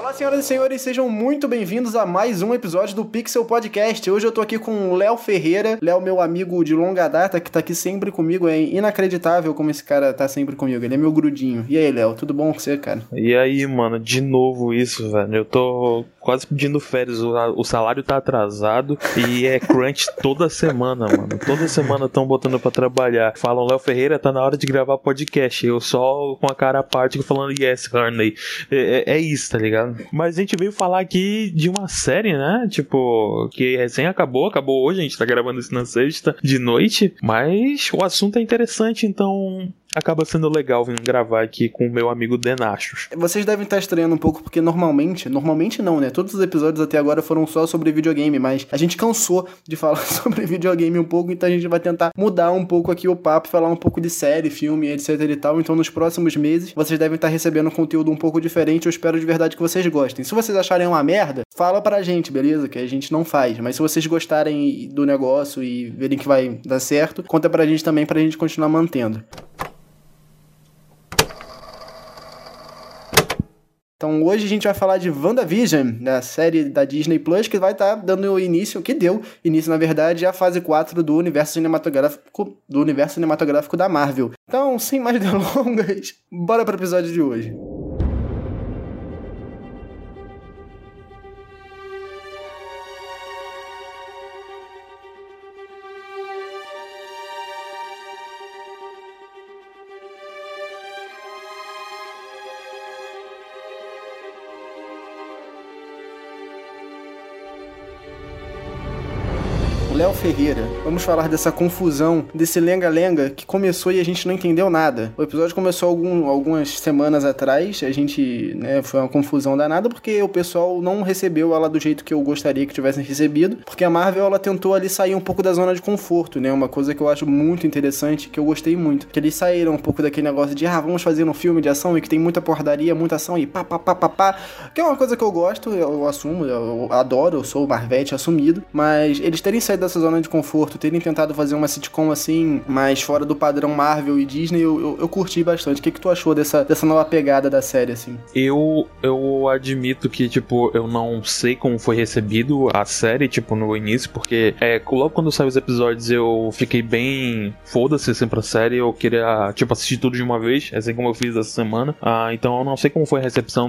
Olá, senhoras e senhores, sejam muito bem-vindos a mais um episódio do Pixel Podcast. Hoje eu tô aqui com o Léo Ferreira. Léo, meu amigo de longa data, que tá aqui sempre comigo. É inacreditável como esse cara tá sempre comigo. Ele é meu grudinho. E aí, Léo, tudo bom com você, cara? E aí, mano, de novo isso, velho. Eu tô quase pedindo férias. O salário tá atrasado e é crunch toda semana, mano. Toda semana tão botando pra trabalhar. Falam, Léo Ferreira, tá na hora de gravar podcast. Eu só com a cara apática falando yes, Harney. É isso, tá ligado? Mas a gente veio falar aqui de uma série, né? Tipo, que recém acabou hoje, a gente tá gravando isso na sexta de noite, mas o assunto é interessante, então acaba sendo legal vir gravar aqui com o meu amigo Denachos. Vocês devem estar estranhando um pouco, porque normalmente não, né? Todos os episódios até agora foram só sobre videogame, mas a gente cansou de falar sobre videogame um pouco, então a gente vai tentar mudar um pouco aqui o papo, falar um pouco de série, filme, etc e tal. Então nos próximos meses, vocês devem estar recebendo conteúdo um pouco diferente. Eu espero de verdade que vocês gostem. Se vocês acharem uma merda, fala pra gente, beleza? Que a gente não faz. Mas se vocês gostarem do negócio e verem que vai dar certo, conta pra gente também, pra gente continuar mantendo. Então hoje a gente vai falar de WandaVision, da série da Disney Plus, que vai estar dando início, que deu início na verdade, à fase 4 do universo cinematográfico da Marvel. Então, sem mais delongas, bora pro episódio de hoje. Léo Ferreira, vamos falar dessa confusão, desse lenga-lenga que começou e a gente não entendeu nada. O episódio começou algumas semanas atrás, a gente, foi uma confusão danada porque o pessoal não recebeu ela do jeito que eu gostaria que tivessem recebido, porque a Marvel, ela tentou ali sair um pouco da zona de conforto, né, uma coisa que eu acho muito interessante, que eu gostei muito, que eles saíram um pouco daquele negócio de, vamos fazer um filme de ação e que tem muita porradaria, muita ação e pá, que é uma coisa que eu gosto, eu assumo, eu adoro, eu sou o Marvete assumido, mas eles terem saído dessa zona de conforto, terem tentado fazer uma sitcom assim, mais fora do padrão Marvel e Disney, eu curti bastante. O que tu achou dessa nova pegada da série, assim? Eu admito que, tipo, eu não sei como foi recebido a série, tipo, no início, porque logo quando saiu os episódios eu fiquei bem foda-se sempre a série, eu queria, tipo, assistir tudo de uma vez, assim como eu fiz essa semana. Então eu não sei como foi a recepção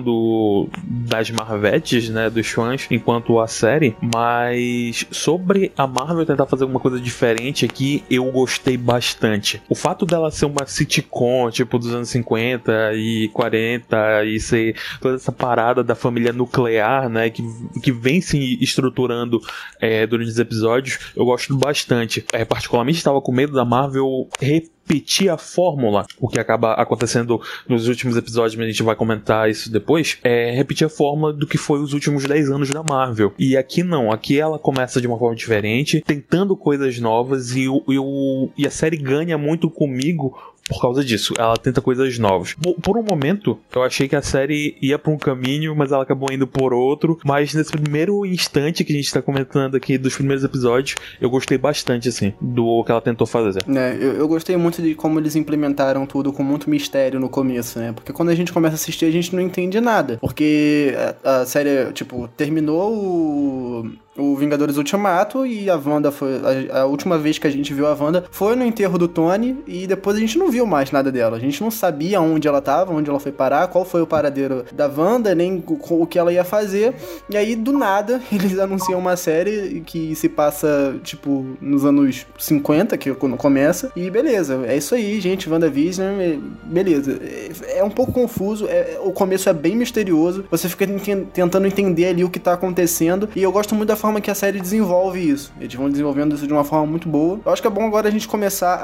das Marvetes, né, dos fãs, enquanto a série, mas sobre a Marvel tentar fazer alguma coisa diferente aqui, eu gostei bastante. O fato dela ser uma sitcom, tipo, dos anos 50 e 40 e ser toda essa parada da família nuclear, né, que vem se estruturando durante os episódios, eu gosto bastante. Particularmente estava com medo da Marvel repetir a fórmula, o que acaba acontecendo nos últimos episódios, mas a gente vai comentar isso depois, repetir a fórmula do que foi os últimos 10 anos da Marvel. E aqui não, aqui ela começa de uma forma diferente, tentando coisas novas, e a série ganha muito comigo por causa disso, ela tenta coisas novas. Por um momento, eu achei que a série ia pra um caminho, mas ela acabou indo por outro. Mas nesse primeiro instante que a gente tá comentando aqui dos primeiros episódios, eu gostei bastante, assim, do que ela tentou fazer. Eu gostei muito de como eles implementaram tudo com muito mistério no começo, né? Porque quando a gente começa a assistir, a gente não entende nada. Porque a série, tipo, terminou o Vingadores Ultimato e a Wanda foi... A última vez que a gente viu a Wanda foi no enterro do Tony e depois a gente não viu mais nada dela. A gente não sabia onde ela tava, onde ela foi parar, qual foi o paradeiro da Wanda, nem o que ela ia fazer. E aí, do nada, eles anunciam uma série que se passa, tipo, nos anos 50, que é quando começa. E beleza, é isso aí, gente, WandaVision, beleza. É um pouco confuso, o começo é bem misterioso, você fica tentando entender ali o que tá acontecendo, e eu gosto muito da forma que a série desenvolve isso. Eles vão desenvolvendo isso de uma forma muito boa. Eu acho que é bom agora a gente começar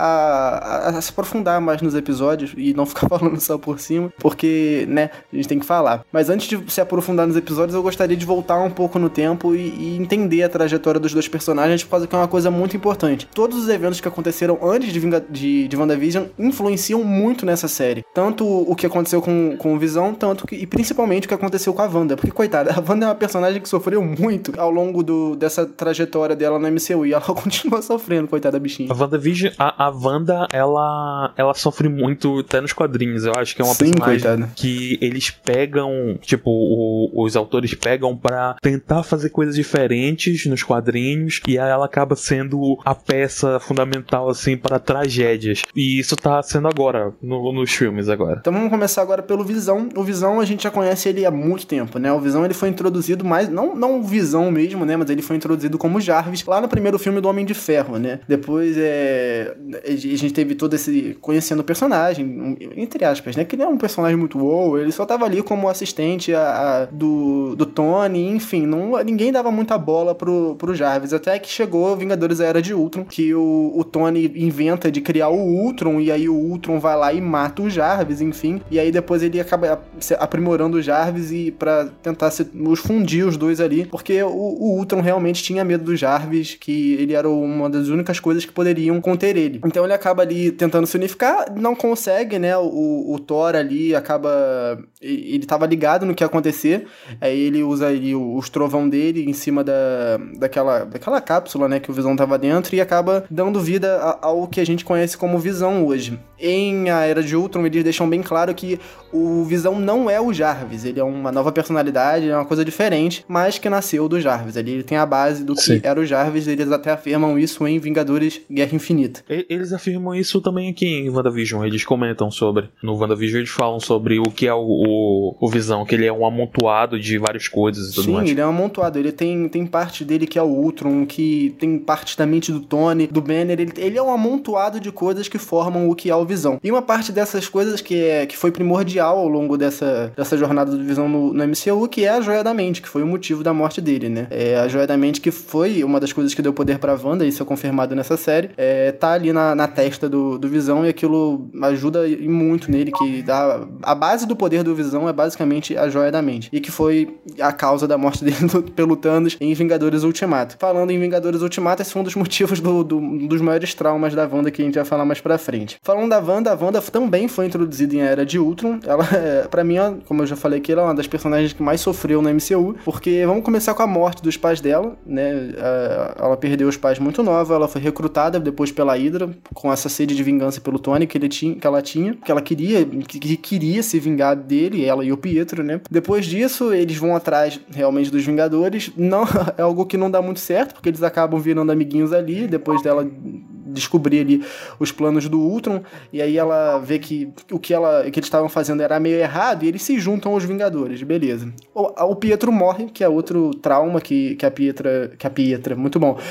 a se aprofundar mais nos episódios e não ficar falando só por cima, porque, né, a gente tem que falar. Mas antes de se aprofundar nos episódios, eu gostaria de voltar um pouco no tempo e entender a trajetória dos dois personagens, por causa que é uma coisa muito importante. Todos os eventos que aconteceram antes de WandaVision influenciam muito nessa série. Tanto o que aconteceu com o Visão, e principalmente o que aconteceu com a Wanda. Porque, coitada, a Wanda é uma personagem que sofreu muito ao longo dessa trajetória dela no MCU. E ela continua sofrendo, coitada da bichinha. A WandaVision, a Wanda, ela sofre muito até nos quadrinhos. Eu acho que é uma personagem coitada. que eles pegam, tipo, os autores pegam pra tentar fazer coisas diferentes nos quadrinhos, e aí ela acaba sendo a peça fundamental, assim, para tragédias. E isso tá sendo agora, nos filmes agora. Então vamos começar agora pelo Visão. O Visão a gente já conhece ele há muito tempo, né? O Visão ele foi introduzido mais, não o Visão mesmo, né? Mas ele foi introduzido como Jarvis lá no primeiro filme do Homem de Ferro, né? Depois a gente teve todo esse conhecendo o personagem, entre aspas, né? Que ele é um personagem muito wow, ele só tava ali como assistente do Tony, enfim, ninguém dava muita bola pro Jarvis, até que chegou Vingadores: A Era de Ultron, que o Tony inventa de criar o Ultron, e aí o Ultron vai lá e mata o Jarvis, enfim, e aí depois ele acaba aprimorando o Jarvis e pra tentar fundir os dois ali, porque o Ultron realmente tinha medo do Jarvis, que ele era uma das únicas coisas que poderiam conter ele. Então ele acaba ali tentando se unificar, não consegue, né? O Thor ali acaba... Ele tava ligado no que ia acontecer, aí ele usa ali os trovão dele em cima daquela cápsula, né? Que o Visão tava dentro, e acaba dando vida ao que a gente conhece como Visão hoje. Em A Era de Ultron, eles deixam bem claro que o Visão não é o Jarvis, ele é uma nova personalidade, é uma coisa diferente, mas que nasceu do Jarvis. Ele tem a base do que era o Jarvis, eles até afirmam isso em Vingadores: Guerra Infinita. Eles afirmam isso também aqui em WandaVision, eles comentam sobre. No WandaVision eles falam sobre o que é o Visão, que ele é um amontoado de várias coisas e tudo mais. Sim, ele é um amontoado, ele tem parte dele que é o Ultron, que tem parte da mente do Tony, do Banner, ele é um amontoado de coisas que formam o que é o Visão. E uma parte dessas coisas que foi primordial ao longo dessa jornada do Visão no MCU, que é a Joia da Mente, que foi o motivo da morte dele, né? A Joia da Mente, que foi uma das coisas que deu poder pra Wanda, isso é confirmado nessa série, tá ali na testa do Visão, e aquilo ajuda muito nele, que dá... A base do poder do Visão é basicamente a Joia da Mente, e que foi a causa da morte dele pelo Thanos em Vingadores Ultimato. Falando em Vingadores Ultimato, esse foi um dos motivos dos maiores traumas da Wanda, que a gente vai falar mais pra frente. Falando da Wanda, a Wanda também foi introduzida em A Era de Ultron. Ela, pra mim, como eu já falei aqui, ela é uma das personagens que mais sofreu no MCU, porque vamos começar com a morte dos pais dela, né? Ela perdeu os pais muito nova, ela foi recrutada depois pela Hydra, com essa sede de vingança pelo Tony que ela tinha, que ela queria se vingar dele, ela e o Pietro, né? Depois disso, eles vão atrás realmente dos Vingadores. Não, é algo que não dá muito certo, porque eles acabam virando amiguinhos ali, depois dela descobrir ali os planos do Ultron, e aí ela vê que o que eles estavam fazendo era meio errado, e eles se juntam aos Vingadores, beleza. O Pietro morre, que é outro trauma que a Pietra, muito bom,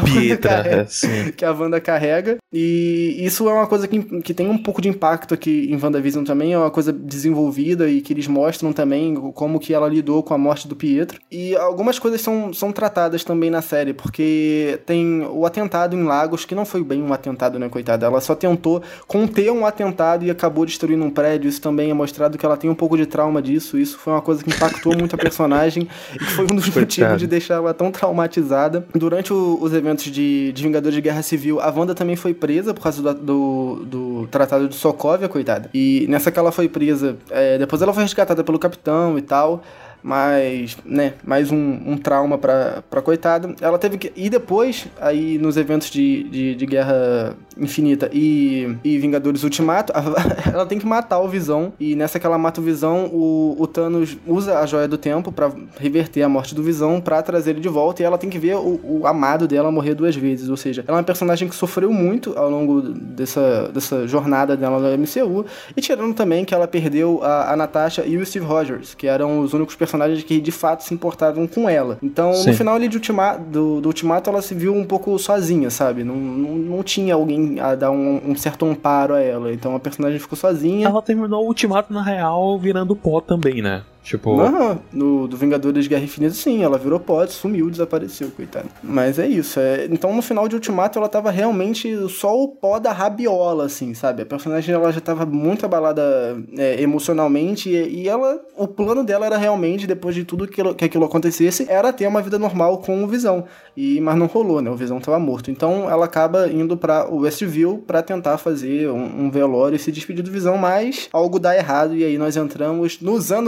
que a Wanda carrega, e isso é uma coisa que tem um pouco de impacto aqui em WandaVision também, é uma coisa desenvolvida, e que eles mostram também como que ela lidou com a morte do Pietro, e algumas coisas são tratadas também na série, porque tem o atentado em Lagos, que não foi bem um atentado, né, coitada? Ela só tentou conter um atentado e acabou destruindo um prédio. Isso também é mostrado que ela tem um pouco de trauma disso. Isso foi uma coisa que impactou muito a personagem e que foi um dos motivos de deixar ela tão traumatizada. Durante os eventos de Vingadores de Guerra Civil, a Wanda também foi presa por causa do Tratado de Sokovia, coitada. E nessa que ela foi presa, depois ela foi resgatada pelo Capitão e tal, mas, né, mais um trauma pra coitada. Ela teve que... E depois, aí nos eventos de Guerra Infinita e Vingadores Ultimato, ela tem que matar o Visão, e nessa que ela mata o Visão, o Thanos usa a Joia do Tempo pra reverter a morte do Visão, pra trazer ele de volta, e ela tem que ver o amado dela morrer 2 vezes, ou seja, ela é uma personagem que sofreu muito ao longo dessa jornada dela no MCU, e tirando também que ela perdeu a Natasha e o Steve Rogers, que eram os únicos personagens que de fato se importavam com ela. Então, no final ali do Ultimato, ela se viu um pouco sozinha, sabe? Não tinha alguém a dar um certo amparo a ela. Então a personagem ficou sozinha. Ela terminou o Ultimato, na real, virando pó também, né? Tipo... do Vingadores Guerra Infinita, sim, ela virou pó, sumiu, desapareceu, coitada. Mas é isso, então no final de Ultimato ela tava realmente só o pó da rabiola, assim, sabe? A personagem ela já tava muito abalada emocionalmente, e o plano dela era realmente, depois de tudo que aquilo acontecesse, era ter uma vida normal com o Visão. Mas não rolou, né? O Visão tava morto. Então ela acaba indo pra Westview pra tentar fazer um velório e se despedir do Visão, mas algo dá errado, e aí nós entramos nos anos 1990.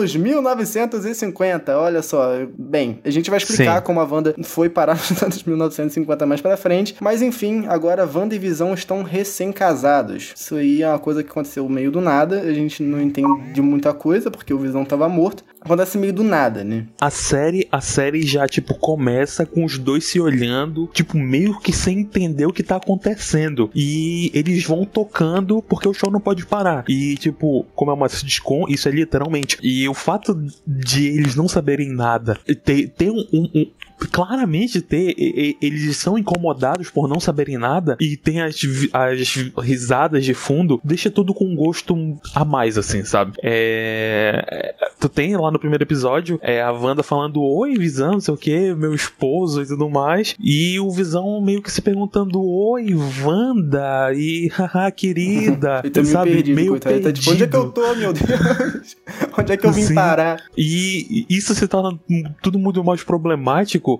1950, olha só. Bem, a gente vai explicar como a Wanda foi parar nos anos 1950 mais pra frente, mas enfim, agora Wanda e Visão estão recém-casados. Isso aí é uma coisa que aconteceu meio do nada, a gente não entende de muita coisa, porque o Visão tava morto. Acontece meio do nada, né? A série já, tipo, começa com os dois se olhando, tipo, meio que sem entender o que tá acontecendo. E eles vão tocando porque o show não pode parar. E, tipo, como é uma sitcom, isso é literalmente. E o fato de eles não saberem nada, ter claramente eles são incomodados por não saberem nada e tem as risadas de fundo, deixa tudo com um gosto a mais, assim, sabe? Tu tem lá no primeiro episódio a Wanda falando: oi, Visão, não sei o que, meu esposo e tudo mais, e o Visão meio que se perguntando: oi, Wanda, e haha, querida, e sabe? Perdido, meio perdido. Tá tipo, onde é que eu tô, meu Deus? Onde é que eu vim parar? E isso se torna tudo muito mais problemático,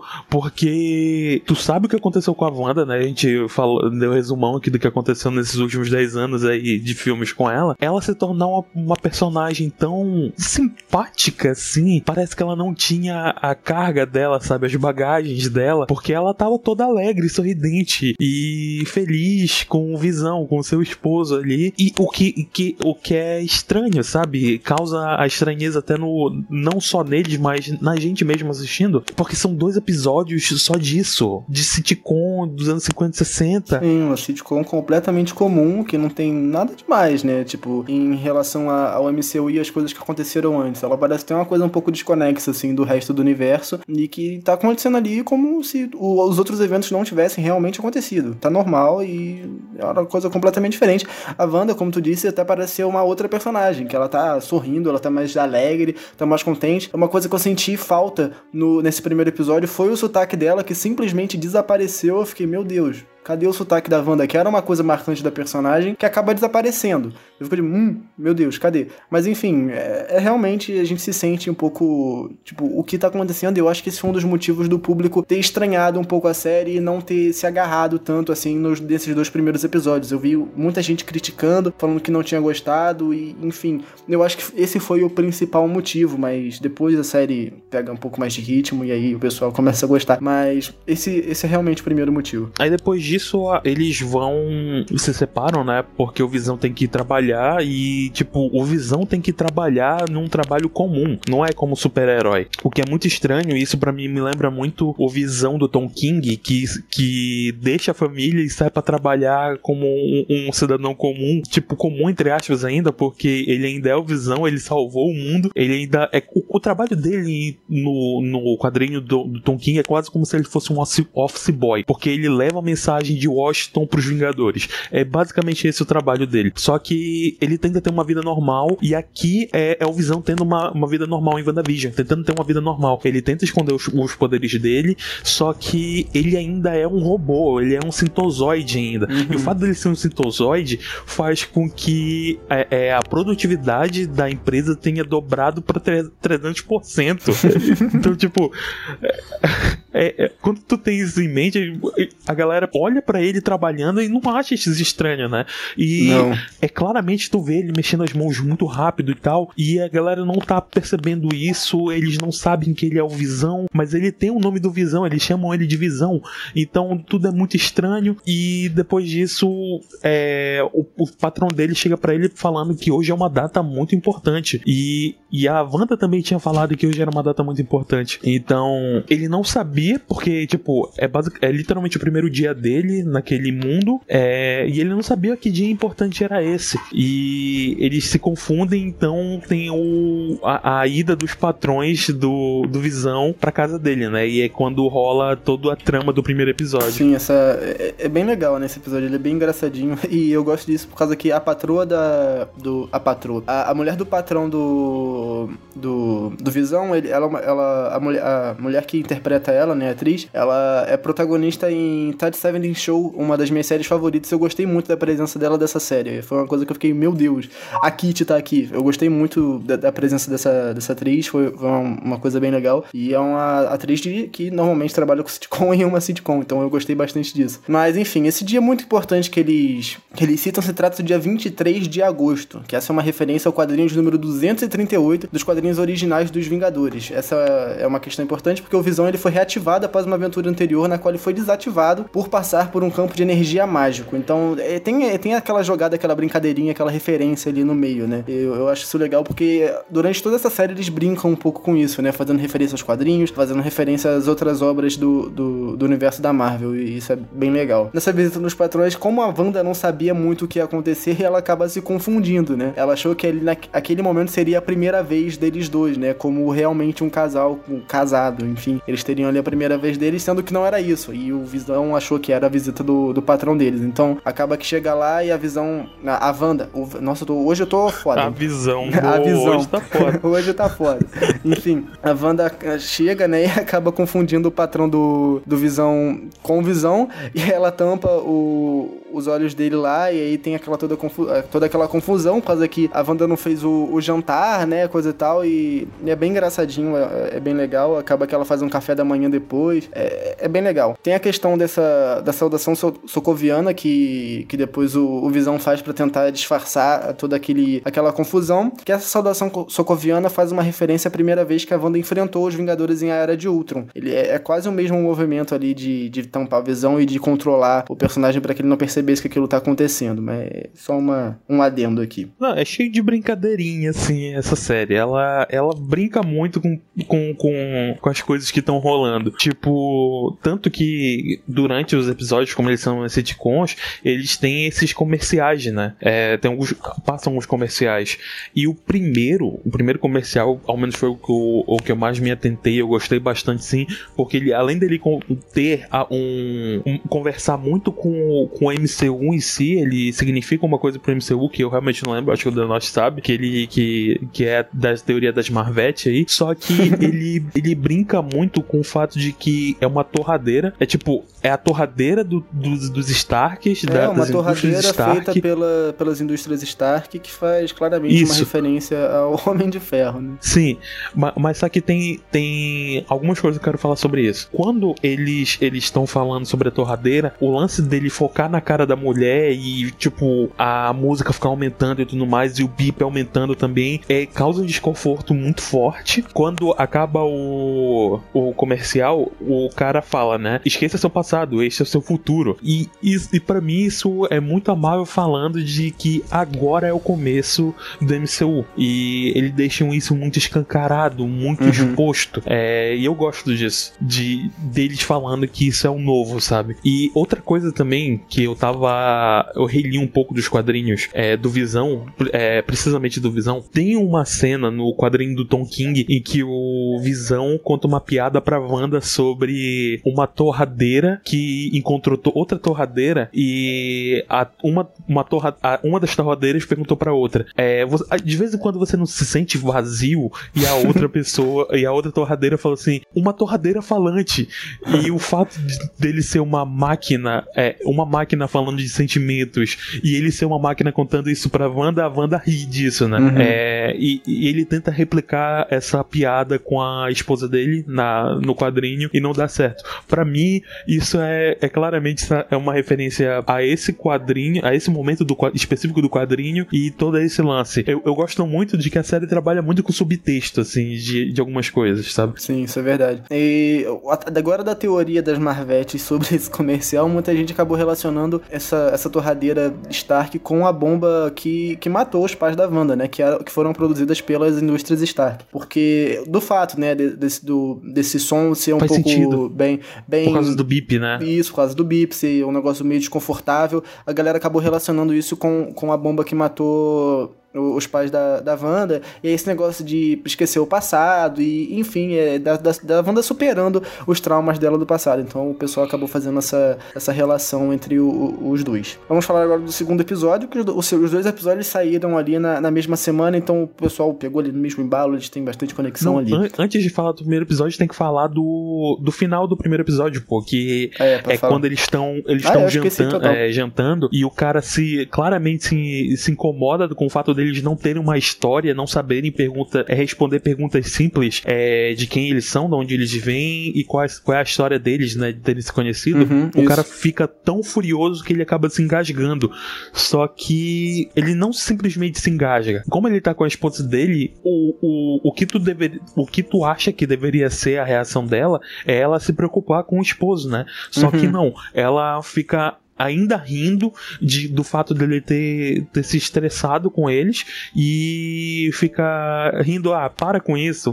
porque tu sabe o que aconteceu com a Wanda, né? A gente deu resumão aqui do que aconteceu nesses últimos 10 anos aí de filmes com ela. Ela se tornar uma personagem tão simpática, assim. Parece que ela não tinha a carga dela, sabe? As bagagens dela. Porque ela tava toda alegre, sorridente e feliz com o Visão, com o seu esposo ali. E o que é estranho, sabe? Causa a estranheza até não só neles, mas na gente mesmo assistindo. Porque são dois episódios só disso. De sitcom dos anos 50 e 60. Sim, uma sitcom completamente comum, que não tem nada demais, né? Tipo, em relação ao MCU e as coisas que aconteceram antes. Ela parece ter uma coisa um pouco desconexa, assim, do resto do universo. E que tá acontecendo ali como se os outros eventos não tivessem realmente acontecido. Tá normal e é uma coisa completamente diferente. A Wanda, como tu disse, até parece ser uma outra personagem, que ela tá sorrindo, ela tá mais alegre, tá mais contente. Uma coisa que eu senti falta nesse primeiro episódio foi o sotaque dela, que simplesmente desapareceu. Eu fiquei, meu Deus, cadê o sotaque da Wanda? Que era uma coisa marcante da personagem, que acaba desaparecendo. Eu fico de, meu Deus, cadê? Mas enfim, realmente a gente se sente um pouco, tipo, o que tá acontecendo. E eu acho que esse foi um dos motivos do público ter estranhado um pouco a série e não ter se agarrado tanto, assim, desses dois primeiros episódios. Eu vi muita gente criticando, falando que não tinha gostado e, enfim, eu acho que esse foi o principal motivo, mas depois a série pega um pouco mais de ritmo e aí o pessoal começa a gostar. Mas esse é realmente o primeiro motivo. Aí depois disso, eles se separam, né? Porque o Visão tem que ir trabalhar e, tipo, o Visão tem que trabalhar num trabalho comum, não é como super-herói. O que é muito estranho, e isso pra mim me lembra muito o Visão do Tom King, que deixa a família e sai pra trabalhar como um cidadão comum, tipo, comum entre aspas ainda, porque ele ainda é o Visão, ele salvou o mundo, ele ainda é... O trabalho dele no quadrinho do Tom King é quase como se ele fosse um office boy, porque ele leva a mensagem de Washington pros Vingadores. É basicamente esse o trabalho dele. Só que ele tenta ter uma vida normal, e aqui é o Visão tendo uma vida normal em WandaVision, tentando ter uma vida normal. Ele tenta esconder os poderes dele, só que ele ainda é um robô, ele é um sintozoide ainda. E o fato dele ser um sintozoide faz com que a produtividade da empresa tenha dobrado para 300%. Então, tipo, quando tu tem isso em mente, a galera olha pra ele trabalhando e não acha isso estranho, né? E claramente tu vê ele mexendo as mãos muito rápido e tal, e a galera não tá percebendo isso, eles não sabem que ele é o Visão, mas ele tem o nome do Visão, eles chamam ele de Visão, então tudo é muito estranho. E depois disso o patrão dele chega pra ele falando que hoje é uma data muito importante, e a Wanda também tinha falado que hoje era uma data muito importante, então ele não sabia, porque tipo, é literalmente o primeiro dia dele naquele mundo, e ele não sabia que dia importante era esse, e eles se confundem. Então tem a ida dos patrões do Visão pra casa dele, né, e é quando rola toda a trama do primeiro episódio. Sim, é bem legal nesse episódio, ele é bem engraçadinho, e eu gosto disso por causa que a patroa a mulher do patrão do Visão, a mulher que interpreta dela, né, a atriz, ela é protagonista em Ted Seventeen Show, uma das minhas séries favoritas. Eu gostei muito da presença dela dessa série. Foi uma coisa que eu fiquei, meu Deus, a Kitty tá aqui. Eu gostei muito da presença dessa atriz, foi uma coisa bem legal. E é uma atriz que normalmente trabalha com sitcom em uma sitcom, então eu gostei bastante disso. Mas enfim, esse dia muito importante que eles citam se trata do dia 23 de agosto, que essa é uma referência ao quadrinho de número 238 dos quadrinhos originais dos Vingadores. Essa é uma questão importante porque o Visão ele foi reativado após uma aventura anterior na qual ele foi desativado por passar por um campo de energia mágico. Então tem aquela jogada, aquela brincadeirinha, aquela referência ali no meio, né? Eu acho isso legal porque durante toda essa série eles brincam um pouco com isso, né? Fazendo referência aos quadrinhos, fazendo referência às outras obras do universo da Marvel, e isso é bem legal. Nessa visita nos patrões, como a Wanda não sabia muito o que ia acontecer, ela acaba se confundindo, né? Ela achou que aquele momento seria a primeira vez deles dois, né? Como realmente um casal casado, enfim. Eles teriam ali a primeira vez deles, sendo que não era isso. E o Visão achou que era a visita do patrão deles. Então, acaba que chega lá e a Visão... A Wanda... Nossa, hoje eu tô foda. A Visão. A Visão. Hoje tá foda. Hoje tá foda. Enfim, a Wanda chega, né? E acaba confundindo o patrão do Visão com o Visão. E ela tampa os olhos dele lá. E aí tem toda aquela confusão, por causa que a Wanda não fez o jantar, né? Coisa e tal. E é bem engraçadinho, é bem legal. Acaba que ela faz um café da manhã depois. É bem legal. Tem a questão da saudação socoviana que depois o Visão faz pra tentar disfarçar toda aquela confusão. Que essa saudação socoviana faz uma referência à primeira vez que a Wanda enfrentou os Vingadores em A Era de Ultron. Ele é quase o mesmo movimento ali de tampar a Visão e de controlar o personagem pra que ele não percebesse que aquilo tá acontecendo. Mas é só um adendo aqui. Não, é cheio de brincadeirinha, assim, essa série. Ela brinca muito com as coisas que estão rolando. Tipo, tanto que durante os episódios, como eles são sitcoms, eles têm esses comerciais, né? Passam os comerciais. E o primeiro comercial, ao menos foi o que eu mais me atentei, eu gostei bastante, sim, porque ele, além dele ter conversar muito com o MCU em si, ele significa uma coisa pro MCU que eu realmente não lembro, acho que o Danotti sabe, que é da teoria das Marvete aí, só que ele brinca muito com o fato de que é uma torradeira, é a torradeira dos Starks, uma torradeira feita pelas indústrias Stark, que faz claramente uma referência ao Homem de Ferro, né? Sim, mas só que tem algumas coisas que eu quero falar sobre isso. Quando eles estão falando sobre a torradeira, o lance dele focar na cara da mulher e, a música ficar aumentando e tudo mais, e o bip aumentando também, causa um desconforto muito forte. Quando acaba o comercial, o cara fala, né? Esqueça seu passado, este é o seu futuro. E pra mim isso é muito amável, falando de que agora é o começo do MCU. E ele deixa isso muito escancarado, muito exposto. E eu gosto disso. Deles falando que isso é o novo, sabe? E outra coisa também que eu reli um pouco dos quadrinhos do Visão, precisamente do Visão. Tem uma cena no quadrinho do Tom King em que o Visão conta uma piada pra Wanda sobre uma torradeira que encontrou outra torradeira e uma das torradeiras perguntou pra outra, de vez em quando você não se sente vazio? E a outra pessoa, e a outra torradeira falou assim, uma torradeira falante. E o fato dele ser uma máquina falando de sentimentos, e ele ser uma máquina contando isso pra Wanda, a Wanda ri disso, né? E ele tenta replicar essa piada com a esposa dele no quadrinho e não dá certo. Pra mim, isso é claramente uma referência a esse quadrinho, a esse momento específico do quadrinho e todo esse lance. Eu gosto muito de que a série trabalha muito com subtexto, assim, de algumas coisas, sabe? Sim, isso é verdade. E agora, da teoria das Marvetes sobre esse comercial, muita gente acabou relacionando essa torradeira Stark com a bomba que matou os pais da Wanda, né? Que foram produzidas pelas indústrias Stark. Porque, do fato, né, desse som ser um Faz pouco sentido. bem... Por causa do bip, né? Isso, por causa do bip, ser um negócio meio desconfortável. A galera acabou relacionando isso com a bomba que matou os pais da Wanda, e esse negócio de esquecer o passado, e enfim, da Wanda superando os traumas dela do passado. Então o pessoal acabou fazendo essa relação entre os dois. Vamos falar agora do segundo episódio, que os dois episódios saíram ali na mesma semana, então o pessoal pegou ali no mesmo embalo, eles têm bastante conexão ali. Antes de falar do primeiro episódio, tem que falar do final do primeiro episódio, pô, que quando eles estão jantando, e o cara claramente se incomoda com o fato deles não terem uma história, não saberem responder perguntas simples de quem eles são, de onde eles vêm e qual é a história deles, né, de terem se conhecido. O cara fica tão furioso que ele acaba se engasgando. Só que ele não simplesmente se engasga. Como ele tá com a esposa dele, o que tu acha que deveria ser a reação dela é ela se preocupar com o esposo, né? Só que não, ela fica ainda rindo do fato dele ter se estressado com eles e fica rindo, para com isso,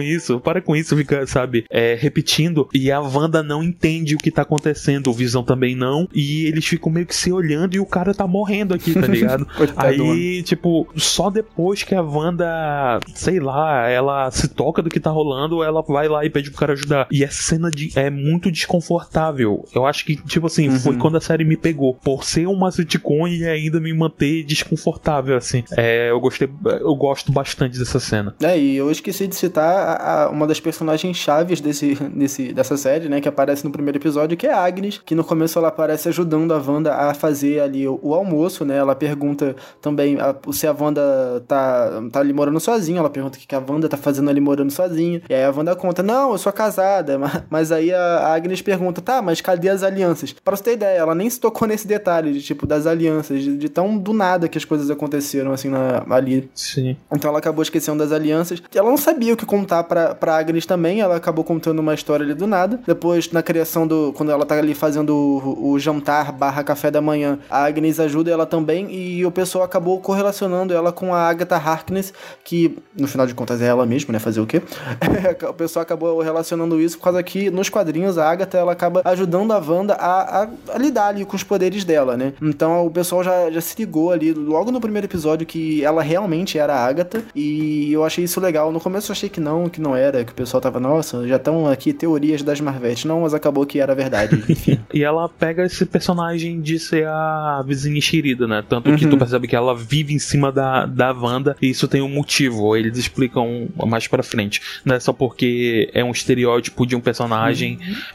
fica, sabe, repetindo, e a Wanda não entende o que tá acontecendo, o Visão também não, e eles ficam meio que se olhando e o cara tá morrendo aqui, tá ligado? Aí, tipo, só depois que a Wanda, sei lá, ela se toca do que tá rolando, ela vai lá e pede pro cara ajudar, e essa cena é muito desconfortável. Eu acho que, tipo assim, foi quando a série me pegou, por ser uma sitcom e ainda me manter desconfortável, assim. Eu gosto bastante dessa cena. E eu esqueci de citar uma das personagens chaves dessa série, né, que aparece no primeiro episódio, que é a Agnes, que no começo ela aparece ajudando a Wanda a fazer ali o almoço, né, ela pergunta também se a Wanda tá ali morando sozinha, ela pergunta o que a Wanda tá fazendo ali morando sozinha, e aí a Wanda conta, não, eu sou casada, mas aí a Agnes pergunta, tá, mas cadê as alianças? Pra você ter ideia, ela nem se tocou nesse detalhe de, tipo, das alianças, de tão do nada que as coisas aconteceram, assim, ali. Sim. Então ela acabou esquecendo das alianças. Ela não sabia o que contar pra Agnes também, ela acabou contando uma história ali do nada. Depois, na criação quando ela tá ali fazendo o jantar / café da manhã, a Agnes ajuda ela também, e o pessoal acabou correlacionando ela com a Agatha Harkness, que, no final de contas, é ela mesma, né? Fazer o quê? O pessoal acabou relacionando isso por causa que, nos quadrinhos, a Agatha, ela acaba ajudando a Wanda a lidar ali com os poderes dela, né? Então o pessoal já se ligou ali logo no primeiro episódio que ela realmente era a Agatha, e eu achei isso legal. No começo eu achei que não era, que o pessoal tava, nossa, já estão aqui teorias das Marvetes. Não, mas acabou que era verdade. E ela pega esse personagem de ser a vizinha enxerida, né? Tanto que tu percebe que ela vive em cima da Wanda, e isso tem um motivo, eles explicam mais pra frente. Não é só porque é um estereótipo de um personagem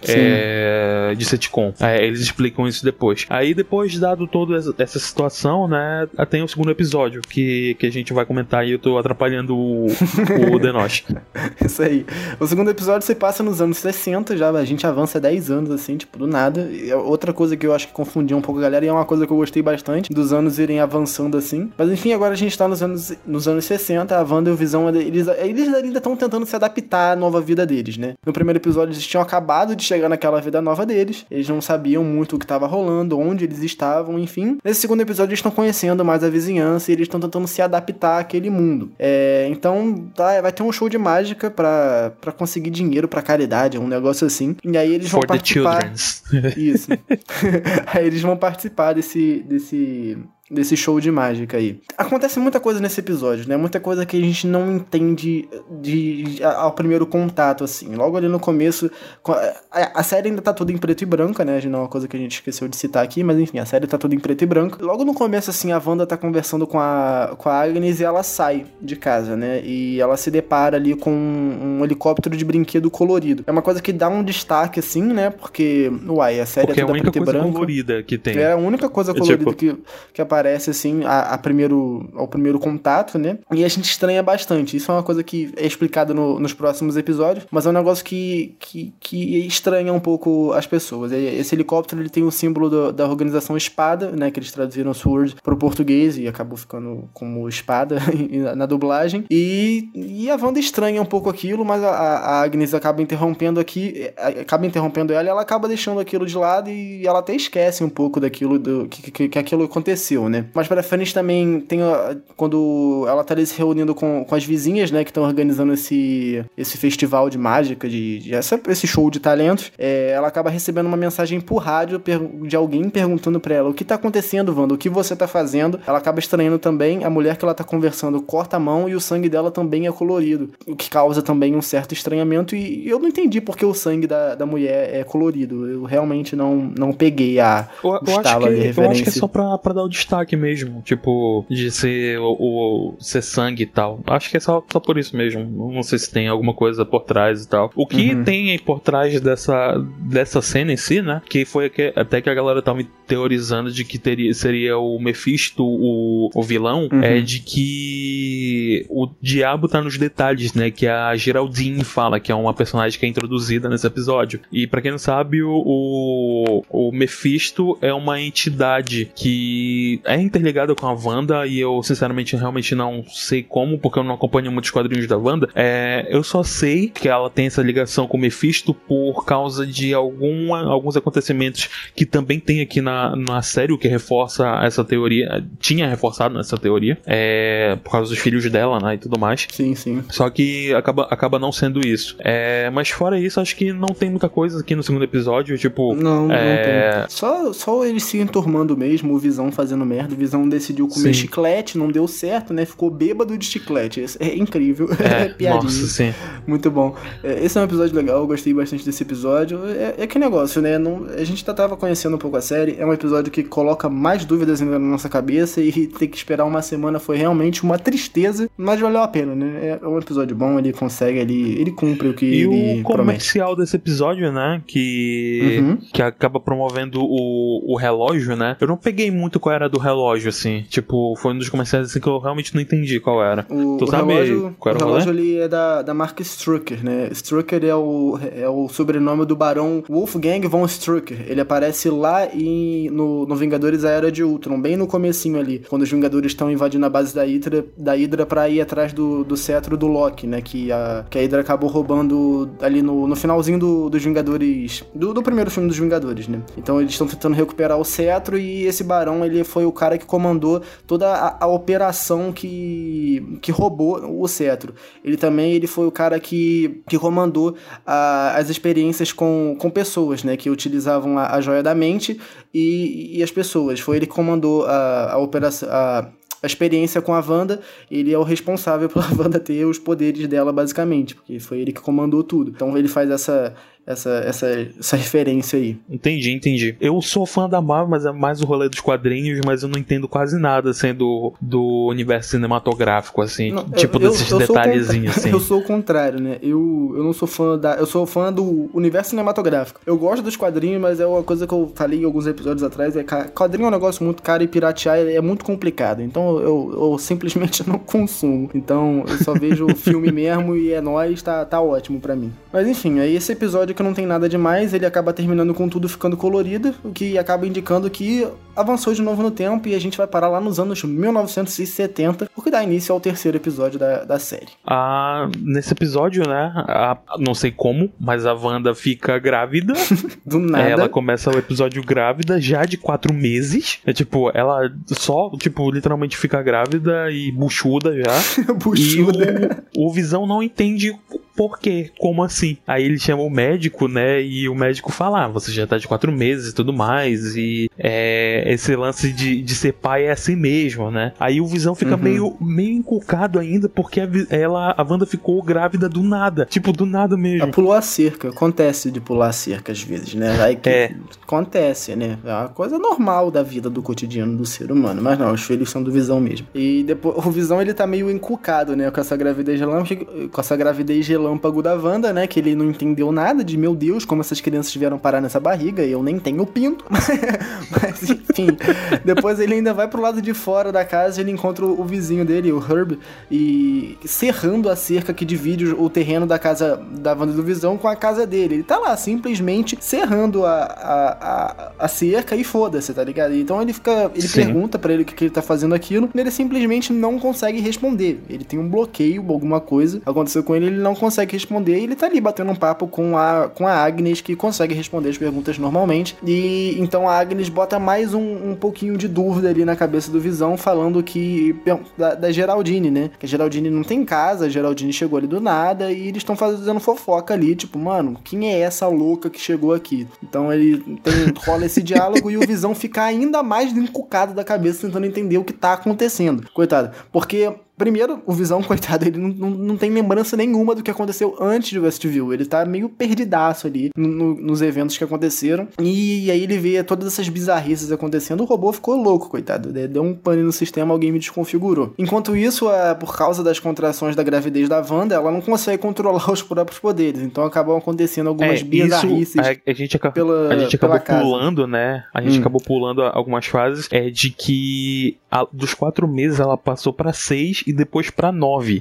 de sitcom. Eles explicam isso depois. Aí depois, dado toda essa situação, né, tem o segundo episódio que a gente vai comentar, e eu tô atrapalhando o Denosh. Isso aí. O segundo episódio se passa nos anos 60, já a gente avança 10 anos, assim, tipo, do nada. E outra coisa que eu acho que confundiu um pouco a galera, e é uma coisa que eu gostei bastante, dos anos irem avançando assim. Mas enfim, agora a gente tá nos anos 60, a Wanda e o Visão, eles ainda estão tentando se adaptar à nova vida deles, né? No primeiro episódio eles tinham acabado de chegar naquela vida nova deles, eles não sabiam muito o que tava rolando, onde eles estavam, enfim. Nesse segundo episódio eles estão conhecendo mais a vizinhança e eles estão tentando se adaptar àquele mundo. Então vai ter um show de mágica pra conseguir dinheiro pra caridade, um negócio assim. E aí eles vão participar. Isso. Aí eles vão participar desse show de mágica aí. Acontece muita coisa nesse episódio, né? Muita coisa que a gente não entende ao primeiro contato, assim. Logo ali no começo, a série ainda tá toda em preto e branco, né? Não é uma coisa que a gente esqueceu de citar aqui, mas enfim, a série tá toda em preto e branco. Logo no começo, assim, a Wanda tá conversando com a Agnes e ela sai de casa, né? E ela se depara ali com um helicóptero de brinquedo colorido. É uma coisa que dá um destaque, assim, né? Porque, a série é toda preto e branco. É a única coisa colorida que tem. É a única coisa colorida que aparece, assim, ao primeiro contato, né? E a gente estranha bastante. Isso é uma coisa que é explicada nos próximos episódios, mas é um negócio que estranha um pouco as pessoas. Esse helicóptero, ele tem o símbolo da organização Espada, né? Que eles traduziram Sword pro português e acabou ficando como Espada na dublagem. E a Wanda estranha um pouco aquilo, mas a Agnes acaba interrompendo ela e ela acaba deixando aquilo de lado, e ela até esquece um pouco daquilo que aquilo aconteceu, aconteceu, né? Mais pra frente também tem quando ela tá ali se reunindo com as vizinhas, né, que estão organizando esse festival de mágica, esse show de talentos, ela acaba recebendo uma mensagem por rádio de alguém perguntando pra ela: o que tá acontecendo, Wanda? O que você tá fazendo? Ela acaba estranhando também, a mulher que ela tá conversando corta a mão e o sangue dela também é colorido, o que causa também um certo estranhamento, e eu não entendi porque o sangue da mulher é colorido. Eu realmente não peguei a estala de referência. Eu acho que é só pra dar o destaque mesmo, tipo, de ser ser sangue e tal. Acho que é só por isso mesmo. Não sei se tem alguma coisa por trás e tal. O que tem aí por trás dessa cena em si, né? Que foi até que a galera tava teorizando de que seria o Mephisto o vilão, é de que o diabo tá nos detalhes, né? Que a Geraldine fala, que é uma personagem que é introduzida nesse episódio. E pra quem não sabe, o Mephisto é uma entidade que é interligada com a Wanda, e eu sinceramente realmente não sei como, porque eu não acompanho muitos quadrinhos da Wanda. Eu só sei que ela tem essa ligação com o Mephisto por causa de alguns acontecimentos que também tem aqui na série, o que reforça essa teoria, tinha reforçado essa teoria, por causa dos filhos dela, né, e tudo mais. Sim, sim. Só que acaba não sendo isso. Mas fora isso, acho que não tem muita coisa aqui no segundo episódio, tipo... Não tem. Só eles se enturmando mesmo, o Visão fazendo merda. O Visão decidiu comer chiclete, não deu certo, né? Ficou bêbado de chiclete. É incrível. É piadinha. Nossa, sim. Muito bom. Esse é um episódio legal, eu gostei bastante desse episódio. Que negócio, né? A gente tava conhecendo um pouco a série. É um episódio que coloca mais dúvidas ainda na nossa cabeça, e ter que esperar uma semana foi realmente uma tristeza, mas valeu a pena, né? É um episódio bom, ele consegue, ele cumpre o que ele promete. E o comercial desse episódio, né? Que acaba promovendo o relógio, né? Eu não peguei muito qual era do relógio, assim. Tipo, foi um dos comerciais assim que eu realmente não entendi qual era. Tu sabe qual era o relógio ali é da marca Strucker, né? Strucker é o sobrenome do barão Wolfgang von Strucker. Ele aparece lá no Vingadores A Era de Ultron, bem no comecinho ali, quando os Vingadores estão invadindo a base da Hydra pra ir atrás do cetro do Loki, né? Que a Hydra acabou roubando ali no finalzinho dos Vingadores, do primeiro filme dos Vingadores, né? Então eles estão tentando recuperar o cetro, e esse barão, ele foi o cara que comandou toda a operação que roubou o cetro. Ele foi o cara que comandou as experiências com pessoas, né? Que utilizavam a joia da mente e as pessoas. Foi ele que comandou a operação, a experiência com a Wanda. Ele é o responsável pela Wanda ter os poderes dela, basicamente, porque foi ele que comandou tudo. Então ele faz essa referência aí. Entendi. Eu sou fã da Marvel, mas é mais o rolê dos quadrinhos, mas eu não entendo quase nada, assim, do universo cinematográfico, assim, desses detalhezinhos, assim. Eu sou o contrário, né? Eu não sou fã eu sou fã do universo cinematográfico. Eu gosto dos quadrinhos, mas é uma coisa que eu falei em alguns episódios atrás, quadrinho é um negócio muito caro, e piratear é muito complicado, então eu simplesmente não consumo. Então eu só vejo o filme mesmo, e é nóis, tá ótimo pra mim. Mas enfim, aí esse episódio que não tem nada demais, ele acaba terminando com tudo ficando colorido, o que acaba indicando que avançou de novo no tempo, e a gente vai parar lá nos anos 1970, o que dá início ao terceiro episódio da série. Nesse episódio, né, não sei como, mas a Wanda fica grávida. Do nada. Ela começa o episódio grávida, já de 4 meses. Ela só, literalmente fica grávida e buchuda já. Buchuda. E o Visão não entende por quê, como assim? Aí ele chama o médico, né, e o médico fala, você já tá de 4 meses e tudo mais, e esse lance de ser pai é assim mesmo, né? Aí o Visão fica meio encucado ainda, porque a Wanda ficou grávida do nada, do nada mesmo. Ela pulou a cerca, acontece de pular a cerca às vezes, né? Aí acontece, né? É uma coisa normal da vida, do cotidiano do ser humano, mas não, os filhos são do Visão mesmo. E depois, o Visão, ele tá meio encucado, né, com essa gravidez relâmpago da Wanda, né, que ele não entendeu nada de, meu Deus, como essas crianças vieram parar nessa barriga, e eu nem tenho pinto. Mas enfim, depois ele ainda vai pro lado de fora da casa, e ele encontra o vizinho dele, o Herb, e serrando a cerca que divide o terreno da casa da Wanda e do Visão com a casa dele. Ele tá lá, simplesmente serrando a cerca, e foda-se, tá ligado? Então ele pergunta pra ele o que ele tá fazendo aquilo, e ele simplesmente não consegue responder. Ele tem um bloqueio, alguma coisa aconteceu com ele não consegue consegue responder, e ele tá ali batendo um papo com a Agnes, que consegue responder as perguntas normalmente, e então a Agnes bota mais um pouquinho de dúvida ali na cabeça do Visão, falando que da Geraldine, né, que a Geraldine não tem casa, a Geraldine chegou ali do nada, e eles estão fazendo fofoca ali, tipo, mano, quem é essa louca que chegou aqui? Então rola esse diálogo e o Visão fica ainda mais encucado da cabeça tentando entender o que tá acontecendo. Coitado. Porque primeiro, o Visão, coitado, ele não tem lembrança nenhuma do que aconteceu antes de Westview. Ele tá meio perdidaço ali nos eventos que aconteceram. E aí ele vê todas essas bizarrices acontecendo. O robô ficou louco, coitado. Deu um pane no sistema, alguém me desconfigurou. Enquanto isso, por causa das contrações da gravidez da Wanda, ela não consegue controlar os próprios poderes. Então acabam acontecendo algumas bizarrices. A gente acabou pulando, né? A gente acabou pulando algumas fases. De que dos 4 meses ela passou pra 6 e depois pra 9.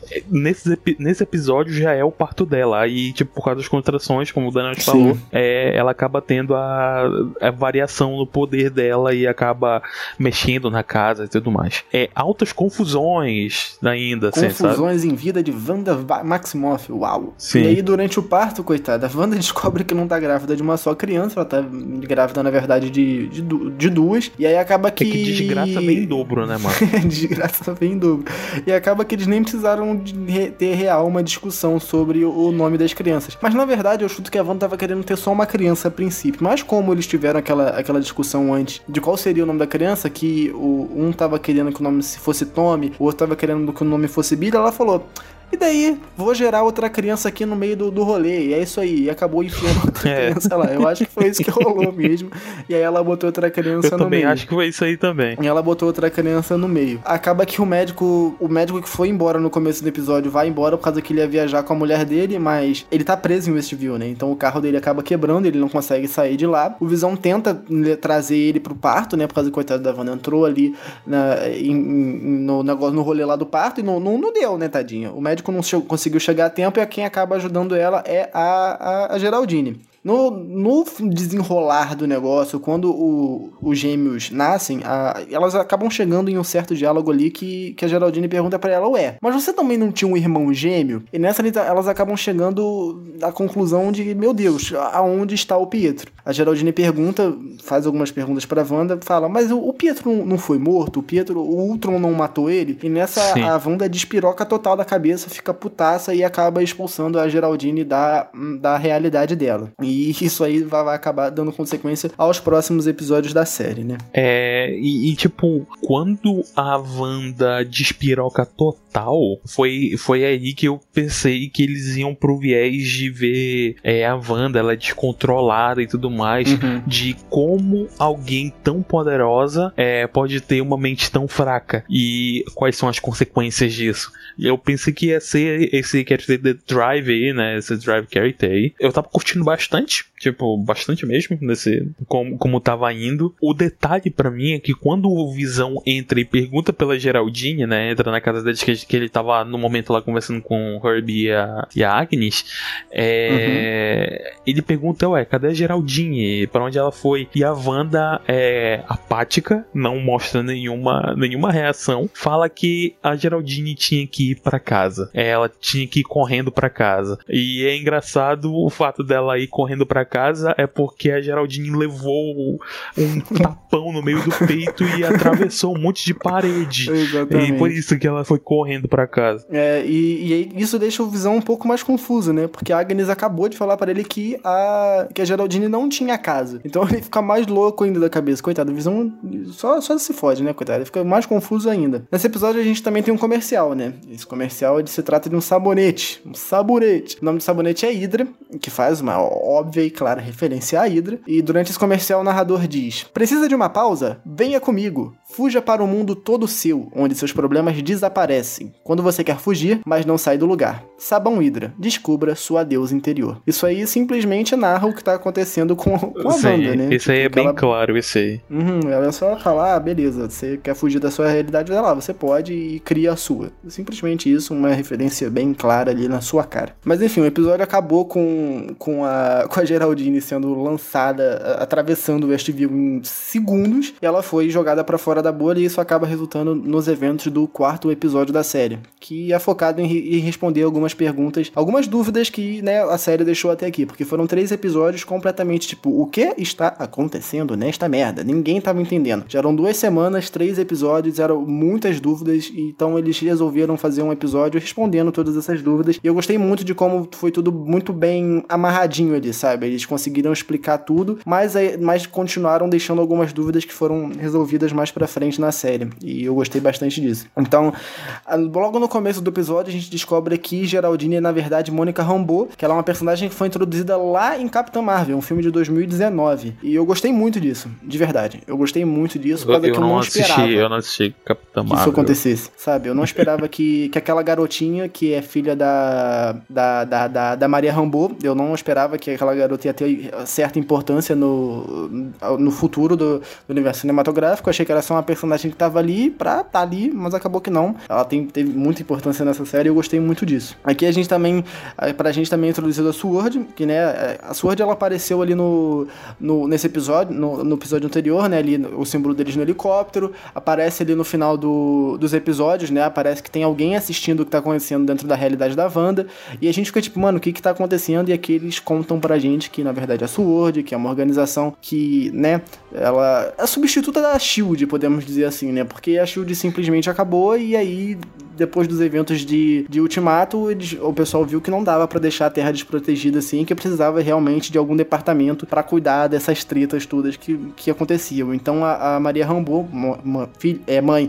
Nesse episódio já é o parto dela. Aí, tipo, por causa das contrações, como o Daniel falou, ela acaba tendo a variação no poder dela e acaba mexendo na casa e tudo mais. Altas confusões ainda. Confusões em vida de Wanda Maximoff. Uau! Sim. E aí, durante o parto, coitada, a Wanda descobre que não tá grávida de uma só criança. Ela tá grávida, na verdade, de 2. E aí acaba que... que desgraça vem em dobro, né, mano? Desgraça vem em dobro. E acaba que eles nem precisaram ter real uma discussão sobre o nome das crianças. Mas na verdade eu chuto que a Wanda tava querendo ter só uma criança a princípio. Mas como eles tiveram aquela discussão antes de qual seria o nome da criança, que um tava querendo que o nome fosse Tommy, o outro tava querendo que o nome fosse Billy, ela falou... E daí, vou gerar outra criança aqui no meio do rolê. E é isso aí. E acabou enfiando outra criança lá. Eu acho que foi isso que rolou mesmo. E aí ela botou outra criança no meio. Eu também acho que foi isso aí também. E ela botou outra criança no meio. Acaba que o médico que foi embora no começo do episódio vai embora por causa que ele ia viajar com a mulher dele, mas ele tá preso em Westview, né? Então o carro dele acaba quebrando, ele não consegue sair de lá. O Visão tenta trazer ele pro parto, né? Por causa que o coitado da Wanda entrou ali no rolê lá do parto e não deu, né, tadinha? O médico não conseguiu chegar a tempo e quem acaba ajudando ela é a Geraldine. No desenrolar do negócio, quando os gêmeos nascem, elas acabam chegando em um certo diálogo ali que a Geraldine pergunta pra ela, mas você também não tinha um irmão gêmeo? E nessa elas acabam chegando à conclusão de, meu Deus, aonde está o Pietro? A Geraldine faz algumas perguntas pra Wanda, fala, mas o Pietro não foi morto? O Ultron não matou ele? E nessa a Wanda despiroca total da cabeça, fica putaça e acaba expulsando a Geraldine da realidade dela. E isso aí vai acabar dando consequência aos próximos episódios da série, né? Tipo, quando a Wanda despiroca total, foi aí que eu pensei que eles iam pro viés de ver a Wanda, ela descontrolada e tudo mais, de como alguém tão poderosa pode ter uma mente tão fraca e quais são as consequências disso. Eu pensei que ia ser esse character drive aí, né? Esse drive character aí. Eu tava curtindo bastante, bastante mesmo, como tava indo. O detalhe pra mim é que quando o Visão entra e pergunta pela Geraldine, né? Entra na casa deles que ele tava no momento lá conversando com o Herbie e a Agnes. Ele pergunta, cadê a Geraldine? Pra onde ela foi? E a Wanda é apática, não mostra nenhuma reação. Fala que a Geraldine tinha que ir pra casa. Ela tinha que ir correndo pra casa. E é engraçado o fato dela ir correndo pra casa é porque a Geraldine levou um tapão no meio do peito e atravessou um monte de parede. Exatamente. E por isso que ela foi correndo pra casa. E isso deixa o Visão um pouco mais confuso, né? Porque a Agnes acabou de falar pra ele que a Geraldine não tinha casa. Então ele fica mais louco ainda da cabeça. Coitado, o Visão só se fode, né, coitado? Ele fica mais confuso ainda. Nesse episódio a gente também tem um comercial, né? Esse comercial se trata de um sabonete. Um sabonete. O nome do sabonete é Hydra, que faz uma óbvia e clara referência à Hydra. E durante esse comercial o narrador diz: precisa de uma pausa? Venha comigo. Fuja para um mundo todo seu, onde seus problemas desaparecem. Quando você quer fugir, mas não sai do lugar. Sabão Hydra. Descubra sua deusa interior. Isso aí simplesmente narra o que tá acontecendo com a Wanda, né? Isso aí é bem claro, isso aí. Ela só fala, beleza, você quer fugir da sua realidade, vai lá, você pode e cria a sua. Simplesmente isso, uma referência bem clara ali na sua cara. Mas enfim, o episódio acabou com a Geraldine sendo lançada, atravessando o Westview em segundos, e ela foi jogada pra fora fora da bolha, e isso acaba resultando nos eventos do 4º episódio da série, que é focado em responder algumas perguntas, algumas dúvidas que, né, a série deixou até aqui, porque foram 3 episódios completamente tipo, o que está acontecendo nesta merda? Ninguém tava entendendo. Já eram 2 semanas, 3 episódios, eram muitas dúvidas, então eles resolveram fazer um episódio respondendo todas essas dúvidas, e eu gostei muito de como foi tudo muito bem amarradinho ali, sabe? Eles conseguiram explicar tudo, mas continuaram deixando algumas dúvidas que foram resolvidas mais pra frente na série, e eu gostei bastante disso. Então, logo no começo do episódio, a gente descobre que Geraldine é, na verdade, Monica Rambeau, que ela é uma personagem que foi introduzida lá em Capitã Marvel, um filme de 2019, e eu gostei muito disso, de verdade. Eu gostei muito disso, porque eu não esperava. Eu não assisti Capitã Marvel. Que isso acontecesse, sabe? Eu não esperava que aquela garotinha, que é filha da Maria Rambeau, eu não esperava que aquela garota ia ter certa importância no futuro do universo cinematográfico. Eu achei que era só uma personagem que tava ali pra tá ali, mas acabou que não. Ela teve muita importância nessa série e eu gostei muito disso. Aqui a gente também, pra gente também é introduzido a Sword, que, né, a Sword, ela apareceu ali nesse episódio, no episódio anterior, né, ali o símbolo deles no helicóptero, aparece ali no final dos episódios, né, parece que tem alguém assistindo o que tá acontecendo dentro da realidade da Wanda, e a gente fica tipo, mano, o que tá acontecendo? E aqui eles contam pra gente que, na verdade, a Sword, que é uma organização que, né, ela é a substituta da SHIELD, podemos dizer assim, né, porque a SHIELD simplesmente acabou, e aí, depois dos eventos de Ultimato, o pessoal viu que não dava pra deixar a Terra desprotegida assim, que precisava realmente de algum departamento pra cuidar dessas tretas todas que aconteciam. Então a Maria Rambeau, mãe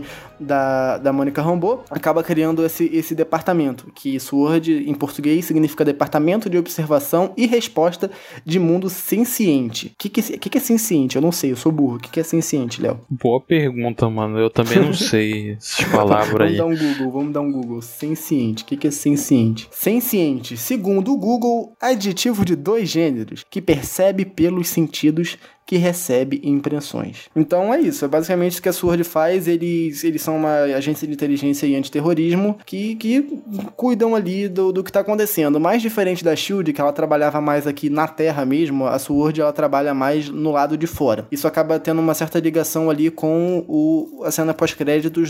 da Monica Rambeau, acaba criando esse departamento, que Sword em português significa Departamento de Observação e Resposta de Mundo Senciente. O que é senciente? Eu não sei, eu sou burro. O que é senciente, Léo? Boa pergunta, mano. Eu também não sei essas palavras aí. Vamos dar um Google. Senciente. O que é senciente? Senciente, segundo o Google, adjetivo de 2 gêneros, que percebe pelos sentidos, que recebe impressões. Então é isso, é basicamente isso que a Sword faz. Eles são uma agência de inteligência e antiterrorismo que cuidam ali do que tá acontecendo. Mais diferente da SHIELD, que ela trabalhava mais aqui na Terra mesmo, a Sword, ela trabalha mais no lado de fora. Isso acaba tendo uma certa ligação ali com a cena pós-créditos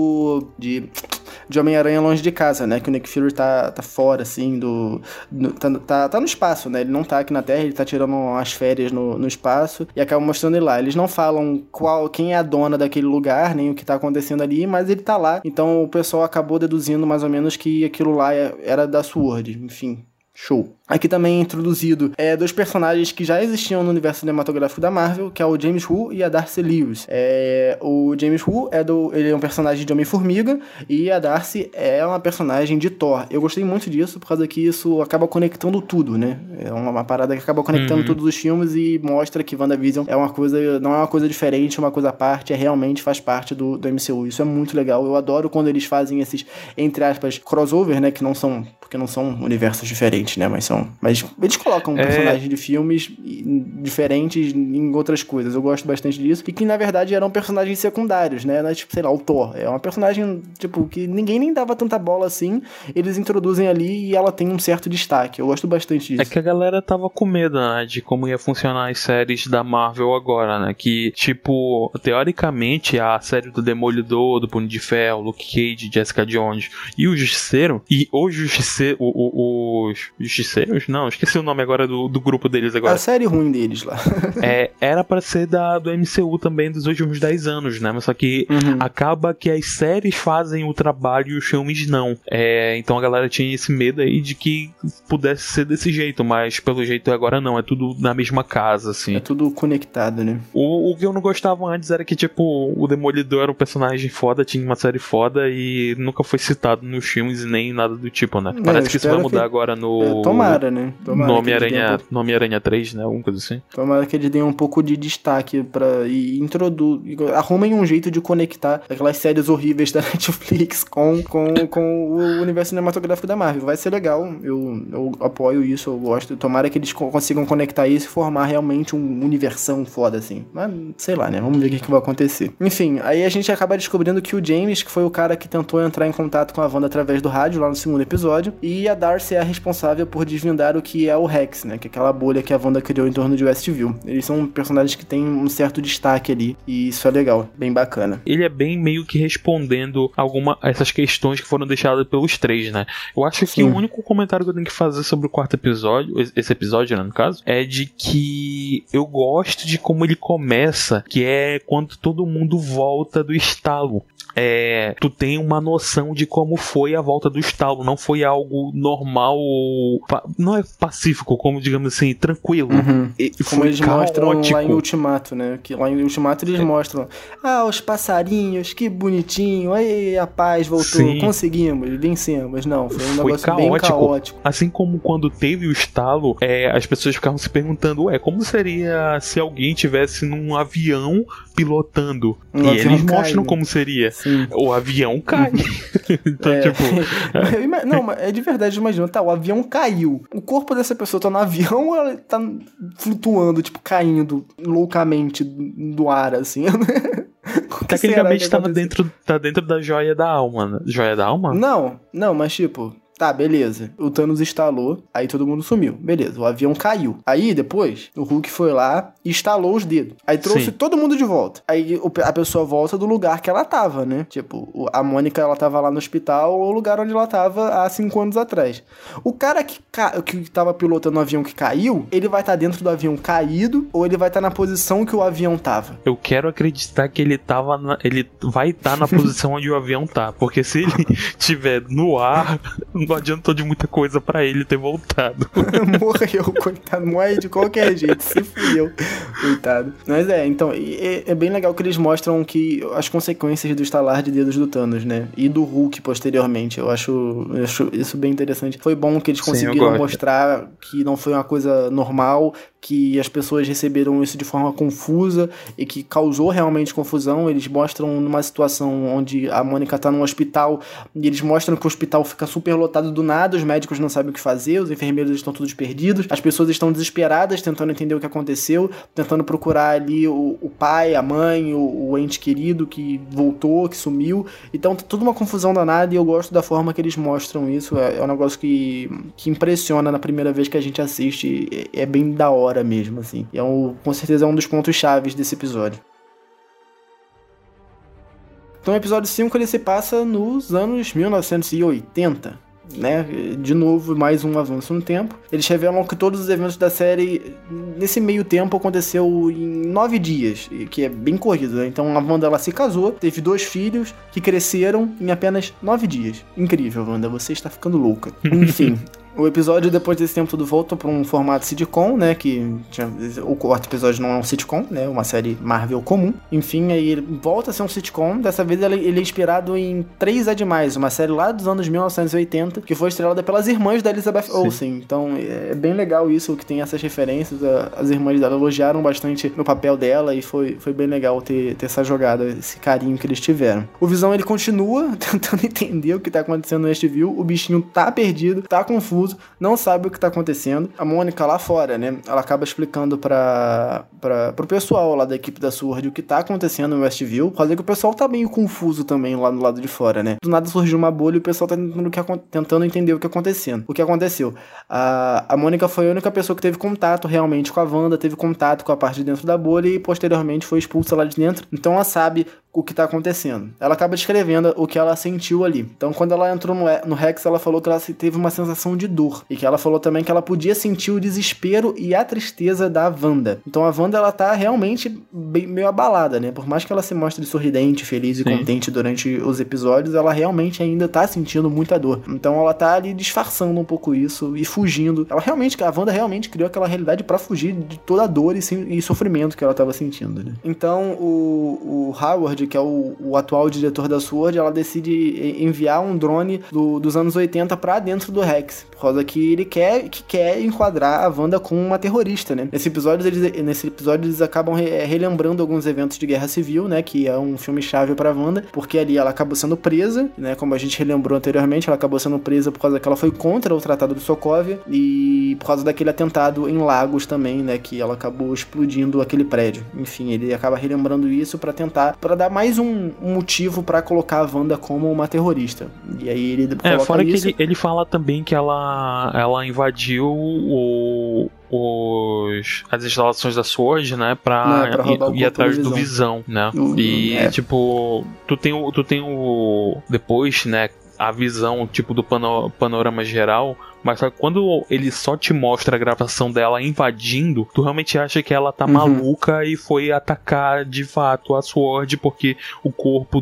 de Homem-Aranha Longe de Casa, né? Que o Nick Fury tá fora, assim, tá no espaço, né? Ele não tá aqui na Terra, ele tá tirando umas férias no espaço e acaba mostrando ele lá. Eles não falam quem é a dona daquele lugar, nem o que tá acontecendo ali, mas ele tá lá. Então o pessoal acabou deduzindo mais ou menos que aquilo lá era da Sword. Enfim, show. Aqui também é introduzido 2 personagens que já existiam no universo cinematográfico da Marvel, que é o James Woo e a Darcy Lewis. O James Woo ele é um personagem de Homem-Formiga e a Darcy é uma personagem de Thor. Eu gostei muito disso, por causa que isso acaba conectando tudo, né? É uma parada que acaba conectando todos os filmes e mostra que WandaVision não é uma coisa diferente, uma coisa à parte, realmente faz parte do MCU. Isso é muito legal. Eu adoro quando eles fazem esses, entre aspas, crossover, né? Porque não são universos diferentes, né? Mas eles colocam personagens de filmes diferentes em outras coisas. Eu gosto bastante disso. E que, na verdade, eram personagens secundários, né? Tipo, sei lá, o Thor. É uma personagem, tipo, que ninguém nem dava tanta bola assim. Eles introduzem ali e ela tem um certo destaque. Eu gosto bastante disso. É que a galera tava com medo, né? De como ia funcionar as séries da Marvel agora, né? Que, tipo, teoricamente, a série do Demolidor, do Punho de Ferro, Luke Cage, Jessica Jones e o Justiceiro. E os Justiceiros? Não, esqueci o nome agora do grupo deles agora. A série ruim deles lá. Era pra ser do MCU também dos últimos 10 anos, né? Mas só que acaba que as séries fazem o trabalho e os filmes não. Então a galera tinha esse medo aí de que pudesse ser desse jeito, mas pelo jeito agora não. É tudo na mesma casa, assim. É tudo conectado, né? O que eu não gostava antes era que, tipo, o Demolidor era um personagem foda, tinha uma série foda e nunca foi citado nos filmes e nem nada do tipo, né? Parece que isso vai mudar agora no... Tomara, né? No Homem-Aranha 3, né? Alguma coisa assim. Tomara que eles deem um pouco de destaque arrumem um jeito de conectar aquelas séries horríveis da Netflix com o universo cinematográfico da Marvel. Vai ser legal, eu apoio isso, eu gosto. Tomara que eles consigam conectar isso e formar realmente um universão foda, assim. Mas, sei lá, né? Vamos ver o que vai acontecer. Enfim, aí a gente acaba descobrindo que o James, que foi o cara que tentou entrar em contato com a Wanda através do rádio, lá no 2º episódio, e a Darcy é a responsável por desvendar o que é o Rex, né, que é aquela bolha que a Wanda criou em torno de Westview. Eles são personagens que têm um certo destaque ali, e isso é legal, bem bacana. Ele é bem meio que respondendo essas questões que foram deixadas pelos três, né? Eu acho que o único comentário que eu tenho que fazer sobre o quarto episódio, esse episódio, né, no caso, é de que eu gosto de como ele começa, que é quando todo mundo volta do estalo. Tu tem uma noção de como foi a volta do estalo, não foi algo normal, não é pacífico, como digamos assim, tranquilo. Como eles caótico. Mostram lá em Ultimato, né? Que lá em Ultimato eles mostram, os passarinhos, que bonitinho, aí a paz voltou, Sim. Conseguimos, vencemos. Não, foi um negócio caótico. bem caótico. Assim como quando teve o estalo, as pessoas ficavam se perguntando, como seria se alguém tivesse num avião pilotando? E eles mostram como seria. Sim. O avião cai. Então, Não, mas é de verdade, imagina, o avião caiu. O corpo dessa pessoa tá no avião ou ela tá flutuando, tipo, caindo loucamente do ar, assim? Tecnicamente tá dentro da joia da alma, né? Joia da alma? Não, mas tipo... Tá, beleza. O Thanos instalou, aí todo mundo sumiu. Beleza, o avião caiu. Aí, depois, o Hulk foi lá e instalou os dedos. Aí trouxe todo mundo de volta. Aí a pessoa volta do lugar que ela tava, né? Tipo, a Mônica, ela tava lá no hospital, o lugar onde ela tava há 5 anos atrás. O cara que tava pilotando o avião que caiu, ele vai estar dentro do avião caído ou ele vai estar na posição que o avião tava? Eu quero acreditar que ele vai estar na posição onde o avião tá. Porque se ele estiver no ar... Não adiantou de muita coisa pra ele ter voltado. Morreu, coitado. Morre de qualquer jeito. Se fudeu. Coitado. Mas então, é bem legal que eles mostram que as consequências do estalar de dedos do Thanos, né? E do Hulk posteriormente. Eu acho isso bem interessante. Foi bom que eles conseguiram mostrar que não foi uma coisa normal, que as pessoas receberam isso de forma confusa e que causou realmente confusão. Eles mostram numa situação onde a Mônica tá num hospital e eles mostram que o hospital fica super lotado do nada, os médicos não sabem o que fazer, os enfermeiros estão todos perdidos, as pessoas estão desesperadas tentando entender o que aconteceu, tentando procurar ali o pai, a mãe, o ente querido que voltou, que sumiu. Então tá tudo uma confusão danada e eu gosto da forma que eles mostram isso. É um negócio que impressiona na primeira vez que a gente assiste, é bem da hora mesmo, assim. Com certeza é um dos pontos chaves desse episódio. Então o episódio 5 ele se passa nos anos 1980. Né? De novo, mais um avanço no tempo. Eles revelam que todos os eventos da série nesse meio tempo aconteceu em 9 dias, que é bem corrido, né? Então a Wanda ela se casou, teve 2 filhos que cresceram em apenas 9 dias. Incrível, Wanda, você está ficando louca. Enfim. O episódio, depois desse tempo todo, volta para um formato sitcom, né? O quarto episódio não é um sitcom, né? Uma série Marvel comum. Enfim, aí ele volta a ser um sitcom. Dessa vez ele é inspirado em 3 é Demais, uma série lá dos anos 1980, que foi estrelada pelas irmãs da Elizabeth Olsen. Então é bem legal isso, que tem essas referências. As irmãs dela elogiaram bastante no papel dela e foi bem legal ter essa jogada, esse carinho que eles tiveram. O Visão, ele continua tentando entender o que tá acontecendo no Westview. O bichinho tá perdido, tá confuso, não sabe o que tá acontecendo. A Mônica lá fora, né, ela acaba explicando pro pessoal lá da equipe da SWORD o que tá acontecendo no Westview, por causa que o pessoal tá meio confuso também lá no lado de fora, né. Do nada surgiu uma bolha e o pessoal tá tentando entender o que aconteceu. A Mônica foi a única pessoa que teve contato realmente com a Wanda, teve contato com a parte de dentro da bolha e posteriormente foi expulsa lá de dentro, então ela sabe o que tá acontecendo. Ela acaba descrevendo o que ela sentiu ali. Então quando ela entrou no Rex, ela falou que ela teve uma sensação de dor, e que ela falou também que ela podia sentir o desespero e a tristeza da Wanda. Então a Wanda, ela tá realmente meio abalada, né? Por mais que ela se mostre sorridente, feliz e contente durante os episódios, ela realmente ainda tá sentindo muita dor. Então ela tá ali disfarçando um pouco isso e fugindo. A Wanda realmente criou aquela realidade pra fugir de toda a dor e sofrimento que ela tava sentindo, né? Então o Howard, que é o atual diretor da SWORD, ela decide enviar um drone dos anos 80 pra dentro do Rex, por causa que ele quer enquadrar a Wanda como uma terrorista, né? Nesse episódio eles acabam relembrando alguns eventos de Guerra Civil, né? Que é um filme-chave pra Wanda, porque ali ela acabou sendo presa, né? Como a gente relembrou anteriormente, ela acabou sendo presa por causa que ela foi contra o Tratado de Sokovia e por causa daquele atentado em Lagos também, né? Que ela acabou explodindo aquele prédio. Enfim, ele acaba relembrando isso pra dar mais um motivo pra colocar a Wanda como uma terrorista. E aí ele coloca fora isso. que ele fala também que ela invadiu as instalações da SWORD, né, pra ir atrás do Visão, né? Tipo, tu tem o depois, né, a visão, tipo, do panorama geral, mas quando ele só te mostra a gravação dela invadindo, tu realmente acha que ela tá maluca e foi atacar de fato a SWORD porque o corpo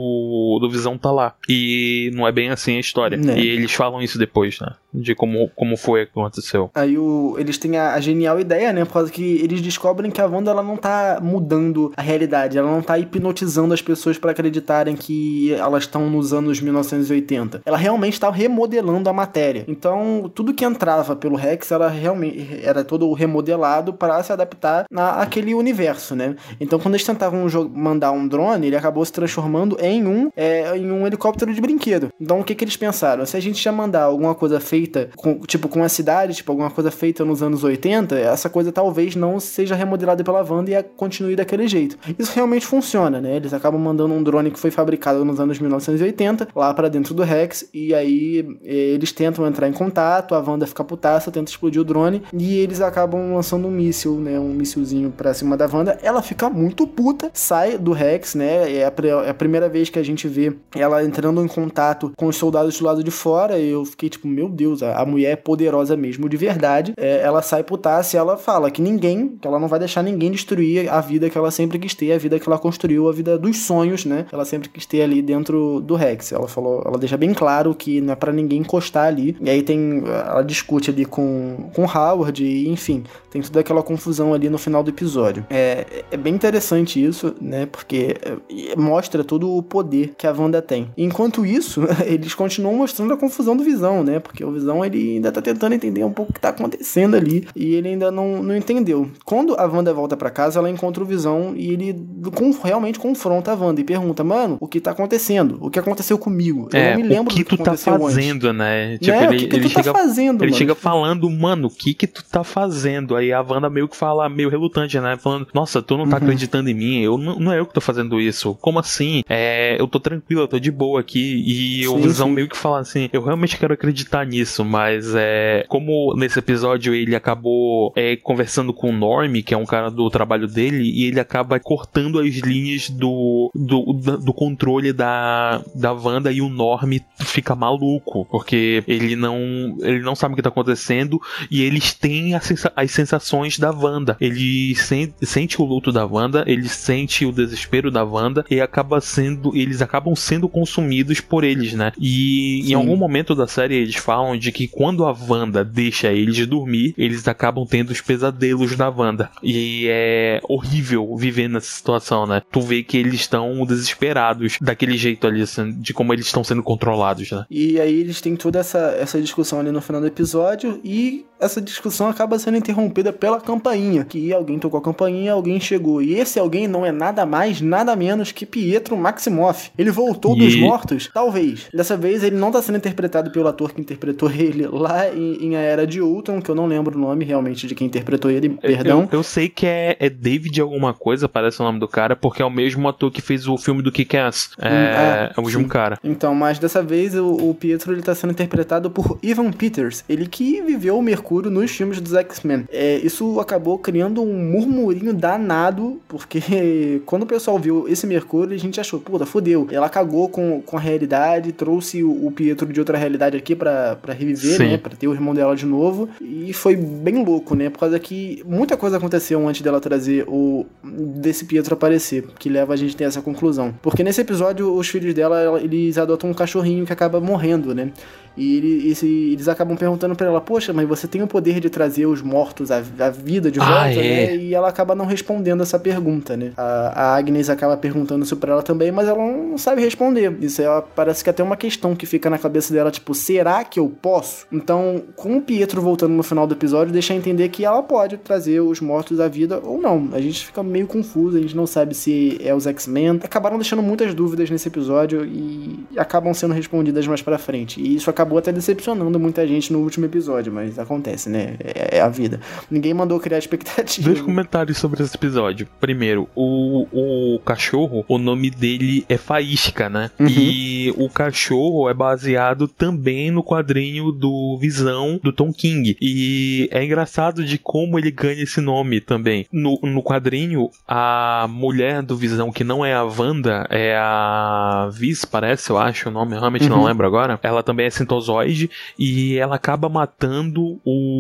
do Visão tá lá. E não é bem assim a história. E eles falam isso depois, né? De como foi que aconteceu. Aí eles têm a genial ideia, né? Por causa que eles descobrem que a Wanda, ela não tá mudando a realidade, ela não tá hipnotizando as pessoas pra acreditarem que elas estão nos anos 1980. Ela realmente tá remodelando a matéria. Então, tudo que entrava pelo Rex, ela realmente era todo remodelado para se adaptar àquele universo, né? Então, quando eles tentavam mandar um drone, ele acabou se transformando em um helicóptero de brinquedo. Então, o que eles pensaram? Se a gente ia mandar alguma coisa feita com a cidade, tipo, alguma coisa feita nos anos 80, essa coisa talvez não seja remodelada pela Wanda e continue daquele jeito. Isso realmente funciona, né? Eles acabam mandando um drone que foi fabricado nos anos 1980 lá pra dentro do Rex, e aí eles tentam entrar em contato, a Wanda fica putaça, tenta explodir o drone, e eles acabam lançando um míssil, né? Um míssilzinho pra cima da Wanda. Ela fica muito puta, sai do Rex, né? É a primeira vez que a gente vê ela entrando em contato com os soldados do lado de fora, e eu fiquei tipo, meu Deus, a mulher é poderosa mesmo, de verdade. Ela sai putaça e ela fala que ela não vai deixar ninguém destruir a vida que ela sempre quis ter, a vida que ela construiu, a vida dos sonhos, né? Ela sempre quis ter ali dentro do Rex. Ela deixa bem claro que não é pra ninguém encostar ali. E aí ela discute ali com Howard, e enfim, tem toda aquela confusão ali no final do episódio. É bem interessante isso, né? Porque mostra todo o poder que a Wanda tem. Enquanto isso, eles continuam mostrando a confusão do Visão, né? Porque o Visão, ele ainda tá tentando entender um pouco o que tá acontecendo ali, e ele ainda não entendeu. Quando a Wanda volta pra casa, ela encontra o Visão, e ele realmente confronta a Wanda e pergunta, mano, o que tá acontecendo? O que aconteceu comigo? Eu não me lembro do que aconteceu antes. O que tu tá fazendo, né? Tipo, o que tu tá fazendo, ele mano? chega falando, mano, o que tu tá fazendo? Aí a Wanda meio que fala, meio relutante, né? Falando, nossa, tu não tá acreditando em mim, não é eu que tô fazendo isso. Como assim? Eu tô tranquilo, eu tô de boa aqui. E o Visão meio que fala assim, eu realmente quero acreditar nisso, mas como nesse episódio ele acabou conversando com o Norm, que é um cara do trabalho dele, e ele acaba cortando as linhas do controle da Wanda, e o Norm fica maluco, porque ele não sabe o que tá acontecendo, e eles têm as sensações da Wanda. Ele sente o luto da Wanda, ele sente o desespero da Wanda, e eles acabam sendo consumidos por eles, né? E em algum momento da série eles falam de que quando a Wanda deixa eles dormir, eles acabam tendo os pesadelos da Wanda. E é horrível viver nessa situação, né? Tu vê que eles estão desesperados daquele jeito ali, assim, de como eles estão sendo controlados, né? E aí eles têm toda essa discussão ali no final do episódio, e essa discussão acaba sendo interrompida pela campainha, que alguém tocou a campainha, alguém chegou, e esse alguém não é nada mais, nada menos que Pietro Maximoff. Ele voltou dos mortos, talvez. Dessa vez ele não tá sendo interpretado pelo ator que interpretou ele lá em A Era de Ultron, que eu não lembro o nome realmente de quem interpretou ele, perdão. Eu sei que é David alguma coisa, parece o nome do cara, porque é o mesmo ator que fez o filme do Kick-Ass. É o mesmo cara. Então, mas dessa vez o Pietro, ele tá sendo interpretado por Evan Peters, ele que viveu o Mercúrio nos filmes dos X-Men. Isso acabou criando um murmurinho danado, porque quando o pessoal viu esse Mercúrio, a gente achou, puta, fodeu. Ela cagou com a realidade, trouxe o Pietro de outra realidade aqui pra reviver, né, pra ter o irmão dela de novo, e foi bem louco, né, por causa que muita coisa aconteceu antes dela trazer desse Pietro aparecer, que leva a gente a ter essa conclusão. Porque nesse episódio, os filhos dela, eles adotam um cachorrinho que acaba morrendo, né, e eles acabam perguntando pra ela, poxa, mas você tem o poder de trazer os mortos à vida de volta, né? E ela acaba não respondendo essa pergunta, né? A Agnes acaba perguntando isso pra ela também, mas ela não sabe responder. Isso parece que é até uma questão que fica na cabeça dela, tipo, será que eu posso? Então, com o Pietro voltando no final do episódio, deixa a entender que ela pode trazer os mortos à vida ou não. A gente fica meio confuso, a gente não sabe se é os X-Men. Acabaram deixando muitas dúvidas nesse episódio e acabam sendo respondidas mais pra frente. E isso acaba acabou até decepcionando muita gente no último episódio, mas acontece, né? É a vida. Ninguém mandou criar expectativa. 2 comentários sobre esse episódio. Primeiro, o cachorro, o nome dele é Faísca, né? Uhum. E o cachorro é baseado também no quadrinho do Visão, do Tom King. E é engraçado de como ele ganha esse nome também. No quadrinho, a mulher do Visão, que não é a Wanda, é a Viz, parece, eu acho o nome, eu realmente não lembro agora. Ela também é sintozoide e ela acaba matando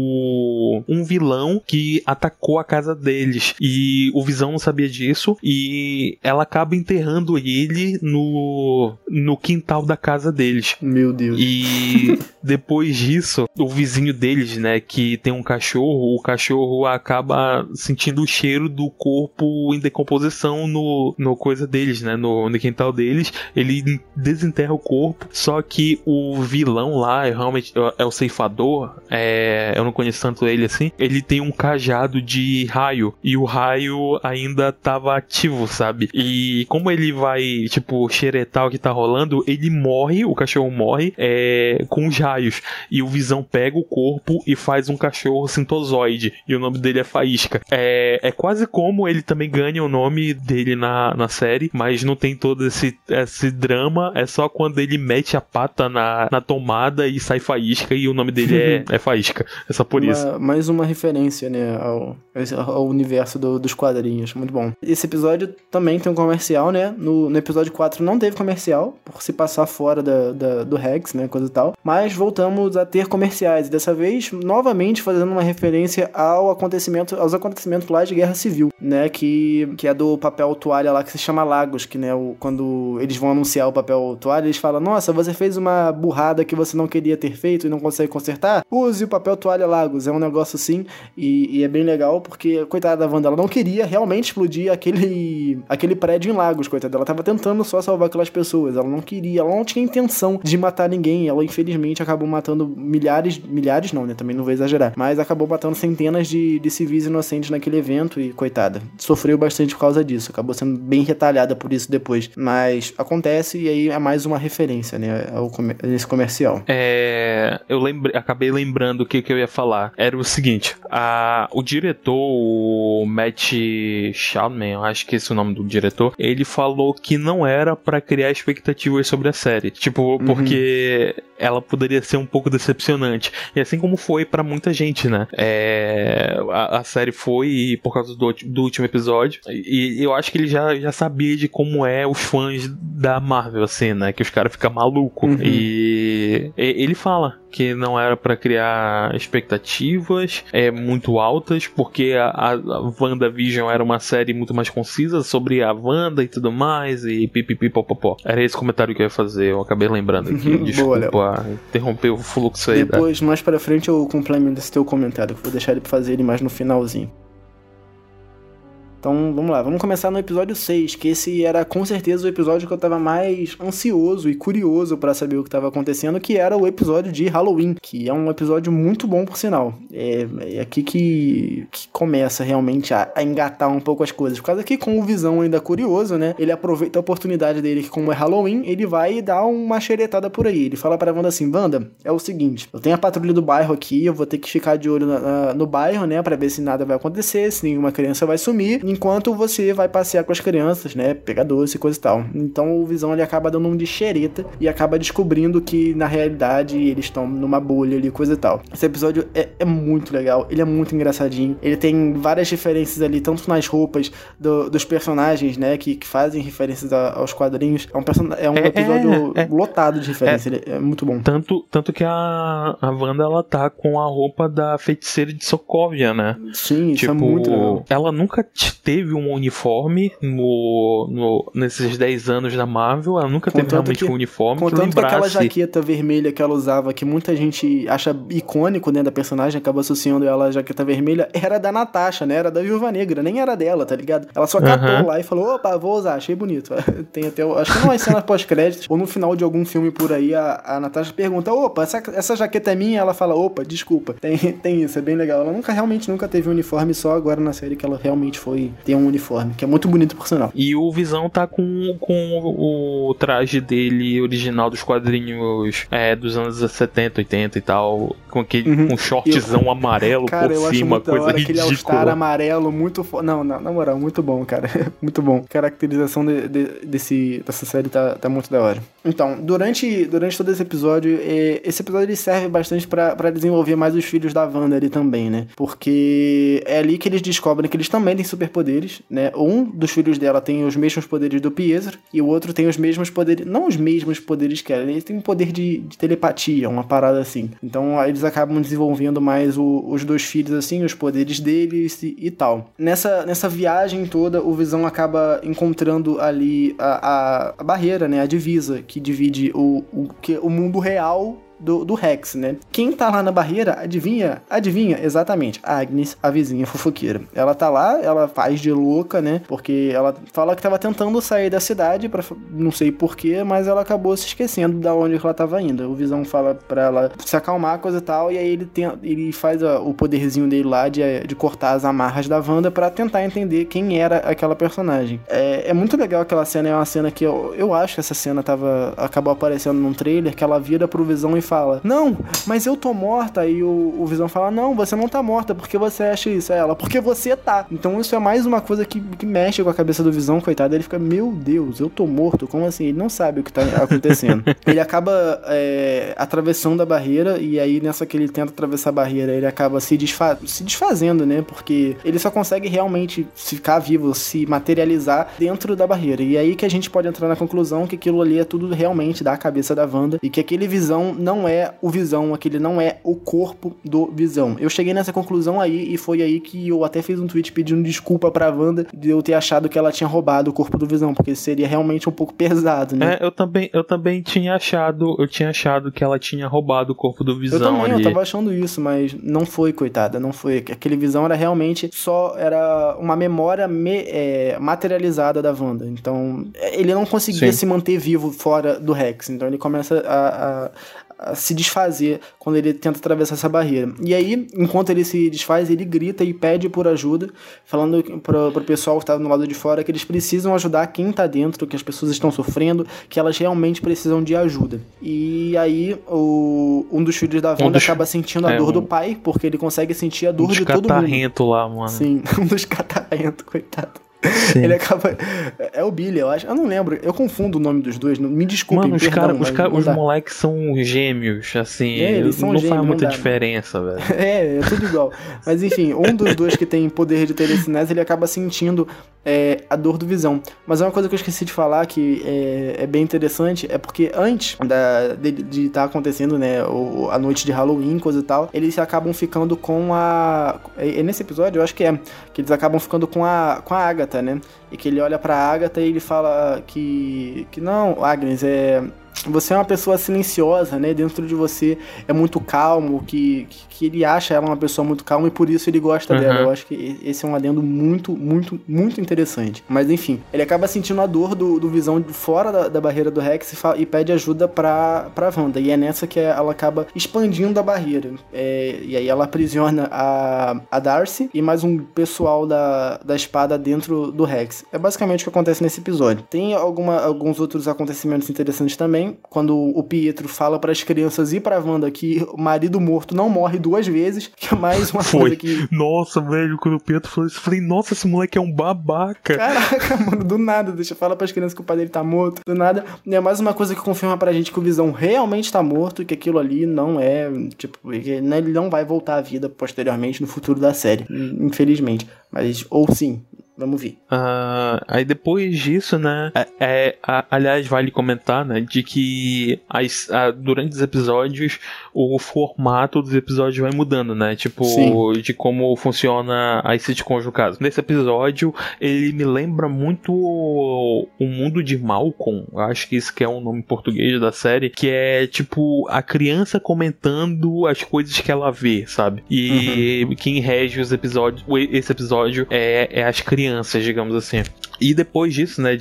um vilão que atacou a casa deles. E o Visão não sabia disso e ela acaba enterrando ele no quintal da casa deles. Meu Deus. E depois disso, o vizinho deles, né, que tem um cachorro, o cachorro acaba sentindo o cheiro do corpo em decomposição no coisa deles, né, no quintal deles. Ele desenterra o corpo, só que o vilão lá realmente é o ceifador, eu não conheço tanto ele assim. Ele tem um cajado de raio e o raio ainda tava ativo, sabe? E como ele vai, tipo, xeretar o que tá rolando, ele morre, o cachorro morre com os raios. E o Visão pega o corpo e faz um cachorro sintozoide. E o nome dele é Faísca. É quase como ele também ganha o nome dele na série, mas não tem todo esse drama. É só quando ele mete a pata na tomada e sai Faísca e o nome dele é Faísca. É só por isso. Mais uma referência, né, ao universo dos quadrinhos. Muito bom. Esse episódio também tem um comercial, né? No episódio 4 não teve comercial, por se passar fora do Rex, né, coisa e tal. Mas voltamos a ter comerciais. Dessa vez, novamente, fazendo uma referência aos acontecimentos lá de Guerra Civil, né? Que é do papel toalha lá, que se chama Lagos, que, né, quando eles vão anunciar o papel toalha, eles falam: nossa, você fez uma burrada que você não queria ter feito e não consegue consertar? Use o papel toalha Lagos. É um negócio assim, e é bem legal, porque, coitada da Wanda, ela não queria realmente explodir aquele prédio em Lagos, coitada. Ela tava tentando só salvar aquelas pessoas. Ela não queria, ela não tinha intenção de matar ninguém. Ela, infelizmente, acabou matando milhares não, né? Também não vou exagerar. Mas acabou matando centenas de civis inocentes naquele evento e, coitada, sofreu bastante por causa disso. Acabou sendo bem retalhada por isso depois. Mas acontece, e aí é mais uma referência, né? Nesse comercial. Eu acabei lembrando o que eu ia falar. Era o seguinte, o diretor, o Matt Shadman, eu acho que esse é o nome do diretor, ele falou que não era pra criar expectativas sobre a série. Tipo, porque ela poderia ser um pouco decepcionante. E assim como foi pra muita gente, né? A série foi por causa do último episódio. E eu acho que ele já sabia de como os fãs da Marvel, assim, né? Que os caras ficam malucos. E ele fala que não era pra criar expectativas muito altas, porque a WandaVision era uma série muito mais concisa sobre a Wanda e tudo mais, e pipipipopopó. Era esse comentário que eu ia fazer, eu acabei lembrando aqui. Desculpa interromper o fluxo aí. Depois, mais pra frente, eu complemento esse teu comentário, que eu vou deixar ele pra fazer ele mais no finalzinho. Então, vamos lá, vamos começar no episódio 6, que esse era com certeza o episódio que eu tava mais ansioso e curioso pra saber o que tava acontecendo, que era o episódio de Halloween, que é um episódio muito bom, por sinal. É aqui que começa realmente a engatar um pouco as coisas. Por causa que, com o Visão ainda curioso, né, ele aproveita a oportunidade dele, que como é Halloween, ele vai dar uma xeretada por aí. Ele fala pra Wanda assim: Wanda, é o seguinte, eu tenho a patrulha do bairro aqui, eu vou ter que ficar de olho no bairro, né, pra ver se nada vai acontecer, se nenhuma criança vai sumir, enquanto você vai passear com as crianças, né, pegar doce e coisa e tal. Então o Visão, ele acaba dando um de xereta e acaba descobrindo que, na realidade, eles estão numa bolha ali, coisa e tal. Esse episódio é muito legal, ele é muito engraçadinho, ele tem várias referências ali, tanto nas roupas dos personagens, né, que fazem referências aos quadrinhos. É um episódio lotado de referências, ele é muito bom. Tanto que a Wanda, ela tá com a roupa da feiticeira de Sokovia, né? Sim, isso é muito legal. Ela nunca teve um uniforme nesses 10 anos da Marvel, ela nunca teve realmente um uniforme que lembrasse. Que aquela jaqueta vermelha que ela usava, que muita gente acha icônico, né, da personagem, acaba associando ela à jaqueta vermelha, era da Natasha, né, era da Viúva Negra, nem era dela, tá ligado? Ela só catou lá e falou: opa, vou usar, achei bonito. Tem até, acho que não é cena pós-créditos, ou no final de algum filme por aí, a Natasha pergunta: opa, essa jaqueta é minha? Ela fala: opa, desculpa. Tem isso, é bem legal. Ela realmente nunca teve um uniforme, só agora na série que ela realmente foi tem um uniforme, que é muito bonito por sinal. E o Visão tá com o traje dele original dos quadrinhos dos anos 70, 80 e tal, com aquele com shortzão amarelo cara, por cima, coisa aquele ridícula. All-Star amarelo muito não, na moral, muito bom, cara. Muito bom. A caracterização dessa série tá muito da hora. Então, durante todo esse episódio ele serve bastante pra desenvolver mais os filhos da Wanda ali também, né? Porque é ali que eles descobrem que eles também têm superpoderes, né? Um dos filhos dela tem os mesmos poderes do Pietro e o outro tem os mesmos poderes, não os mesmos poderes que ela, ele tem um poder de telepatia, uma parada assim. Então, eles acabam desenvolvendo mais os dois filhos, assim, os poderes deles e tal. Nessa viagem toda, o Visão acaba encontrando ali a barreira, né? A divisa que divide o mundo real do Rex, né? Quem tá lá na barreira, adivinha? Exatamente, a Agnes, a vizinha fofoqueira. Ela tá lá, ela faz de louca, né? Porque ela fala que tava tentando sair da cidade, não sei porquê, mas ela acabou se esquecendo da onde ela tava indo. O Visão fala pra ela se acalmar, coisa e tal, e aí ele faz o poderzinho dele lá de cortar as amarras da Wanda pra tentar entender quem era aquela personagem. É muito legal aquela cena, é uma cena que eu acho que essa cena acabou aparecendo num trailer, que ela vira pro Visão e fala, não, mas eu tô morta. E o Visão fala, não, você não tá morta, porque você acha isso? É ela, porque você tá. Então isso é mais uma coisa que mexe com a cabeça do Visão, coitado. Ele fica, meu Deus, eu tô morto, como assim? Ele não sabe o que tá acontecendo. Ele acaba atravessando a barreira, e aí nessa que ele tenta atravessar a barreira, ele acaba se desfazendo, né? Porque ele só consegue realmente ficar vivo, se materializar dentro da barreira. E aí que a gente pode entrar na conclusão que aquilo ali é tudo realmente da cabeça da Wanda, e que aquele Visão não é o Visão, aquele não é o corpo do Visão. Eu cheguei nessa conclusão aí, e foi aí que eu até fiz um tweet pedindo desculpa pra Wanda de eu ter achado que ela tinha roubado o corpo do Visão, porque seria realmente um pouco pesado, né? Eu também tinha achado que ela tinha roubado o corpo do Visão. Eu tava achando isso, mas não foi, coitada, não foi. Aquele Visão era realmente era uma memória materializada da Wanda. Então, ele não conseguia se manter vivo fora do Rex, então ele começa a se desfazer quando ele tenta atravessar essa barreira. E aí, enquanto ele se desfaz, ele grita e pede por ajuda, falando pro pessoal que tá no lado de fora que eles precisam ajudar quem tá dentro, que as pessoas estão sofrendo, que elas realmente precisam de ajuda. E aí, um dos filhos da Wanda acaba sentindo a dor do pai, porque ele consegue sentir a dor de todo mundo. Catarrento lá, mano. Sim, um dos catarrentos, coitado. Sim. Ele acaba... É o Billy, eu acho. Eu não lembro. Eu confundo o nome dos dois. Me desculpem, mano, os moleques são gêmeos, assim. Eles são não gêmeos, faz muita diferença, velho. É tudo igual. Mas enfim, um dos dois que tem poder de telecinese, ele acaba sentindo a dor do Visão. Mas é uma coisa que eu esqueci de falar, que é bem interessante, é porque antes de estar acontecendo, né, a noite de Halloween, coisa e tal, eles acabam ficando com a... nesse episódio, eu acho que eles acabam ficando com a Agatha, né? E que ele olha pra Agatha e ele fala que não, Agnes, você é uma pessoa silenciosa, né? Dentro de você é muito calmo, que ele acha ela uma pessoa muito calma e por isso ele gosta dela. Eu acho que esse é um adendo muito, muito, muito interessante. Mas enfim, ele acaba sentindo a dor do Visão fora da barreira do Rex e pede ajuda pra Wanda. E é nessa que ela acaba expandindo a barreira. E aí ela aprisiona a Darcy e mais um pessoal da espada dentro do Rex. É basicamente o que acontece nesse episódio. Tem alguns outros acontecimentos interessantes também. Quando o Pietro fala para as crianças e pra Wanda que o marido morto não morre 2 vezes, que é mais uma coisa que... Nossa, velho, quando o Pietro falou isso, eu falei, nossa, esse moleque é um babaca. Caraca, mano, do nada, fala pras crianças que o pai dele tá morto, do nada. E é mais uma coisa que confirma pra gente que o Visão realmente tá morto e que aquilo ali não é, ele não vai voltar à vida posteriormente no futuro da série, infelizmente. Mas, ou sim, vamos ver. Aí depois disso, né, aliás, vale comentar, né, de que durante os episódios o formato dos episódios vai mudando, né, tipo, sim, de como funciona as sitcoms no caso. Nesse episódio, ele me lembra muito o Mundo de Malcolm, eu acho que isso que é o nome em português da série, que é, tipo, a criança comentando as coisas que ela vê, sabe? E quem rege esse episódio é as crianças, digamos assim. E depois disso, né,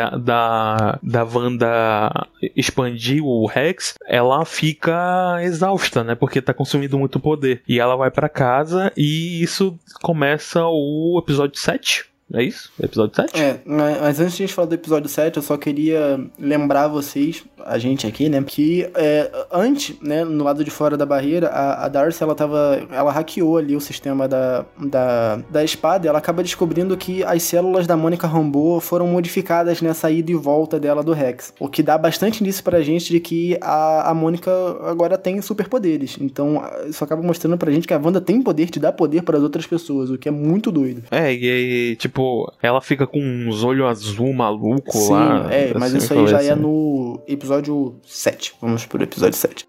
da Wanda expandir o Rex, ela fica exausta, né, porque tá consumindo muito poder. E ela vai pra casa e isso começa o episódio 7. É isso? Episódio 7? Mas antes de a gente falar do episódio 7, eu só queria lembrar vocês, a gente aqui, né, que antes, né, no lado de fora da barreira, a Darcy, ela hackeou ali o sistema da espada, e ela acaba descobrindo que as células da Monica Rambeau foram modificadas nessa ida e volta dela do Rex, o que dá bastante indício pra gente de que a Monica agora tem superpoderes. Então, isso acaba mostrando pra gente que a Wanda tem poder de dar poder para as outras pessoas, o que é muito doido. E aí, tipo, ela fica com uns olhos azul maluco. Sim, lá. Mas assim, isso aí já é no episódio 7. Vamos pro episódio 7.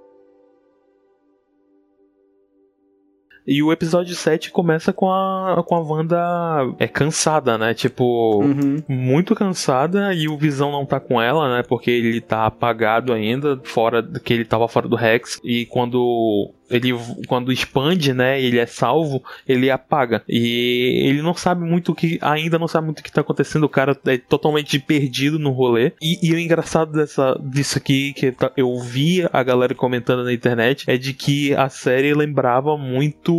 E o episódio 7 começa com a Wanda cansada, né? Tipo, muito cansada, e o Visão não tá com ela, né? Porque ele tá apagado ainda, que ele tava fora do Rex. E quando expande, né, ele é salvo, ele apaga. E ele ainda não sabe muito o que tá acontecendo, o cara é totalmente perdido no rolê. E o engraçado disso aqui, que eu vi a galera comentando na internet, é de que a série lembrava muito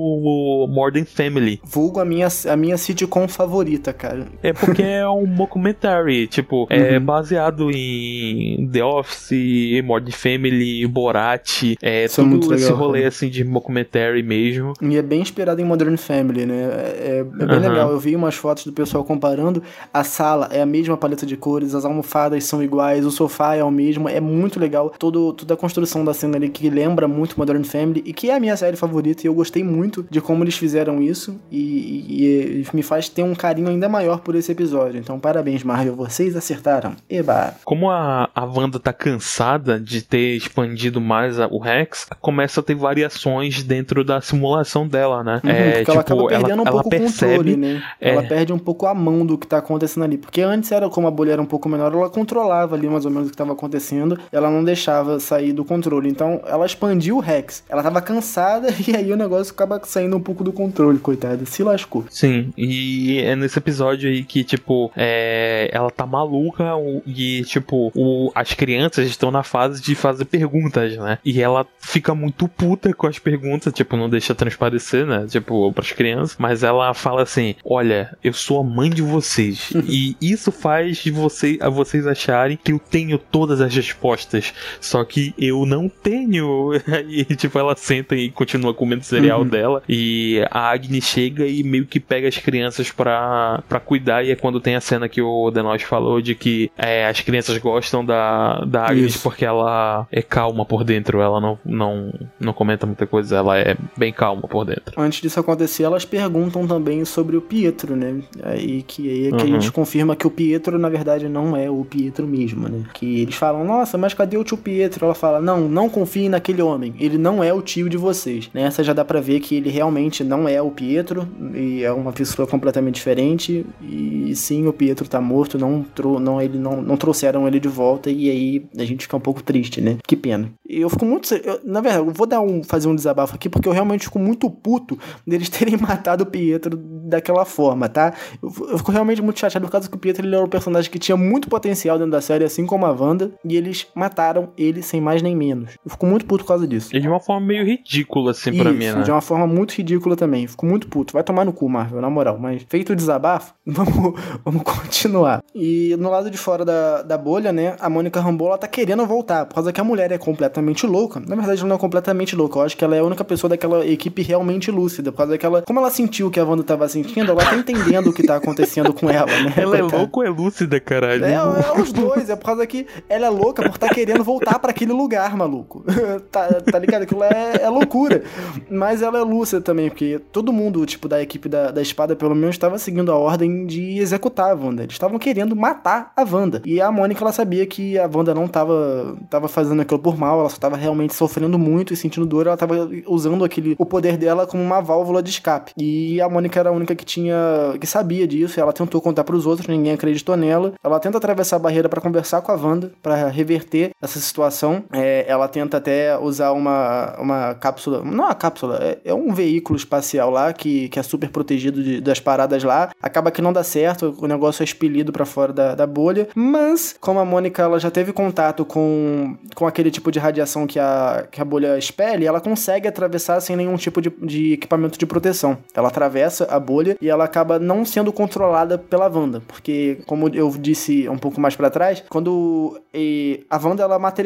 Modern Family. Vulgo a minha sitcom favorita, cara. É porque é um mockumentary, tipo, é baseado em The Office, Modern Family, Borat, tudo esse rolê assim de mockumentary mesmo. E é bem inspirado em Modern Family, né? É bem legal. Eu vi umas fotos do pessoal comparando. A sala é a mesma paleta de cores, as almofadas são iguais, o sofá é o mesmo. É muito legal. Toda a construção da cena ali que lembra muito Modern Family, e que é a minha série favorita, e eu gostei muito de como eles fizeram isso, e me faz ter um carinho ainda maior por esse episódio. Então, parabéns, Marvel, vocês acertaram. Eba! Como a Wanda tá cansada de ter expandido mais o Rex, começa a ter variações dentro da simulação dela, né? Porque ela acaba perdendo um pouco o controle, né? Ela É. perde um pouco a mão do que tá acontecendo ali. Porque antes, como a bolha era um pouco menor, ela controlava ali mais ou menos o que estava acontecendo. Ela não deixava sair do controle. Então, ela expandiu o Rex. Ela tava cansada e aí o negócio acaba saindo um pouco do controle, coitada. Se lascou. Sim, e é nesse episódio aí que, tipo, ela tá maluca e, tipo, as crianças estão na fase de fazer perguntas, né? E ela fica muito puta com as perguntas, tipo, não deixa transparecer, né? Tipo, pras crianças. Mas ela fala assim: olha, eu sou a mãe de vocês. E isso faz vocês acharem que eu tenho todas as respostas. Só que eu não tenho. E, tipo, ela senta e continua comendo cereal dela. E a Agnes chega e meio que pega as crianças pra cuidar. E é quando tem a cena que o Denosh falou de que as crianças gostam da Agnes porque ela é calma por dentro. Ela não comenta muita coisa, ela é bem calma por dentro. Antes disso acontecer, elas perguntam também sobre o Pietro, né? Aí que a gente confirma que o Pietro, na verdade, não é o Pietro mesmo, né? Que eles falam: nossa, mas cadê o tio Pietro? Ela fala: não confiem naquele homem, ele não é o tio de vocês. Nessa já dá pra ver que ele realmente não é o Pietro, e é uma pessoa completamente diferente, e sim, o Pietro tá morto, não trouxeram ele de volta, e aí a gente fica um pouco triste, né? Que pena. Eu fico muito... na verdade, eu vou fazer um desabafo aqui, porque eu realmente fico muito puto deles terem matado o Pietro daquela forma, tá? Eu fico realmente muito chateado por causa que o Pietro, ele era um personagem que tinha muito potencial dentro da série, assim como a Wanda, e eles mataram ele sem mais nem menos. Eu fico muito puto por causa disso. E de uma forma meio ridícula, assim, pra mim, né? De uma forma muito ridícula também. Fico muito puto. Vai tomar no cu, Marvel, na moral. Mas feito o desabafo, vamos continuar. E no lado de fora da bolha, né, a Monica Rambeau, ela tá querendo voltar, por causa que a mulher é completamente louca. Na verdade, ela não é completamente louca. Eu acho que ela é a única pessoa daquela equipe realmente lúcida, por causa daquela... Como ela sentiu o que a Wanda tava sentindo, ela tá entendendo o que tá acontecendo com ela, né? Ela é louca ou é lúcida, caralho? É os dois. É por causa que ela é louca por estar querendo voltar pra aquele lugar, maluco. tá ligado? Aquilo é loucura. Mas ela é lúcida também, porque todo mundo, tipo, da equipe da espada, pelo menos, estava seguindo a ordem de executar a Wanda. Eles estavam querendo matar a Wanda. E a Mônica, ela sabia que a Wanda não tava fazendo aquilo por mal, ela só tava realmente sofrendo muito e sentindo dor, ela tava usando o poder dela como uma válvula de escape. E a Mônica era a única que sabia disso, e ela tentou contar pros outros, ninguém acreditou nela. Ela tenta atravessar a barreira pra conversar com a Wanda, pra reverter essa situação. Ela tenta até usar uma cápsula, não é uma cápsula, é um veículo espacial lá, que é super protegido das paradas lá. Acaba que não dá certo, o negócio é expelido pra fora da bolha. Mas, como a Mônica ela já teve contato com aquele tipo de radiação que a bolha expele, ela consegue atravessar sem nenhum tipo de equipamento de proteção. Ela atravessa a bolha e ela acaba não sendo controlada pela Wanda. Porque, como eu disse um pouco mais pra trás, quando a Wanda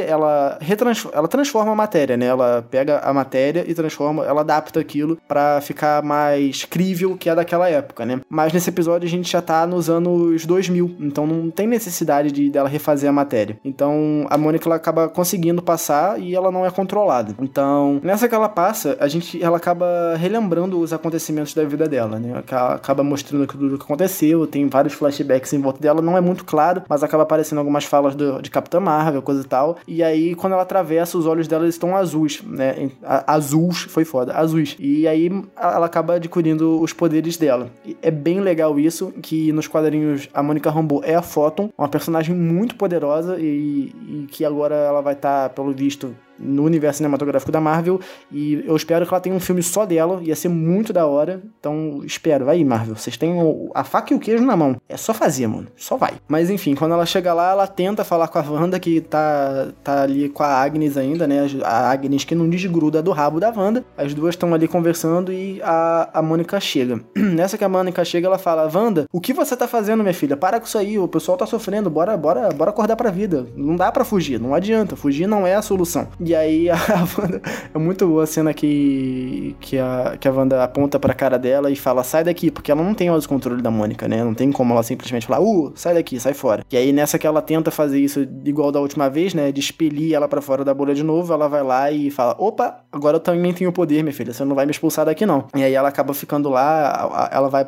ela transforma a matéria, né? Ela pega a matéria e transforma, ela adapta aquilo pra ficar mais crível que é daquela época, né? Mas nesse episódio a gente já tá nos anos 2000, então não tem necessidade dela refazer a matéria. Então a Mônica ela acaba conseguindo passar e ela não é controlada. Então, nessa que ela passa, ela acaba relembrando os acontecimentos da vida dela, né? Acaba mostrando tudo o que aconteceu, tem vários flashbacks em volta dela, não é muito claro, mas acaba aparecendo algumas falas de Capitã Marvel, coisa e tal. E aí, quando ela atravessa, os olhos dela estão azuis, né? Azuis, foi foda, azuis. E aí, ela acaba adquirindo os poderes dela. E é bem legal isso, que nos quadrinhos a Monica Rambeau é a Photon, uma personagem muito poderosa e que agora ela vai estar, pelo visto, no universo cinematográfico da Marvel, e eu espero que ela tenha um filme só dela, ia ser muito da hora, então espero, vai aí Marvel, vocês têm a faca e o queijo na mão, é só fazer, mano, só vai. Mas enfim, quando ela chega lá, ela tenta falar com a Wanda, que tá ali com a Agnes ainda, né, a Agnes que não desgruda do rabo da Wanda, as duas estão ali conversando e a Mônica chega. Nessa que a Mônica chega, ela fala: Wanda, o que você tá fazendo, minha filha? Para com isso aí, o pessoal tá sofrendo, bora acordar pra vida, não dá pra fugir, não adianta, fugir não é a solução. E aí a Wanda, é muito boa a cena que a Wanda aponta pra cara dela e fala: sai daqui, porque ela não tem mais o controle da Mônica, né? Não tem como ela simplesmente falar: sai daqui, sai fora. E aí nessa que ela tenta fazer isso igual da última vez, né? De expelir ela pra fora da bolha de novo, ela vai lá e fala: opa, agora eu também tenho poder, minha filha, você não vai me expulsar daqui não. E aí ela acaba ficando lá, ela vai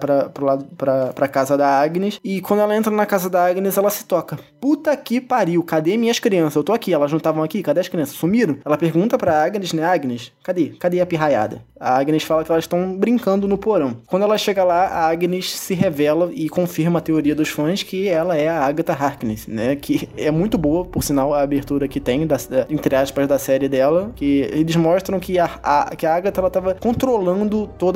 pra casa da Agnes, e quando ela entra na casa da Agnes, ela se toca: puta que pariu, cadê minhas crianças? Eu tô aqui, elas não estavam aqui, cadê as crianças? Sumiram? Ela pergunta pra Agnes, né? Agnes, cadê a pirraiada? A Agnes fala que elas estão brincando no porão. Quando ela chega lá, a Agnes se revela e confirma a teoria dos fãs que ela é a Agatha Harkness, né? Que é muito boa, por sinal, a abertura que tem, entre aspas, da série dela, que eles mostram que a Agatha, ela tava controlando toda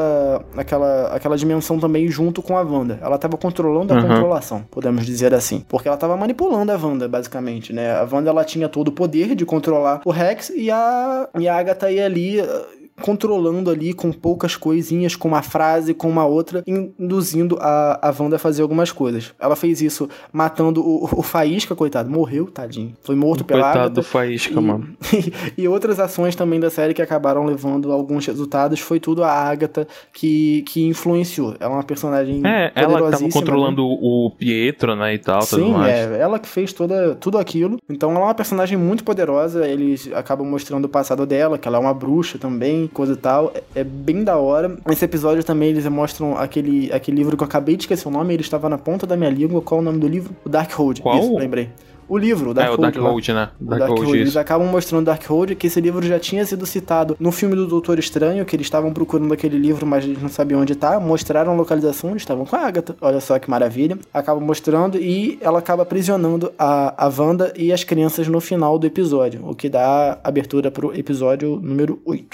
aquela dimensão também junto com a Wanda. Ela tava controlando a controlação, podemos dizer assim. Porque ela tava manipulando a Wanda, basicamente, né? A Wanda, ela tinha todo o poder de controlar o Rex e a Agatha ia ali controlando ali com poucas coisinhas, com uma frase, com uma outra, induzindo a Wanda a fazer algumas coisas. Ela fez isso matando o Faísca, coitado, morreu, tadinho. Foi morto pela Agatha. Coitado do Faísca, mano. E outras ações também da série que acabaram levando alguns resultados, foi tudo a Agatha que influenciou. Ela é uma personagem poderosíssima. Ela que tava controlando, né, o Pietro, né, e tal. Sim, ela que fez tudo aquilo. Então ela é uma personagem muito poderosa, eles acabam mostrando o passado dela, que ela é uma bruxa também, coisa e tal, é bem da hora. Nesse episódio também eles mostram aquele livro que eu acabei de esquecer o nome, ele estava na ponta da minha língua. Qual é o nome do livro? O Darkhold. Qual? Isso, lembrei. O livro, o Darkhold. O Darkhold, né? Darkhold. Eles acabam mostrando Darkhold, que esse livro já tinha sido citado no filme do Doutor Estranho, que eles estavam procurando aquele livro, mas eles não sabiam onde tá. Mostraram a localização, eles estavam com a Agatha. Olha só que maravilha. Acabam mostrando e ela acaba aprisionando a Wanda e as crianças no final do episódio, o que dá abertura pro episódio número 8.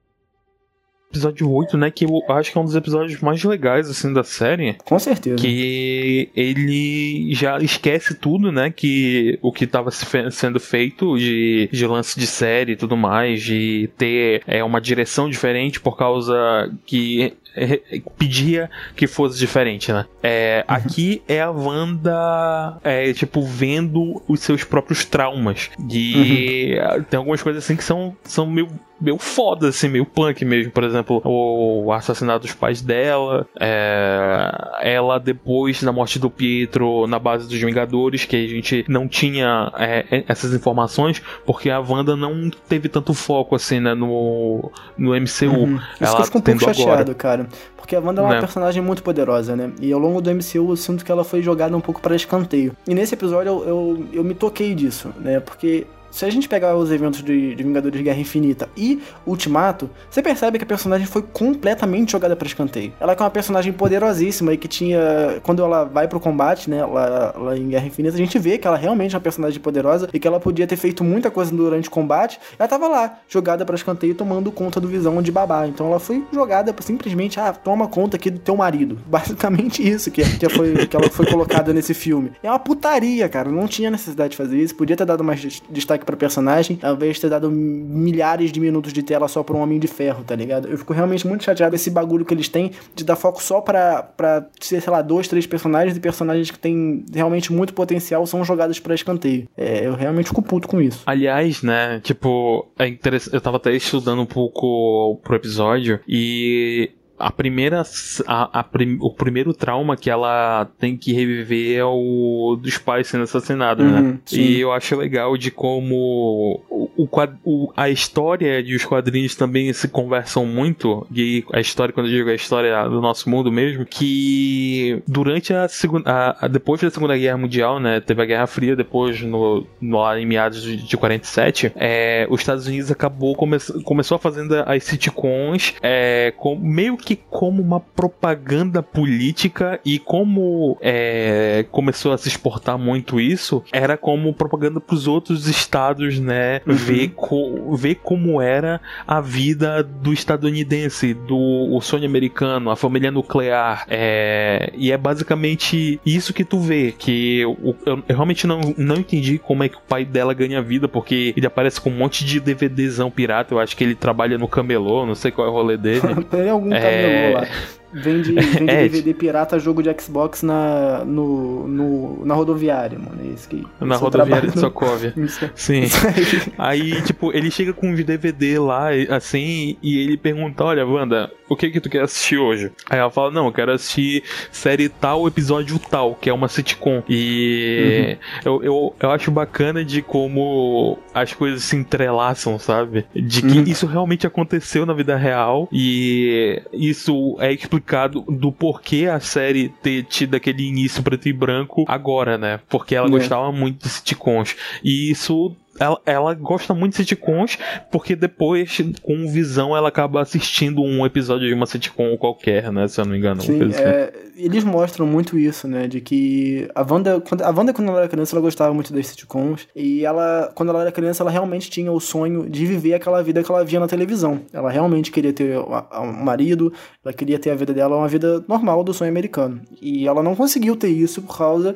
Episódio 8, né, que eu acho que é um dos episódios mais legais, assim, da série. Com certeza. Que ele já esquece tudo, né, que o que estava sendo feito de lance de série e tudo mais, de ter uma direção diferente por causa que pedia que fosse diferente, né? Aqui é a Wanda tipo, vendo os seus próprios traumas. E tem algumas coisas assim que são meio foda, assim, meio punk mesmo. Por exemplo, o assassinato dos pais dela, ela depois da morte do Pietro na base dos Vingadores, que a gente não tinha essas informações, porque a Wanda não teve tanto foco, assim, né, no MCU. Isso ela que eu fico um pouco chateado, cara. Porque a Wanda é uma personagem muito poderosa, né? E ao longo do MCU eu sinto que ela foi jogada um pouco para escanteio. E nesse episódio eu me toquei disso, né? Porque se a gente pegar os eventos de Vingadores Guerra Infinita e Ultimato, você percebe que a personagem foi completamente jogada pra escanteio. Ela é uma personagem poderosíssima e que tinha... Quando ela vai pro combate, né, lá em Guerra Infinita, a gente vê que ela realmente é uma personagem poderosa e que ela podia ter feito muita coisa durante o combate. Ela tava lá, jogada pra escanteio, tomando conta do Visão de babá. Então ela foi jogada pra simplesmente, toma conta aqui do teu marido. Basicamente isso que ela foi colocada nesse filme. É uma putaria, cara. Não tinha necessidade de fazer isso. Podia ter dado mais destaque pra personagem, ao invés de ter dado milhares de minutos de tela só pra um Homem de Ferro, tá ligado? Eu fico realmente muito chateado com esse bagulho que eles têm de dar foco só pra ser, sei lá, 2, 3 personagens, e personagens que têm realmente muito potencial são jogados pra escanteio. Eu realmente fico puto com isso. Aliás, né, tipo, é interessante, eu tava até estudando um pouco pro episódio e o primeiro trauma que ela tem que reviver é o dos pais sendo assassinados, né? Sim. E eu acho legal de como a história e os quadrinhos também se conversam muito, e a história, quando eu digo a história do nosso mundo mesmo, que durante depois da Segunda Guerra Mundial, né, teve a Guerra Fria, depois lá em meados de 47, os Estados Unidos começou a fazer as sitcoms meio que como uma propaganda política, e como começou a se exportar muito isso, era como propaganda para os outros estados, né, ver como era a vida do estadunidense, o sonho americano, a família nuclear, e é basicamente isso que tu vê, que eu realmente não entendi como é que o pai dela ganha vida, porque ele aparece com um monte de DVDzão pirata. Eu acho que ele trabalha no camelô, não sei qual é o rolê dele. Tem algum camelô lá. Vende DVD pirata, jogo de Xbox na rodoviária, mano. É isso que... Na rodoviária de Sokovia. Sim. Aí, tipo, ele chega com uns DVD lá, assim, e ele pergunta: olha, Wanda, o que tu quer assistir hoje? Aí ela fala: não, eu quero assistir série tal, episódio tal, que é uma sitcom. E eu acho bacana de como as coisas se entrelaçam, sabe? De que isso realmente aconteceu na vida real, e isso é explicado do porquê a série ter tido aquele início preto e branco agora, né? Porque ela gostava muito de sitcoms. E isso... Ela gosta muito de sitcoms, porque depois, com Visão, ela acaba assistindo um episódio de uma sitcom qualquer, né? Se eu não me engano. Sim, eles mostram muito isso, né? De que a Wanda, quando ela era criança, ela gostava muito das sitcoms. E quando ela era criança, ela realmente tinha o sonho de viver aquela vida que ela via na televisão. Ela realmente queria ter um marido, ela queria ter a vida dela, uma vida normal do sonho americano. E ela não conseguiu ter isso por causa...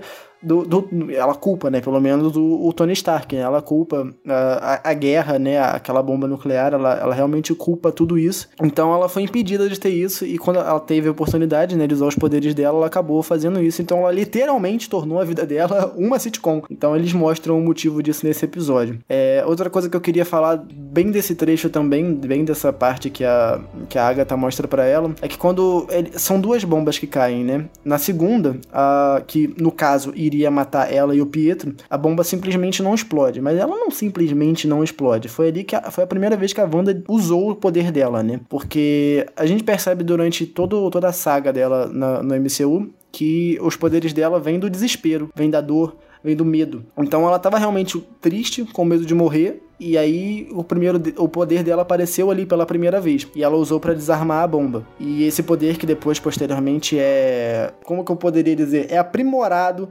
ela culpa, né, pelo menos o Tony Stark, né, ela culpa a guerra, né, aquela bomba nuclear, ela realmente culpa tudo isso. Então ela foi impedida de ter isso, e quando ela teve a oportunidade, né, de usar os poderes dela, ela acabou fazendo isso. Então ela literalmente tornou a vida dela uma sitcom. Então eles mostram o motivo disso nesse episódio. Outra coisa que eu queria falar bem desse trecho também, bem dessa parte que a Agatha mostra pra ela, é que quando são 2 bombas que caem, né, na segunda, que no caso iria matar ela e o Pietro, a bomba simplesmente não explode. Mas ela não simplesmente não explode. Foi ali que foi a primeira vez que a Wanda usou o poder dela, né? Porque a gente percebe durante toda a saga dela no MCU que os poderes dela vêm do desespero, vêm da dor, vem do medo. Então ela tava realmente triste, com medo de morrer, e aí o poder dela apareceu ali pela primeira vez, e ela usou pra desarmar a bomba. E esse poder que depois, posteriormente, como que eu poderia dizer? É aprimorado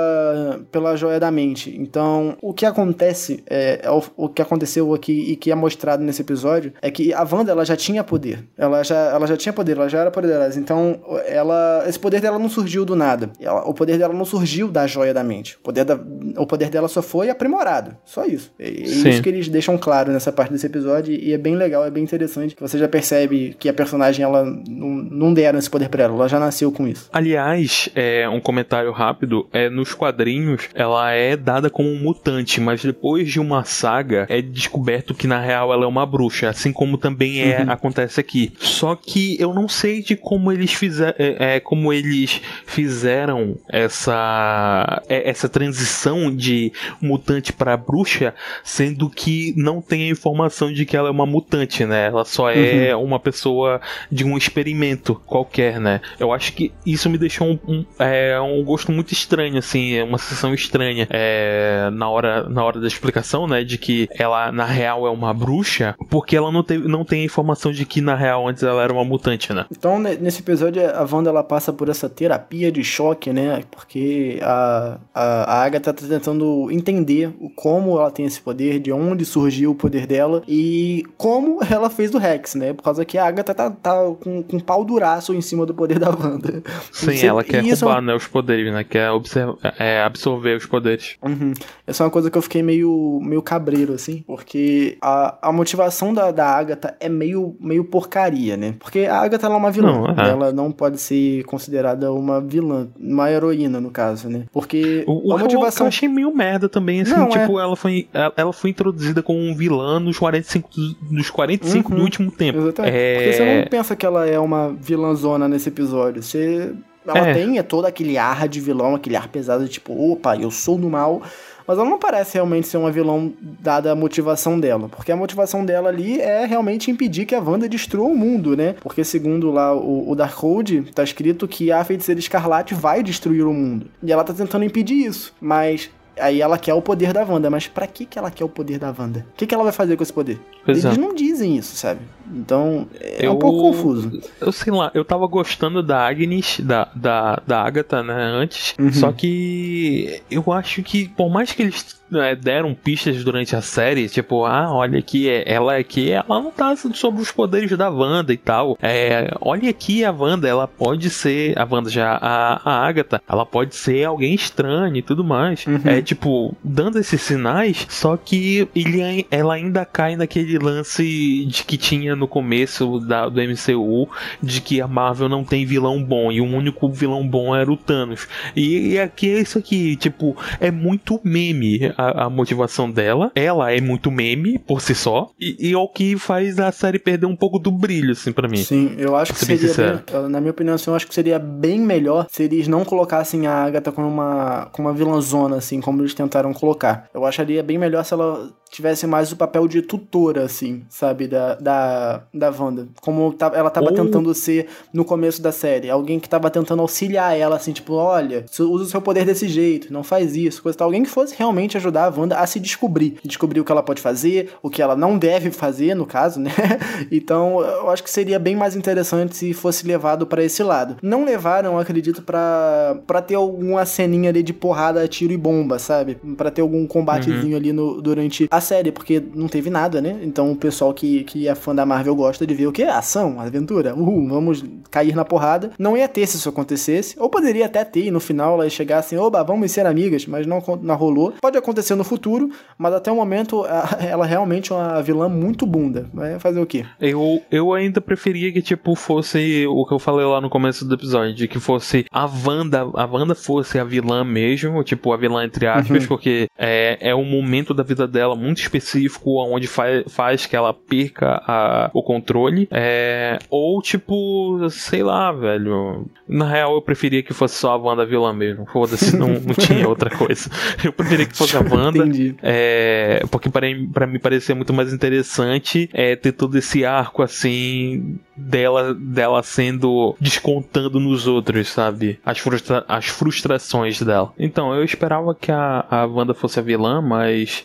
pela joia da mente. Então, o que acontece, o que aconteceu aqui e que é mostrado nesse episódio, é que a Wanda, ela já tinha poder. Ela já tinha poder, ela já era poderosa. Então, esse poder dela não surgiu do nada. O poder dela não surgiu da joia da mente. O poder dela só foi aprimorado. Só isso. É isso que eles deixam claro nessa parte desse episódio, e é bem legal, é bem interessante, que você já percebe que a personagem, ela não deram esse poder pra ela já nasceu com isso. Aliás, um comentário rápido, nos quadrinhos, ela é dada como um mutante, mas depois de uma saga, é descoberto que na real ela é uma bruxa, assim como também acontece aqui. Só que eu não sei de como eles fizeram essa transição de mutante pra bruxa, sendo que que não tem a informação de que ela é uma mutante, né? Ela só é uma pessoa de um experimento qualquer, né? Eu acho que isso me deixou um gosto muito estranho, assim, uma sensação estranha na hora da explicação, né? De que ela, na real, é uma bruxa, porque ela não tem a informação de que, na real, antes ela era uma mutante, né? Então, nesse episódio, a Wanda, ela passa por essa terapia de choque, né? Porque a Agatha tá tentando entender como ela tem esse poder, de onde surgiu o poder dela e como ela fez o Rex, né? Por causa que a Agatha tá com um pau duraço em cima do poder da Wanda. Sim, ela quer roubar, né, os poderes, né? Quer absorver os poderes. Essa é uma coisa que eu fiquei meio cabreiro, assim, porque a motivação da Agatha é meio porcaria, né? Porque a Agatha, ela é uma vilã. Ela não pode ser considerada uma vilã, uma heroína, no caso, né? Porque a motivação... Eu achei meio merda também, assim, ela foi introduzida como um vilã nos 45 do último tempo. Exatamente. Porque você não pensa que ela é uma vilãzona nesse episódio. Ela tem todo aquele ar de vilão, aquele ar pesado de tipo, opa, eu sou do mal. Mas ela não parece realmente ser uma vilã dada a motivação dela. Porque a motivação dela ali é realmente impedir que a Wanda destrua o mundo, né? Porque segundo lá o Darkhold, tá escrito que a Feiticeira Escarlate vai destruir o mundo. E ela tá tentando impedir isso. Mas... aí ela quer o poder da Wanda, mas pra que ela quer o poder da Wanda? O que ela vai fazer com esse poder? Eles não dizem isso, sabe? Então, é um pouco confuso. Eu sei lá, eu tava gostando da Agnes, da Agatha, né, antes, só que eu acho que, por mais que eles deram pistas durante a série, tipo, olha aqui, ela não tá sobre os poderes da Wanda e tal, olha aqui a Wanda, ela pode ser, a Wanda já, a Agatha, ela pode ser alguém estranho e tudo mais, tipo, dando esses sinais, só que ela ainda cai naquele lance de que tinha no começo do MCU, de que a Marvel não tem vilão bom, e o único vilão bom era o Thanos, e aqui é isso aqui, tipo, é muito meme a motivação dela, ela é muito meme por si só, e é o que faz a série perder um pouco do brilho, assim, pra mim. Sim, eu acho que seria na minha opinião, assim, eu acho que seria bem melhor se eles não colocassem a Agatha como uma vilãzona, assim, como eles tentaram colocar. Eu acharia bem melhor se ela tivesse mais o papel de tutora, assim, sabe, da Wanda. Como ela tava tentando ser no começo da série. Alguém que tava tentando auxiliar ela, assim, tipo, olha, usa o seu poder desse jeito, não faz isso, coisa tal. Alguém que fosse realmente ajudar a Wanda a se descobrir o que ela pode fazer, o que ela não deve fazer, no caso, né? Então, eu acho que seria bem mais interessante se fosse levado pra esse lado. Não levaram, eu acredito, pra ter alguma ceninha ali de porrada, tiro e bomba, sabe? Pra ter algum combatezinho ali durante a série, porque não teve nada, né? Então o pessoal que é fã da Marvel gosta de ver o quê? Ação, aventura, vamos cair na porrada. Não ia ter se isso acontecesse, ou poderia até ter, e no final ela ia chegar assim, oba, vamos ser amigas, mas não rolou. Pode acontecer no futuro, mas até o momento ela realmente é uma vilã muito bunda. Vai fazer o quê? Eu ainda preferia que, tipo, fosse o que eu falei lá no começo do episódio, de que fosse a Wanda fosse a vilã mesmo, tipo, a vilã entre aspas, porque é um momento da vida dela muito específico, onde faz que ela perca o controle, ou tipo, sei lá, velho, na real eu preferia que fosse só a Wanda vilã mesmo, foda-se, não tinha outra coisa, eu preferia que fosse a Wanda, porque pra mim parecia muito mais interessante ter todo esse arco assim dela sendo descontando nos outros, sabe, as frustrações dela. Então eu esperava que a Wanda fosse a vilã, mas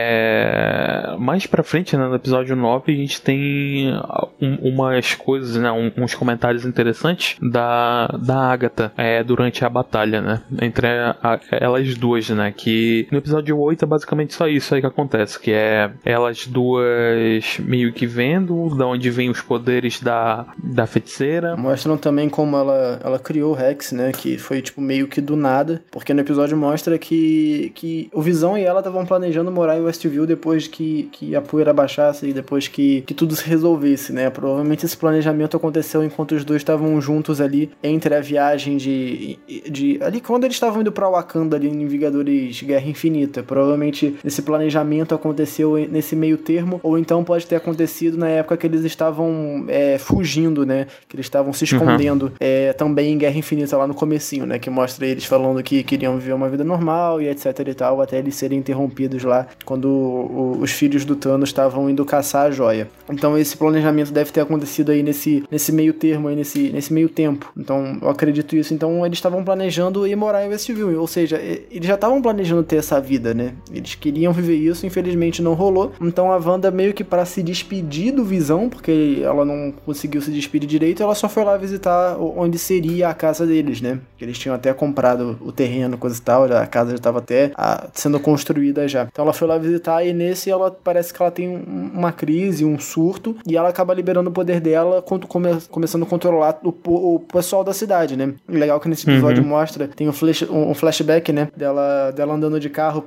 mais pra frente, né, no episódio 9 a gente tem umas coisas, né, uns comentários interessantes da Agatha durante a batalha, né, entre elas duas, né, que no episódio 8 é basicamente só isso aí que acontece, que é elas duas meio que vendo de onde vem os poderes da feiticeira. Mostram também como ela criou o Rex, né, que foi tipo meio que do nada, porque no episódio mostra que o Visão e ela estavam planejando morar em Westview depois que a poeira baixasse e depois que tudo se resolvesse, né? Provavelmente esse planejamento aconteceu enquanto os dois estavam juntos ali, entre a viagem ali quando eles estavam indo pra Wakanda ali em Vingadores Guerra Infinita. Provavelmente esse planejamento aconteceu nesse meio termo, ou então pode ter acontecido na época que eles estavam fugindo, né? Que eles estavam se escondendo também em Guerra Infinita lá no comecinho, né? Que mostra eles falando que queriam viver uma vida normal e etc e tal, até eles serem interrompidos lá quando os filhos do Thanos estavam indo caçar a joia. Então esse planejamento deve ter acontecido aí nesse meio termo, aí nesse meio tempo. Então eu acredito isso. Então eles estavam planejando ir morar em Westview, ou seja, eles já estavam planejando ter essa vida, né? Eles queriam viver isso, infelizmente não rolou. Então a Wanda meio que para se despedir do Visão, porque ela não conseguiu se despedir direito, ela só foi lá visitar onde seria a casa deles, né? Eles tinham até comprado o terreno, coisa e tal, a casa já estava até sendo construída já. Então ela foi lá visitar e nesse ela parece que ela tem uma crise, um surto, e ela acaba liberando o poder dela, começando a controlar o pessoal da cidade, né? E legal que nesse episódio mostra, tem um flashback, né? Dela andando de carro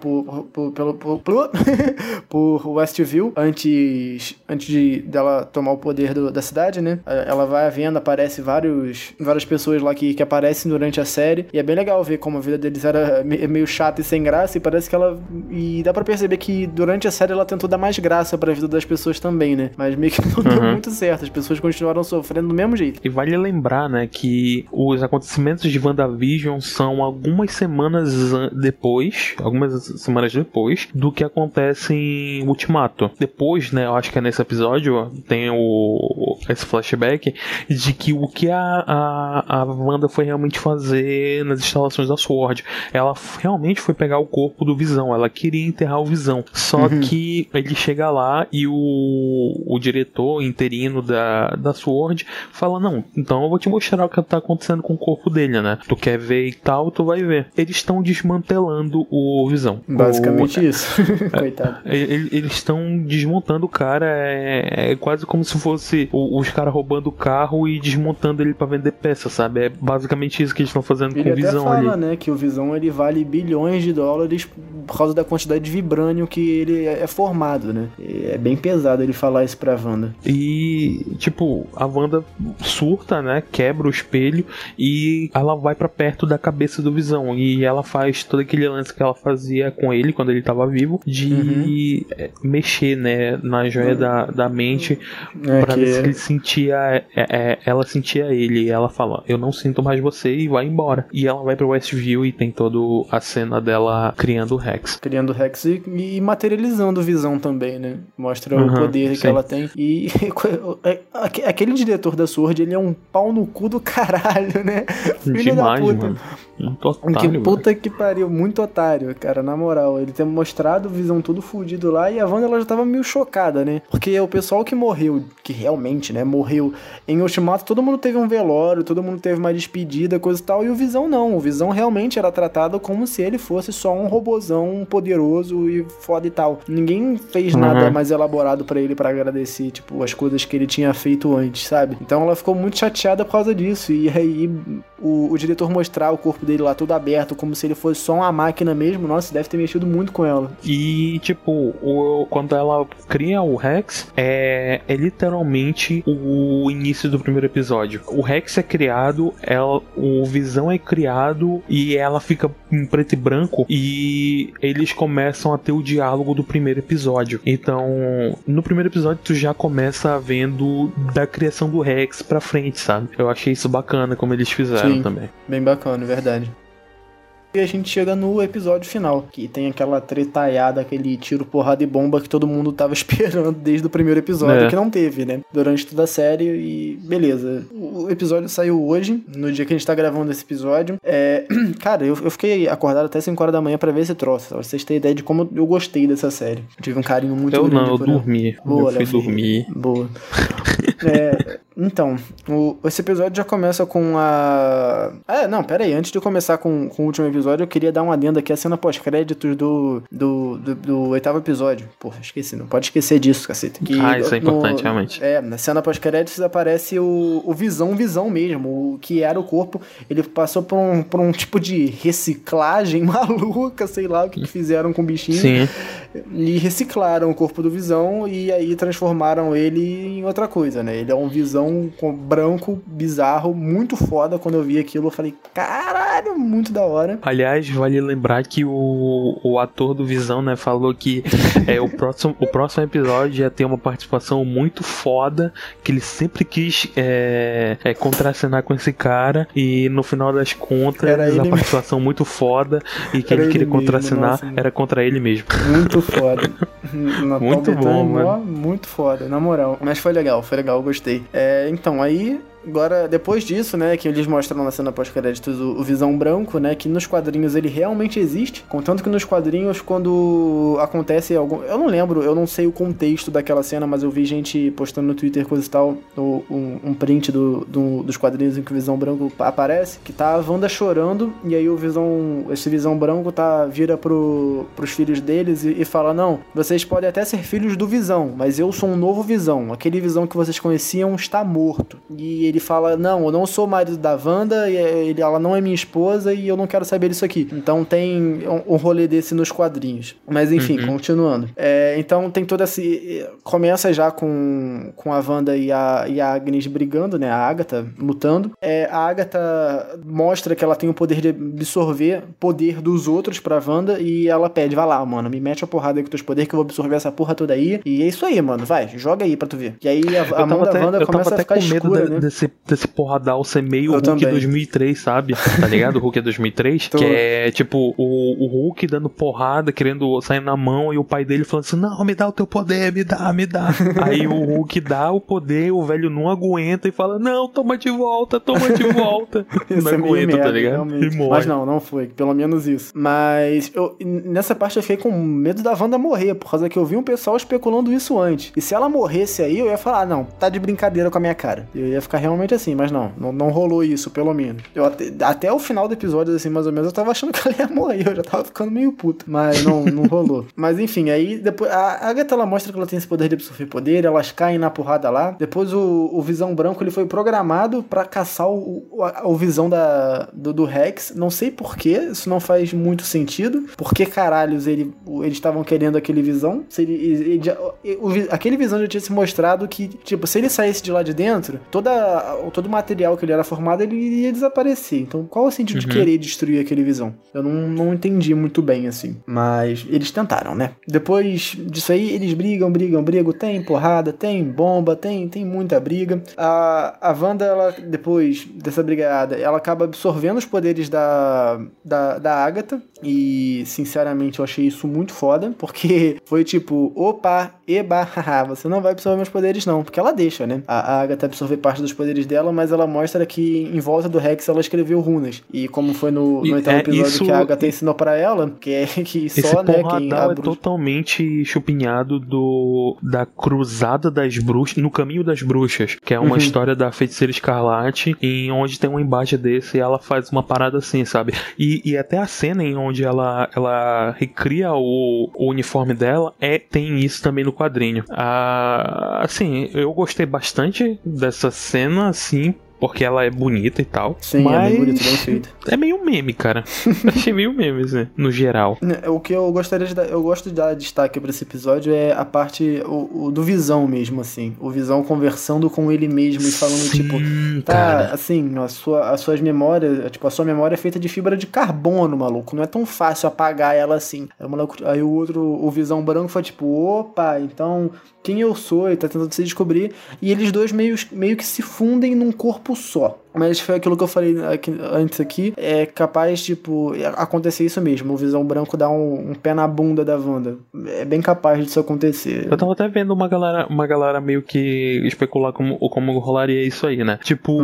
por Westview, antes dela tomar o poder da cidade, né? Ela vai à venda, aparece várias pessoas lá que aparecem durante a série, e é bem legal ver como a vida deles era meio chata e sem graça, e parece que e dá pra perceber que durante a série ela tentou dar mais graça pra vida das pessoas também, né? Mas meio que não deu muito certo, as pessoas continuaram sofrendo do mesmo jeito. E vale lembrar, né, que os acontecimentos de WandaVision são algumas semanas depois do que acontece em Ultimato. Depois, né, eu acho que é nesse episódio, tem esse flashback de que o que a Wanda foi realmente fazer nas instalações da SWORD. Ela realmente foi pegar o corpo do Visão, ela queria enterrar o Visão. Só que ele chega lá e o diretor interino da SWORD fala, não, então eu vou te mostrar o que tá acontecendo com o corpo dele, né? Tu quer ver e tal, tu vai ver. Eles estão desmantelando o Visão. Basicamente isso. Coitado. Eles estão desmontando o cara, é quase como se fosse os caras roubando o carro e desmontando ele pra vender peça, sabe? É basicamente isso que eles estão fazendo com o Visão ali. Ele até fala, né, que o Visão ele vale bilhões de dólares por causa da quantidade de vibrânio que ele é formado, né? E é bem pesado ele falar isso pra Wanda. E, tipo, a Wanda surta, né? Quebra o espelho e ela vai pra perto da cabeça do Visão. E ela faz todo aquele lance que ela fazia com ele quando ele tava vivo, de mexer, né? Na joia da mente pra ver se ele sentia. Ela sentia ele. E ela fala, eu não sinto mais você, e vai embora. E ela vai pro Westview e tem toda a cena dela criando o Rex. Criando o Rex e materializando o Visão também, né? Mostra o poder que ela tem. E aquele diretor da SWORD, ele é um pau no cu do caralho, né? Filho Demais, da puta. Mano. Muito otário, que puta que pariu, muito otário, cara, na moral. Ele tem mostrado o Visão tudo fudido lá e a Wanda, ela já tava meio chocada, né? Porque o pessoal que morreu, que realmente, né, morreu em Ultimato, todo mundo teve um velório, todo mundo teve uma despedida, coisa e tal, e o Visão não. O Visão realmente era tratado como se ele fosse só um robozão poderoso e foda e tal. Ninguém fez nada mais elaborado pra ele pra agradecer, tipo, as coisas que ele tinha feito antes, sabe? Então ela ficou muito chateada por causa disso. E aí o diretor mostrar o corpo dele lá todo aberto, como se ele fosse só uma máquina mesmo, nossa, deve ter mexido muito com ela. E, tipo, quando ela cria o Rex, é literalmente o início do primeiro episódio. O Rex é criado, o Visão é criado e ela fica em preto e branco e eles começam a ter o diálogo do primeiro episódio. Então, no primeiro episódio tu já começa vendo da criação do Rex pra frente, sabe? Eu achei isso bacana como eles fizeram. Sim, também. Bem bacana, verdade. E a gente chega no episódio final, que tem aquela tretaiada, aquele tiro, porrada e bomba que todo mundo tava esperando desde o primeiro episódio, que não teve, né? Durante toda a série e beleza. O episódio saiu hoje, no dia que a gente tá gravando esse episódio. Cara, eu fiquei acordado até 5 horas da manhã pra ver esse troço, pra vocês terem ideia de como eu gostei dessa série. Eu tive um carinho muito grande por ela. Eu dormi. Boa, eu fui dormir. Boa. Então, esse episódio já começa com a... Pera aí, antes de começar com o último episódio, eu queria dar uma adenda aqui, a cena pós-créditos do 8º episódio. Porra, esqueci, não pode esquecer disso, caceta. Isso é importante, realmente. Na cena pós-créditos aparece o Visão mesmo, o que era o corpo, ele passou por um tipo de reciclagem maluca, sei lá o que fizeram com o bichinho. Sim. E reciclaram o corpo do Visão e aí transformaram ele em outra coisa, né? Ele é um Visão visão branco, bizarro, muito foda. Quando eu vi aquilo, eu falei, caralho, muito da hora. Aliás, vale lembrar que o ator do Visão, né, falou que o próximo episódio ia ter uma participação muito foda, que ele sempre quis contracenar com esse cara, e no final das contas, a participação muito foda, e que ele queria contracenar era contra ele mesmo. Muito foda. Muito bom, mano. Muito foda, na moral. Mas foi legal, eu gostei. Então, aí... Agora, depois disso, né, que eles mostram na cena pós-créditos o Visão Branco, né, que nos quadrinhos ele realmente existe, contanto que nos quadrinhos, quando acontece algum... Eu não lembro, eu não sei o contexto daquela cena, mas eu vi gente postando no Twitter, coisa e tal, um print dos quadrinhos em que o Visão Branco aparece, que tá a Wanda chorando, e aí esse Visão Branco vira pros filhos deles e fala, não, vocês podem até ser filhos do Visão, mas eu sou um novo Visão, aquele Visão que vocês conheciam está morto. E ele fala, não, eu não sou marido da Wanda, ela não é minha esposa e eu não quero saber disso aqui. Então tem um rolê desse nos quadrinhos. Mas enfim, continuando. Então tem todo esse... Começa já com a Wanda e a Agnes brigando, né? A Agatha lutando. A Agatha mostra que ela tem o poder de absorver poder dos outros pra Wanda e ela pede, vai lá, mano, me mete a porrada aí com teus poderes que eu vou absorver essa porra toda aí. E é isso aí, mano, vai, joga aí pra tu ver. E aí a mão da Wanda começa a ficar escura, né? Desse porradal ser meio Hulk também. 2003, sabe? Tá ligado? O Hulk é 2003? Que é tipo o Hulk dando porrada, querendo sair na mão, e o pai dele falando assim, não, me dá o teu poder, me dá. Aí o Hulk dá o poder, o velho não aguenta e fala, não, toma de volta. Não aguenta, tá ligado? E morre. Mas não foi, pelo menos isso. Mas nessa parte eu fiquei com medo da Wanda morrer, por causa que eu vi um pessoal especulando isso antes. E se ela morresse aí, eu ia falar, não, tá de brincadeira com a minha cara. Eu ia ficar realmente assim, mas não rolou isso, pelo menos. Eu até o final do episódio, assim, mais ou menos, eu tava achando que ela ia morrer, eu já tava ficando meio puto, mas não rolou. Mas enfim, aí depois, a Agatha, ela mostra que ela tem esse poder de absorver poder, elas caem na porrada lá, depois o Visão Branco, ele foi programado pra caçar o Visão do Rex, não sei porquê, isso não faz muito sentido, porque caralhos eles estavam querendo aquele Visão, aquele Visão já tinha se mostrado que, tipo, se ele saísse de lá de dentro, todo o material que ele era formado, ele iria desaparecer. Então, qual o sentido de querer destruir aquele Visão? Eu não entendi muito bem, assim. Mas eles tentaram, né? Depois disso aí, eles brigam. Tem porrada, tem bomba, tem muita briga. A Wanda, ela, depois dessa brigada, ela acaba absorvendo os poderes da Agatha. E, sinceramente, eu achei isso muito foda. Porque foi tipo, opa, eba, haha, você não vai absorver meus poderes, não. Porque ela deixa, né? A Agatha absorver parte dos poderes dela, mas ela mostra que em volta do Rex ela escreveu runas. E como foi no oitavo episódio que a Agatha ensinou pra ela, que só, né, quem é totalmente chupinhado da Cruzada das Bruxas, no Caminho das Bruxas, que é uma história da Feiticeira Escarlate, em onde tem um embate desse e ela faz uma parada assim, sabe? E até a cena em onde ela recria o uniforme dela, tem isso também no quadrinho. Assim, eu gostei bastante dessa cena, assim, porque ela é bonita e tal. Sim, mas é bem bonita, bem feita. É meio meme, cara. Achei meio meme, assim, no geral. O que eu gostaria de dar... Eu gosto de dar destaque pra esse episódio é a parte do Visão mesmo, assim. O Visão conversando com ele mesmo e falando, sim, tipo... Tá, cara. assim, as suas memórias... Tipo, a sua memória é feita de fibra de carbono, maluco. Não é tão fácil apagar ela assim. Aí o Visão Branco foi tipo... Opa, então... Quem eu sou? Ele tá tentando se descobrir. E eles dois meio que se fundem num corpo só. Mas foi aquilo que eu falei antes aqui. É capaz, tipo, acontecer isso mesmo. O Visão Branco dá um pé na bunda da Wanda. É bem capaz disso acontecer. Eu tava até vendo uma galera meio que especular como rolaria isso aí, né? Tipo,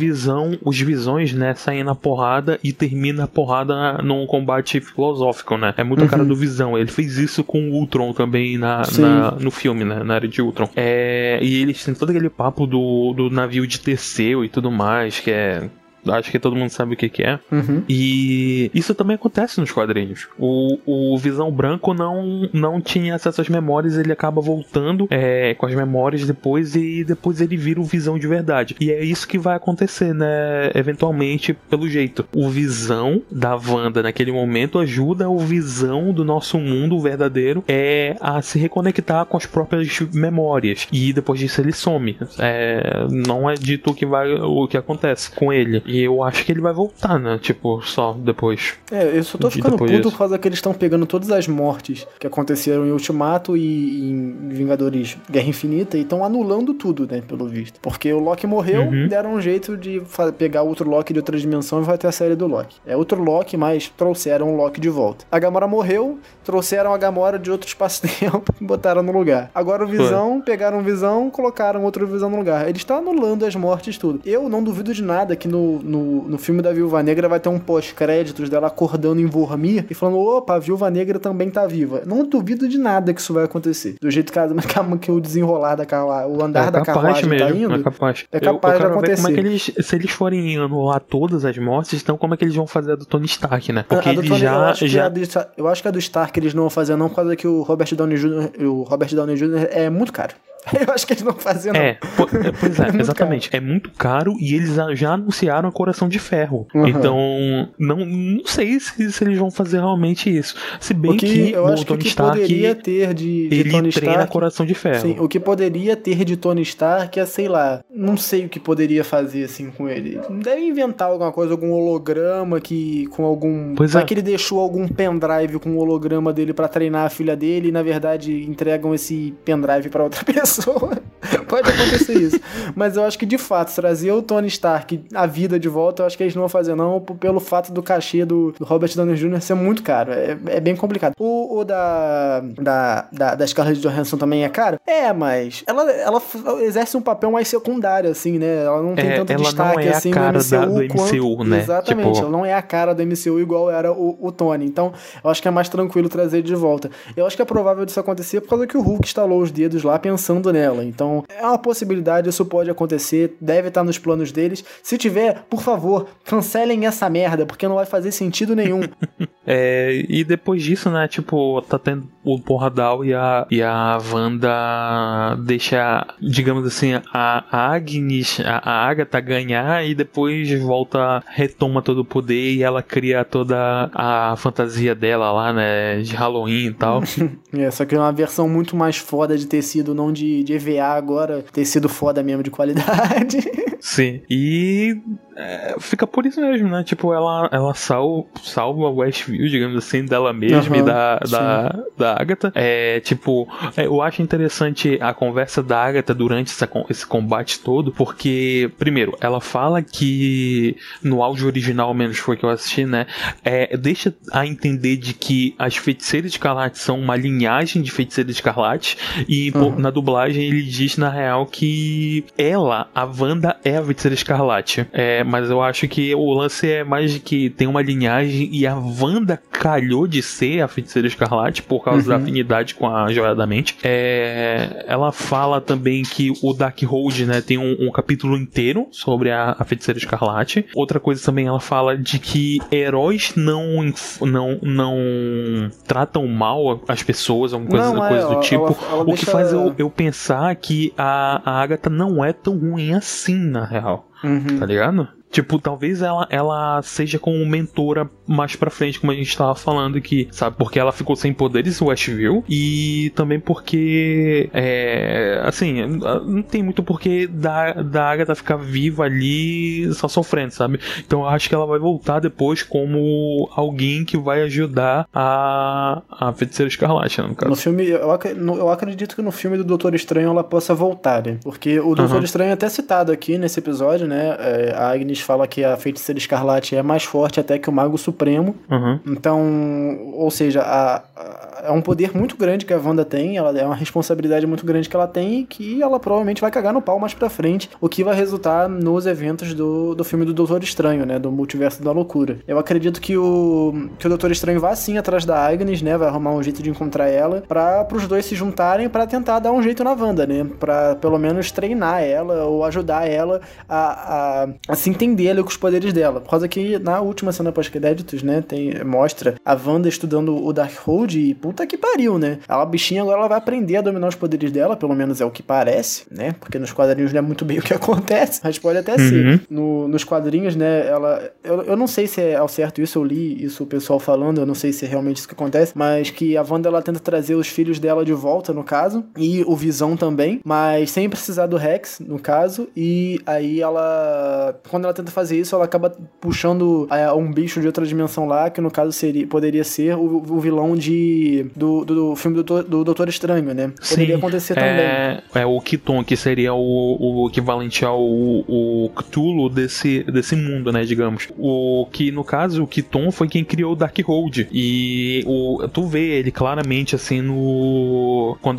os Visões, né, saem na porrada e termina a porrada num combate filosófico, né? É muito a cara do Visão. Ele fez isso com o Ultron também no filme, né? Na área de Ultron. E eles têm todo aquele papo do navio de Teseu e tudo mais, que é acho que todo mundo sabe o que é. Uhum. E isso também acontece nos quadrinhos. O Visão Branco não tinha acesso às memórias, ele acaba voltando com as memórias depois, e depois ele vira o Visão de verdade. E é isso que vai acontecer, né? Eventualmente, pelo jeito. O Visão da Wanda naquele momento ajuda o Visão do nosso mundo verdadeiro a se reconectar com as próprias memórias. E depois disso ele some. Não é dito o que acontece com ele. E eu acho que ele vai voltar, né? Tipo, só depois. Eu só tô ficando puto por causa que eles estão pegando todas as mortes que aconteceram em Ultimato e em Vingadores Guerra Infinita e estão anulando tudo, né? Pelo visto. Porque o Loki morreu, deram um jeito de pegar outro Loki de outra dimensão e vai ter a série do Loki. É outro Loki, mas trouxeram o Loki de volta. A Gamora morreu, trouxeram a Gamora de outro espaço-tempo e botaram no lugar. Agora o Visão, pegaram o Visão, colocaram outro Visão no lugar. Eles estão anulando as mortes tudo. Eu não duvido de nada que no filme da Viúva Negra vai ter um pós-créditos dela acordando em Vormir e falando, opa, a Viúva Negra também tá viva. Não duvido de nada que isso vai acontecer. Do jeito que o desenrolar da carruagem, o andar da carruagem mesmo, tá indo, é capaz. É capaz de acontecer. Como é que se eles forem anular todas as mortes, então como é que eles vão fazer a do Tony Stark, né? Porque ele eu acho que a do Stark eles não vão fazer não, por causa que o Robert Downey Jr. é muito caro. Eu acho que eles não fazem, não. Pois é, exatamente. É muito caro e eles já anunciaram a Coração de Ferro. Então, não sei se eles vão fazer realmente isso. Se bem que eu acho Tony que Stark, poderia ter de Tony treina Stark, Coração de Ferro. Sim, o que poderia ter de Tony Stark é, sei lá, não sei o que poderia fazer assim com ele. Deve inventar alguma coisa, algum holograma com algum... Vai que ele deixou algum pendrive com o holograma dele pra treinar a filha dele e, na verdade, entregam esse pendrive pra outra pessoa. Pode acontecer isso. Mas eu acho que, de fato, trazer o Tony Stark a vida de volta, eu acho que eles não vão fazer, não, pelo fato do cachê do Robert Downey Jr. ser muito caro. É bem complicado. O da Scarlett Johansson também é caro? Mas ela exerce um papel mais secundário, assim, né? Ela não tem tanto destaque, assim, no MCU, né? Exatamente. Tipo... Ela não é a cara do MCU igual era o Tony. Então, eu acho que é mais tranquilo trazer de volta. Eu acho que é provável disso acontecer por causa que o Hulk estalou os dedos lá pensando nela. Então, é uma possibilidade, isso pode acontecer, deve estar nos planos deles. Se tiver, por favor, cancelem essa merda, porque não vai fazer sentido nenhum. E depois disso, né, tipo, tá tendo o Porradal e a Wanda deixa, digamos assim, a Agnes, a Agatha ganhar e depois retoma todo o poder e ela cria toda a fantasia dela lá, né, de Halloween e tal. Só que é uma versão muito mais foda de tecido, não de EVA agora, tecido foda mesmo, de qualidade. Sim, e fica por isso mesmo, né? Tipo, ela salva Westview, digamos assim, dela mesma e da Agatha. Eu acho interessante a conversa da Agatha durante esse combate todo, porque, primeiro, ela fala que no áudio original, ao menos foi que eu assisti, né? Deixa a entender de que as Feiticeiras Escarlates são uma linhagem de Feiticeiras Escarlates e na dublagem ele diz, na real, que a Wanda é a Feiticeira Escarlate. Mas eu acho que o lance é mais de que tem uma linhagem e a Wanda calhou de ser a Feiticeira Escarlate por causa da afinidade com a Joia da Mente. Ela fala também que o Darkhold, né, tem um capítulo inteiro sobre a Feiticeira Escarlate. Outra coisa também, ela fala de que heróis não tratam mal as pessoas, alguma coisa do tipo. O que faz eu pensar que a Agatha não é tão ruim assim, na real. Tá ligado? Tipo, talvez ela seja como mentora mais pra frente, como a gente tava falando aqui, sabe? Porque ela ficou sem poderes em Westview e também porque, assim, não tem muito porquê da Agatha ficar viva ali só sofrendo, sabe? Então eu acho que ela vai voltar depois como alguém que vai ajudar a Feiticeira Escarlate, né, no caso. No filme, eu acredito que no filme do Doutor Estranho ela possa voltar, né? Porque o Doutor Estranho é até citado aqui nesse episódio, né? A Agnes fala que a Feiticeira Escarlate é mais forte até que o Mago Supremo. Então, ou seja, é um poder muito grande que a Wanda tem, ela é uma responsabilidade muito grande que ela tem e que ela provavelmente vai cagar no pau mais pra frente, o que vai resultar nos eventos do filme do Doutor Estranho, né, do Multiverso da Loucura. Eu acredito que o Doutor Estranho vá sim atrás da Agnes, né, vai arrumar um jeito de encontrar ela, para os dois se juntarem para tentar dar um jeito na Wanda, né, pra pelo menos treinar ela ou ajudar ela a se entender ali com os poderes dela, por causa que na última cena pós-créditos, né, mostra a Wanda estudando o Darkhold e puta que pariu, né, a bichinha agora ela vai aprender a dominar os poderes dela, pelo menos é o que parece, né, porque nos quadrinhos não é muito bem o que acontece, mas pode até ser. Nos quadrinhos, né, eu não sei se é ao certo isso, eu li isso o pessoal falando, eu não sei se é realmente isso que acontece, mas que a Wanda ela tenta trazer os filhos dela de volta, no caso, e o Visão também, mas sem precisar do Rex, no caso, e aí quando ela tenta fazer isso, ela acaba puxando um bicho de outra dimensão lá, que no caso poderia ser o vilão do filme do Doutor Estranho, né? Poderia acontecer também. É o Kiton, que seria o equivalente ao Cthulhu desse mundo, né, digamos. O que, no caso, o Kiton foi quem criou o Darkhold. E tu vê ele claramente, assim, quando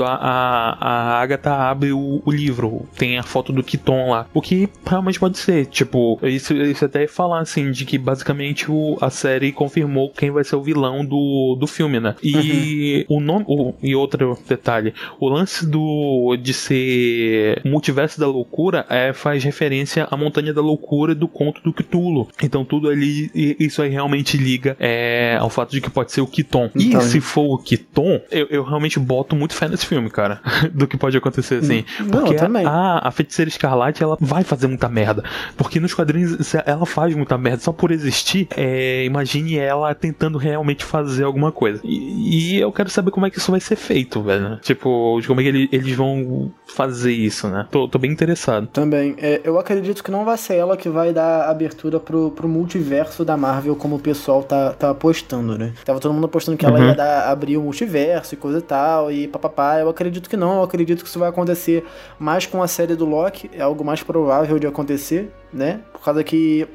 a Agatha abre o livro, tem a foto do Kiton lá. O que realmente pode ser, tipo, isso até ia falar, assim, de que basicamente a série confirmou quem vai ser o vilão do filme, né? E o nome, e outro detalhe, o lance de ser Multiverso da Loucura faz referência à Montanha da Loucura do conto do Cthulhu. Então tudo ali, isso aí realmente liga ao fato de que pode ser o Kiton. Então, e se for o Kiton, eu realmente boto muito fé nesse filme, cara, do que pode acontecer, assim. Porque a Feiticeira Escarlate, ela vai fazer muita merda. Porque nos quadrinhos ela faz muita merda. Só por existir, imagine ela tentando realmente fazer alguma coisa. E eu quero saber como é que isso vai ser feito, velho. Tipo, como é que eles vão fazer isso, né? Tô bem interessado. Também. Eu acredito que não vai ser ela que vai dar abertura pro multiverso da Marvel, como o pessoal tá apostando, né? Tava todo mundo apostando que ela ia abrir o multiverso e coisa e tal, e papapá. Eu acredito que não. Eu acredito que isso vai acontecer mais com a série do Loki. É algo mais provável de acontecer, né? Por causa que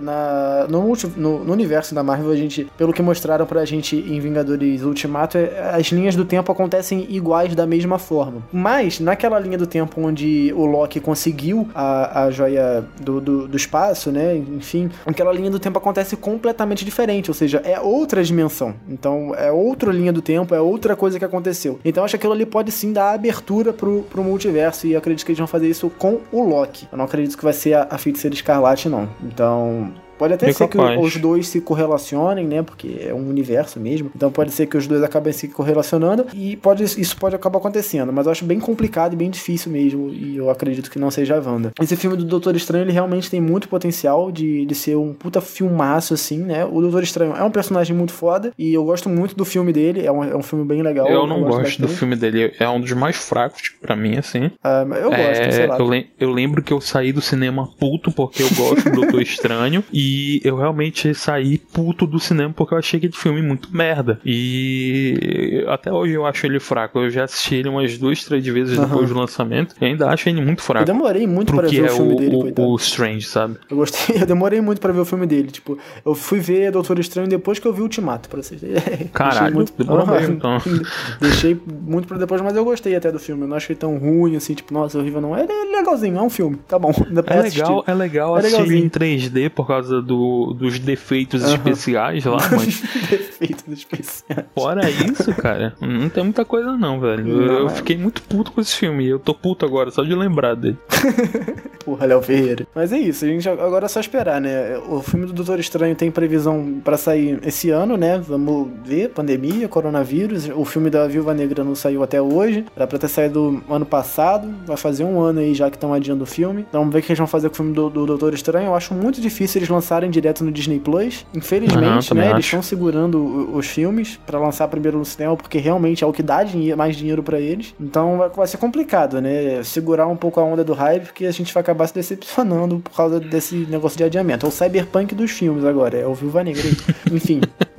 no universo da Marvel, a gente, pelo que mostraram pra gente em Vingadores Ultimato, as linhas do tempo acontecem iguais da mesma forma. Mas, naquela linha do tempo onde o Loki conseguiu a joia do espaço, né? Enfim, aquela linha do tempo acontece completamente diferente, ou seja, é outra dimensão. Então, é outra linha do tempo, é outra coisa que aconteceu. Então, acho que aquilo ali pode sim dar abertura pro multiverso, e eu acredito que eles vão fazer isso com o Loki. Eu não acredito que vai ser a Feiticeira Escarlate, não. Então, pode até ser que os dois se correlacionem, né? Porque é um universo mesmo. Então pode ser que os dois acabem se correlacionando e isso pode acabar acontecendo. Mas eu acho bem complicado e bem difícil mesmo. E eu acredito que não seja a Wanda. Esse filme do Doutor Estranho, ele realmente tem muito potencial de ser um puta filmaço, assim, né? O Doutor Estranho é um personagem muito foda. E eu gosto muito do filme dele. É um filme bem legal. Eu não gosto do filme dele. É um dos mais fracos pra mim, assim. Eu gosto, sei lá. Eu lembro que eu saí do cinema puto porque eu gosto do Doutor Estranho. E eu realmente saí puto do cinema porque eu achei aquele filme muito merda. E até hoje eu acho ele fraco. Eu já assisti ele umas 2, 3 vezes depois do lançamento e ainda acho ele muito fraco. Eu demorei muito pra ver o filme dele, coitado. O Strange, sabe? Eu demorei muito pra ver o filme dele. Tipo, eu fui ver Doutor Estranho depois que eu vi Ultimato, pra vocês terem. Caralho, demorou mesmo, então. Deixei muito pra depois, mas eu gostei até do filme. Eu não achei tão ruim, assim, tipo, nossa, horrível não. É legalzinho, é um filme, tá bom. É legal assistir ele em 3D por causa dos defeitos especiais lá, mas... defeitos especiais. Fora isso, cara, não tem muita coisa não, velho. Eu fiquei muito puto com esse filme. Eu tô puto agora, só de lembrar dele. Porra, Léo Ferreira. Mas é isso, a gente agora é só esperar, né? O filme do Doutor Estranho tem previsão pra sair esse ano, né? Vamos ver, pandemia, coronavírus. O filme da Viúva Negra não saiu até hoje. Era pra ter saído ano passado. Vai fazer um ano aí já que estão adiando o filme. Então vamos ver o que eles vão fazer com o filme do Doutor Estranho. Eu acho muito difícil eles lançarem direto no Disney Plus. Infelizmente, né? Eles estão segurando os filmes pra lançar primeiro no cinema, porque realmente é o que dá mais dinheiro pra eles. Então vai ser complicado, né? Segurar um pouco a onda do hype, porque a gente vai acabar se decepcionando por causa desse negócio de adiamento. É o Cyberpunk dos filmes agora, é o Viúva Negra aí. Enfim.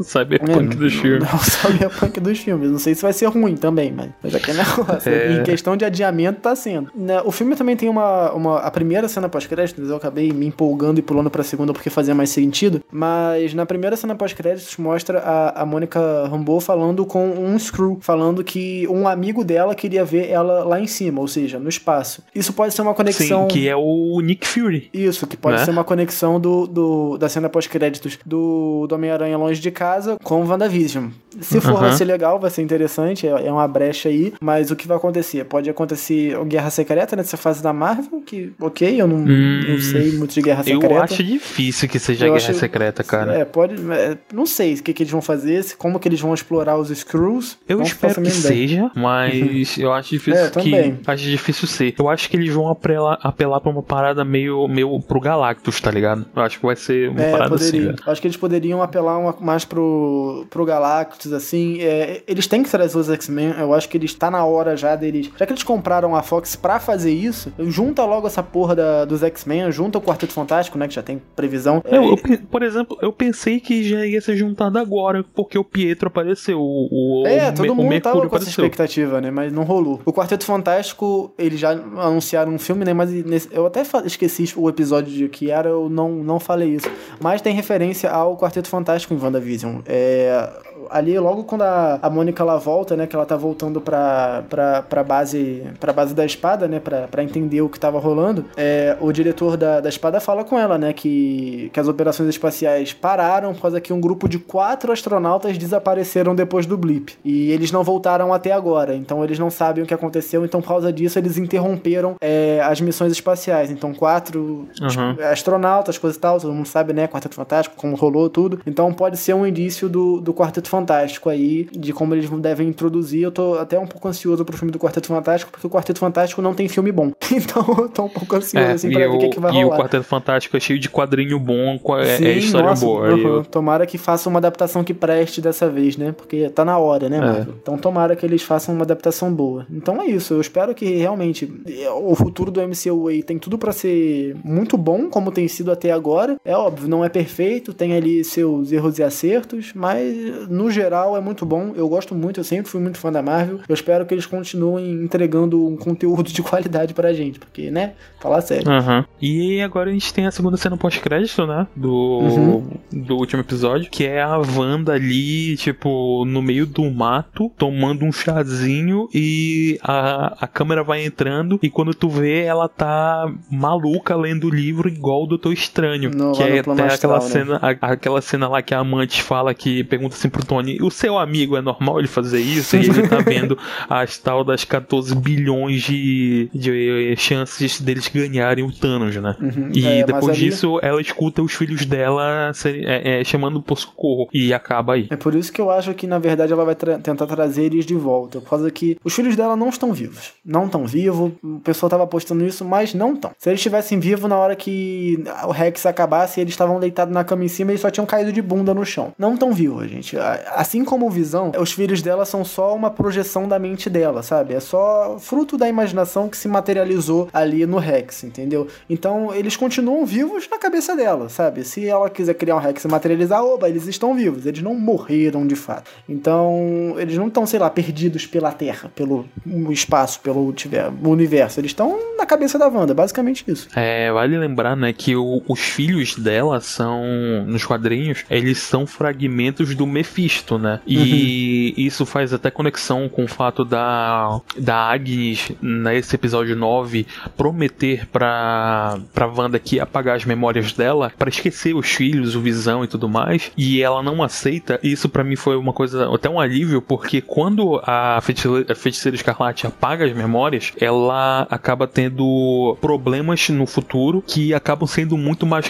cyberpunk dos filmes. É o cyberpunk dos filmes. Não sei se vai ser ruim também, mas aquele negócio. Em questão de adiamento, tá sendo. O filme também tem a primeira cena pós-créditos, eu acabei me empolgando e pulando pra segunda porque fazia mais sentido, mas na primeira cena pós-créditos mostra a Monica Rambeau falando com um Skrull, falando que um amigo dela queria ver ela lá em cima, ou seja, no espaço. Isso pode ser uma conexão... Sim, que é o Nick Fury. Isso, que pode ser uma conexão da cena pós-créditos do Homem-Aranha Longe de Casa com o WandaVision. Se for, vai ser legal, vai ser interessante, é uma brecha aí, mas o que vai acontecer? Pode acontecer Guerra Secreta nessa fase da Marvel, que, ok, eu não sei muito de Guerra Secreta. Eu acho difícil que seja Guerra Secreta, cara. Pode... não sei o que eles vão fazer, como que eles vão explorar os Skrulls. Eu espero que seja, mas eu acho difícil acho difícil ser. Eu acho que eles vão apelar pra uma parada meio pro Galactus, tá ligado? Eu acho que vai ser uma parada assim. Acho que eles poderiam apelar mais pro Galactus, assim. Eles têm que trazer os X-Men, eu acho que tá na hora já deles... Já que eles compraram a Fox pra fazer isso, junta logo essa porra dos X-Men, junta o Quarteto Fantástico, né, que já tem previsão. Por exemplo, eu pensei que já ia ser juntado agora, porque o Pietro apareceu, todo mundo Mercúrio tava com essa apareceu. expectativa, né, mas não rolou. O Quarteto Fantástico, eles já anunciaram um filme, né, mas eu até esqueci o episódio de que era, eu não falei isso. Mas tem referência ao Quarteto Fantástico em WandaVision. Ali, logo quando a Mônica ela volta, né, que ela tá voltando pra base da espada, né, pra entender o que tava rolando, o diretor da espada fala com ela, né, que as operações espaciais pararam por causa que um grupo de 4 astronautas desapareceram depois do blip. E eles não voltaram até agora, então eles não sabem o que aconteceu, então por causa disso eles interromperam as missões espaciais. Então 4 astronautas, coisa e tal, todo mundo sabe, né, Quarteto Fantástico, como rolou tudo. Então pode ser um indício do Quarteto Fantástico aí, de como eles devem introduzir. Eu tô até um pouco ansioso pro filme do Quarteto Fantástico, porque o Quarteto Fantástico não tem filme bom. Então eu tô um pouco ansioso assim, pra ver o que vai rolar. E o Quarteto Fantástico é cheio de quadrinho bom, história boa. Tomara que façam uma adaptação que preste dessa vez, né? Porque tá na hora, né, Marvel? Então tomara que eles façam uma adaptação boa. Então é isso, eu espero que realmente o futuro do MCU aí tem tudo pra ser muito bom, como tem sido até agora. É óbvio, não é perfeito, tem ali seus erros e acertos, mas no geral é muito bom. Eu gosto muito, eu sempre fui muito fã da Marvel. Eu espero que eles continuem entregando um conteúdo de qualidade pra gente, porque, né? Falar sério. E agora a gente tem a segunda cena pós-crédito, né? Do último episódio, que é a Wanda ali, tipo, no meio do mato, tomando um chazinho e a câmera vai entrando e quando tu vê, ela tá maluca lendo o livro igual o Doutor Estranho. Que é até aquela cena lá que a amante fala que pergunta assim pro Tony, o seu amigo é normal ele fazer isso? E ele tá vendo as tal das 14 bilhões de chances deles ganharem o Thanos, né? E depois disso, ela escuta os filhos dela chamando por socorro e acaba aí. É por isso que eu acho que, na verdade, ela vai tentar trazer eles de volta, por causa que os filhos dela não estão vivos. Não estão vivos, o pessoal tava postando isso, mas não estão. Se eles estivessem vivos na hora que o Rex acabasse, eles estavam deitados na cama em cima e só tinham caído de bunda no chão. Não estão vivos, gente. Assim como o Visão, os filhos dela são só uma projeção da mente dela, sabe? É só fruto da imaginação que se materializou ali no Rex, entendeu? Então, eles continuam vivos na cabeça dela, sabe? Se ela quiser criar um Rex e materializar, eles estão vivos. Eles não morreram de fato. Então, eles não estão, sei lá, perdidos pela Terra, pelo espaço, pelo universo. Eles estão na cabeça da Wanda, basicamente isso. Vale lembrar, né, que os filhos dela são, nos quadrinhos, eles são fragmentos do Mephisto, né? E isso faz até conexão com o fato da Agnes, nesse episódio 9, prometer pra Wanda que ia apagar as memórias dela pra esquecer os filhos, o Visão e tudo mais, e ela não aceita. Isso pra mim foi uma coisa, até um alívio, porque quando a Feiticeira Escarlate apaga as memórias, ela acaba tendo problemas no futuro que acabam sendo muito mais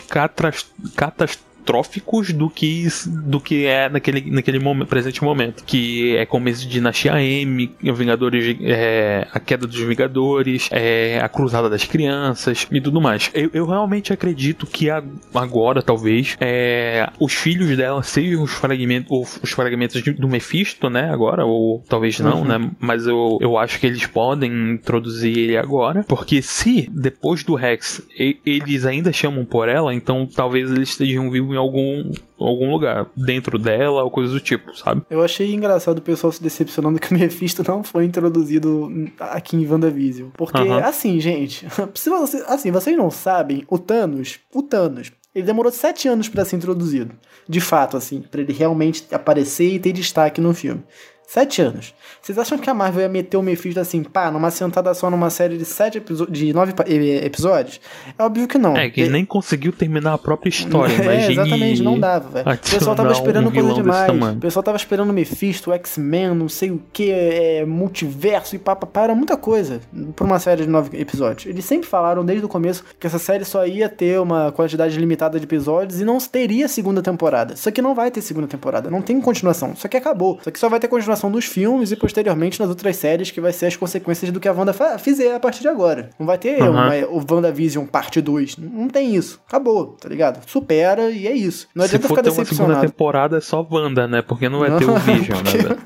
catastróficos do que é naquele presente momento, que é começo de Dinastia M, Vingadores, a queda dos Vingadores, a Cruzada das Crianças e tudo mais. Eu realmente acredito que agora, talvez, os filhos dela sejam os fragmentos do Mephisto, né, agora, ou talvez não, né, mas eu acho que eles podem introduzir ele agora, porque se depois do Rex eles ainda chamam por ela, então talvez eles estejam vivos em algum lugar, dentro dela ou coisa do tipo, sabe? Eu achei engraçado o pessoal se decepcionando que o Mephisto não foi introduzido aqui em WandaVision. Porque, assim, gente, vocês não sabem, o Thanos, ele demorou 7 anos pra ser introduzido. De fato, assim, pra ele realmente aparecer e ter destaque no filme. 7 anos. Vocês acham que a Marvel ia meter o Mephisto assim, numa sentada só, numa série de 9 episódios? É óbvio que não. Que ele nem conseguiu terminar a própria história, imagine. Exatamente, não dava, velho. O pessoal tava esperando coisa demais. O pessoal tava esperando Mephisto, X-Men, não sei o que, multiverso e papapá, era muita coisa pra uma série de 9 episódios. Eles sempre falaram desde o começo que essa série só ia ter uma quantidade limitada de episódios e não teria segunda temporada. Só que não vai ter segunda temporada, não tem continuação. Só que acabou. Só que só vai ter continuação dos filmes e posteriormente nas outras séries, que vai ser as consequências do que a Wanda fizer a partir de agora. Não vai ter o WandaVision parte 2. Não tem isso. Acabou, tá ligado? Supera e é isso. Não adianta ficar decepcionado. Se for ter uma segunda temporada é só Wanda, né? Porque não vai ter o Vision, né?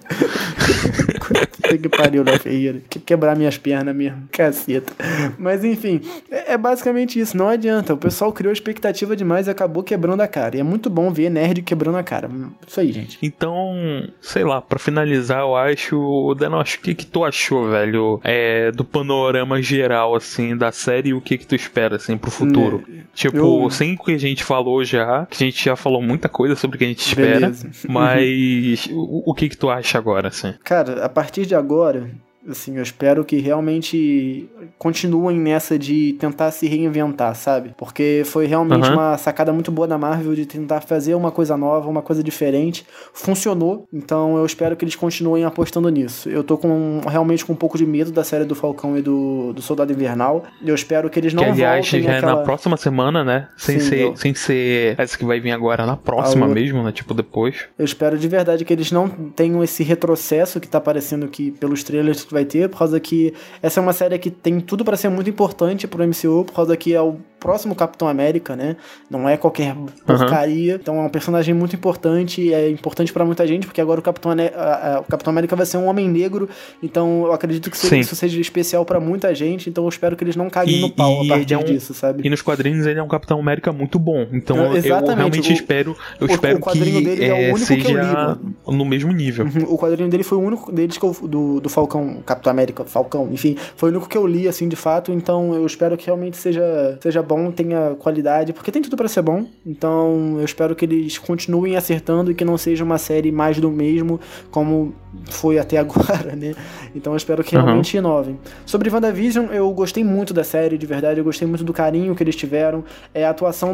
Tem que pariu, né, Ferreira? Que quebrar minhas pernas mesmo. Caceta. Mas enfim, é basicamente isso. Não adianta. O pessoal criou expectativa demais e acabou quebrando a cara. E é muito bom ver nerd quebrando a cara. Isso aí, gente. Então, sei lá, pra finalizar, eu acho... Danosh, o que tu achou, velho? Do panorama geral, assim, da série e o que tu espera, assim, pro futuro? Sem o que a gente falou já, que a gente já falou muita coisa sobre o que a gente espera. Beleza. Mas o que tu acha agora, assim? Cara, a partir de agora, assim, eu espero que realmente continuem nessa de tentar se reinventar, sabe? Porque foi realmente uma sacada muito boa da Marvel de tentar fazer uma coisa nova, uma coisa diferente. Funcionou, então eu espero que eles continuem apostando nisso. Eu tô realmente com um pouco de medo da série do Falcão e do Soldado Invernal. Eu espero que eles não voltem aliás, já é na próxima semana, né? Sem ser essa que vai vir agora, na próxima mesmo, né? Tipo, depois. Eu espero de verdade que eles não tenham esse retrocesso que tá aparecendo aqui pelos trailers que vai ter, por causa que essa é uma série que tem tudo pra ser muito importante pro MCU, por causa que é o próximo Capitão América, né? Não é qualquer porcaria. Então é um personagem muito importante, é importante pra muita gente, porque agora o Capitão América vai ser um homem negro, então eu acredito que isso seja especial pra muita gente, então eu espero que eles não caguem no pau a partir disso, sabe? E nos quadrinhos ele é um Capitão América muito bom, então eu realmente espero o quadrinho dele é o único que eu li, mano. No mesmo nível. O quadrinho dele foi o único deles que do Falcão, Capitão América, Falcão, enfim, foi o único que eu li, assim, de fato, então eu espero que realmente seja bom, tenha qualidade, porque tem tudo pra ser bom, então eu espero que eles continuem acertando e que não seja uma série mais do mesmo, como foi até agora, né? Então eu espero que realmente inovem. Sobre WandaVision, eu gostei muito da série, de verdade, eu gostei muito do carinho que eles tiveram, a atuação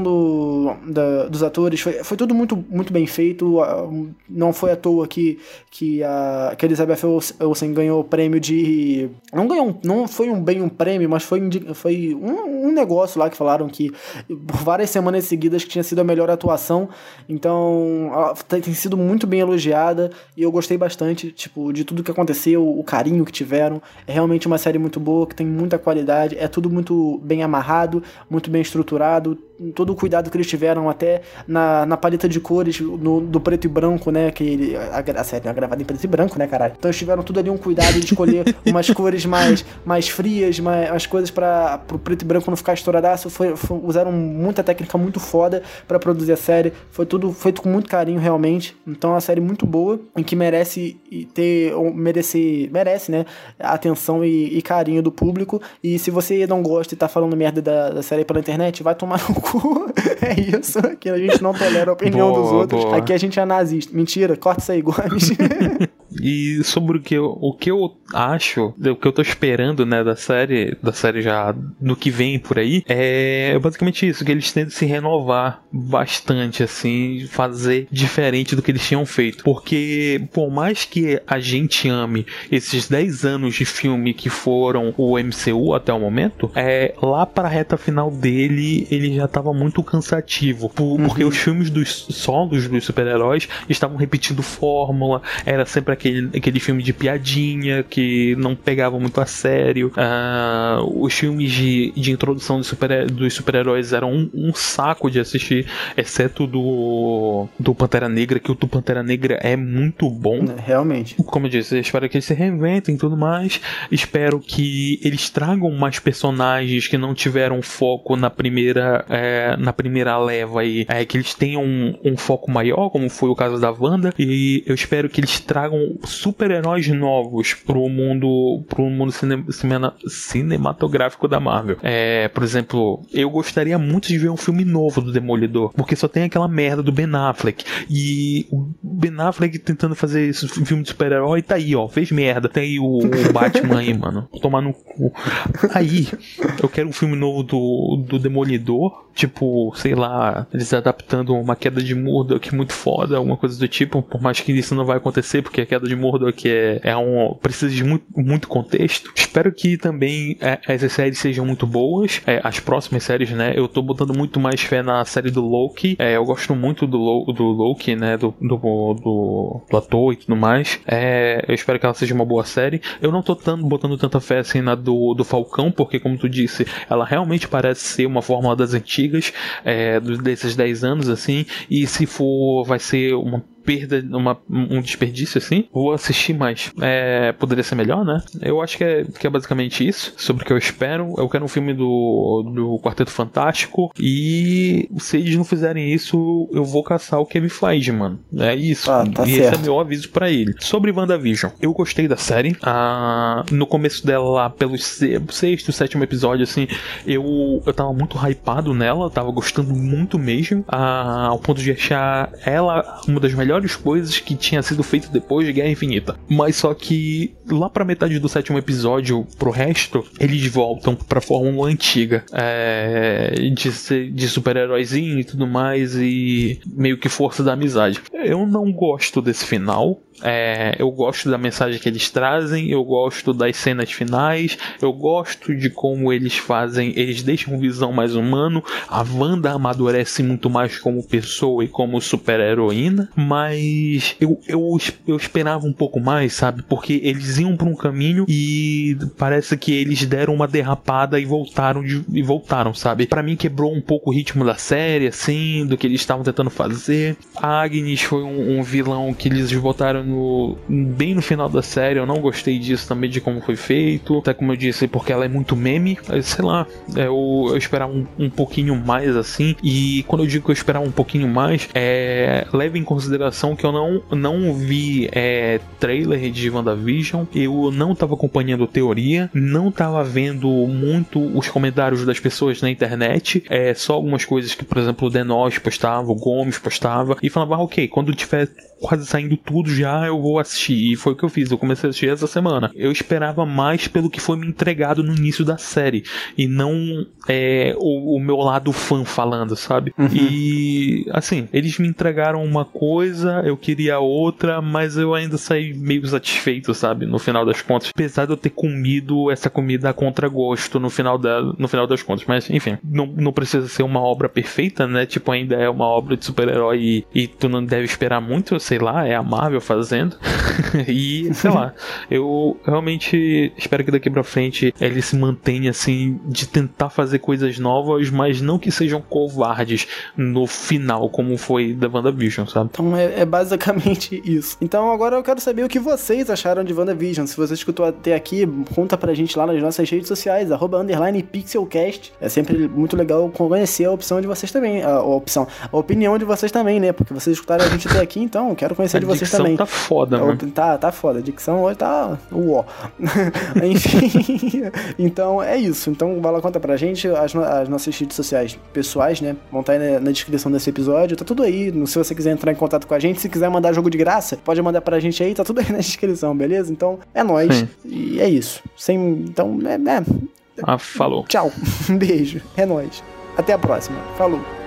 dos atores, foi tudo muito, muito bem feito, não foi à toa que a Elizabeth Olsen ganhou o prêmio de... Não foi um prêmio, mas foi um negócio lá que falaram que por várias semanas seguidas que tinha sido a melhor atuação, então ela tem sido muito bem elogiada e eu gostei bastante, tipo, de tudo que aconteceu, o carinho que tiveram. É realmente uma série muito boa, que tem muita qualidade, é tudo muito bem amarrado, muito bem estruturado, todo o cuidado que eles tiveram até na paleta de cores do preto e branco, né, que a série é gravada em preto e branco, né, caralho. Então eles tiveram tudo ali um cuidado de escolher umas cores mais frias, as coisas pro preto e branco não ficar estouradaço. Usaram muita técnica muito foda pra produzir a série, foi tudo feito com muito carinho realmente, então é uma série muito boa, em que merece, né, a atenção e carinho do público. E se você não gosta e tá falando merda da série pela internet, vai tomar no cu. É isso, aqui a gente não tolera a opinião dos outros, aqui a gente é nazista. Mentira, corta isso aí, Gomes. E sobre o que eu acho, o que eu tô esperando, né, da série já do que vem por aí, é basicamente isso, que eles tentam se renovar bastante, assim, fazer diferente do que eles tinham feito. Porque, por mais que a gente ame esses 10 anos de filme que foram o MCU até o momento, lá pra reta final dele, ele já tava muito cansativo. Porque os filmes dos solos dos super-heróis estavam repetindo fórmula, era sempre aquele filme de piadinha, que que não pegavam muito a sério. Os filmes de introdução dos super-heróis eram um saco de assistir, exceto do Pantera Negra, que o do Pantera Negra é muito bom. Realmente. Como eu disse, eu espero que eles se reinventem e tudo mais. Espero que eles tragam mais personagens que não tiveram foco na primeira leva aí, que eles tenham um foco maior, como foi o caso da Wanda, e eu espero que eles tragam super-heróis novos pro mundo cinematográfico da Marvel. Por exemplo, eu gostaria muito de ver um filme novo do Demolidor, porque só tem aquela merda do Ben Affleck, e o Ben Affleck tentando fazer esse filme de super-herói, tá aí, ó, fez merda. Tem aí o Batman aí, mano, tomar no cu. Aí, eu quero um filme novo do Demolidor, tipo, sei lá, eles adaptando uma queda de Murdock muito foda, alguma coisa do tipo, por mais que isso não vai acontecer, porque a queda de Murdock precisa de muito contexto. Espero que também essas séries sejam muito boas, as próximas séries, né, eu tô botando muito mais fé na série do Loki, eu gosto muito do Loki, né, do ator e tudo mais, eu espero que ela seja uma boa série. Eu não tô botando tanta fé assim na do Falcão, porque como tu disse, ela realmente parece ser uma fórmula das antigas, desses 10 anos assim, e se for, vai ser uma perda, um desperdício assim, vou assistir mais. Poderia ser melhor, né? Eu acho que é basicamente isso sobre o que eu espero. Eu quero um filme do Quarteto Fantástico, e se eles não fizerem isso, eu vou caçar o Kevin Feige, mano. É isso. Tá e certo. esse é meu aviso pra ele. Sobre WandaVision, eu gostei da série. No começo dela, lá pelo sexto, sétimo episódio, assim, eu tava muito hypado nela, tava gostando muito mesmo, ao ponto de achar ela uma das melhores coisas que tinha sido feito depois de Guerra Infinita. Mas só que lá pra metade do sétimo episódio pro resto, eles voltam pra fórmula antiga, de super-heróizinho e tudo mais, e meio que força da amizade. Eu não gosto desse final. Eu gosto da mensagem que eles trazem, eu gosto das cenas finais, eu gosto de como eles deixam Visão mais humano, a Wanda amadurece muito mais como pessoa e como super-heroína, mas eu esperava um pouco mais, sabe, porque eles iam por um caminho e parece que eles deram uma derrapada e voltaram, sabe, pra mim quebrou um pouco o ritmo da série, assim, do que eles estavam tentando fazer. A Agnes foi um vilão que eles botaram bem no final da série. Eu não gostei disso também, de como foi feito, até como eu disse, porque ela é muito meme, sei lá, eu esperava um pouquinho mais assim. E quando eu digo que eu esperava um pouquinho mais, leve em consideração que eu não vi trailer de WandaVision, eu não tava acompanhando teoria, não tava vendo muito os comentários das pessoas na internet, só algumas coisas que, por exemplo, o Denos postava, o Gomes postava, e falava, ok, quando tiver quase saindo tudo já, eu vou assistir. E foi o que eu fiz, eu comecei a assistir essa semana. Eu esperava mais pelo que foi me entregado no início da série, e não o meu lado fã falando, sabe? Uhum. E assim, eles me entregaram uma coisa, eu queria outra, mas eu ainda saí meio satisfeito, sabe? No final das contas, apesar de eu ter comido essa comida a contragosto no final das contas. Mas enfim, não precisa ser uma obra perfeita, né? Tipo, ainda é uma obra de super-herói, e tu não deve esperar muito, sei lá, é a Marvel fazendo. E, sei lá, eu realmente espero que daqui pra frente ele se mantenha assim, de tentar fazer coisas novas, mas não que sejam covardes no final, como foi da WandaVision, sabe? Então é basicamente isso. Então agora eu quero saber o que vocês acharam de WandaVision. Se você escutou até aqui, conta pra gente lá nas nossas redes sociais, @_pixelcast. É sempre muito legal conhecer a opção de vocês também, a opinião de vocês também, né? Porque vocês escutaram a gente até aqui, então eu quero conhecer de vocês também. Tá foda, mano. Tá foda. A dicção hoje tá uó. Enfim, então é isso. Então vai lá, conta pra gente as nossas redes sociais pessoais, né? Vão estar aí na descrição desse episódio. Tá tudo aí. Se você quiser entrar em contato com a gente, se quiser mandar jogo de graça, pode mandar pra gente aí. Tá tudo aí na descrição, beleza? Então é nóis. Sim. E é isso. Então, falou. Tchau. Um beijo. É nóis. Até a próxima. Falou.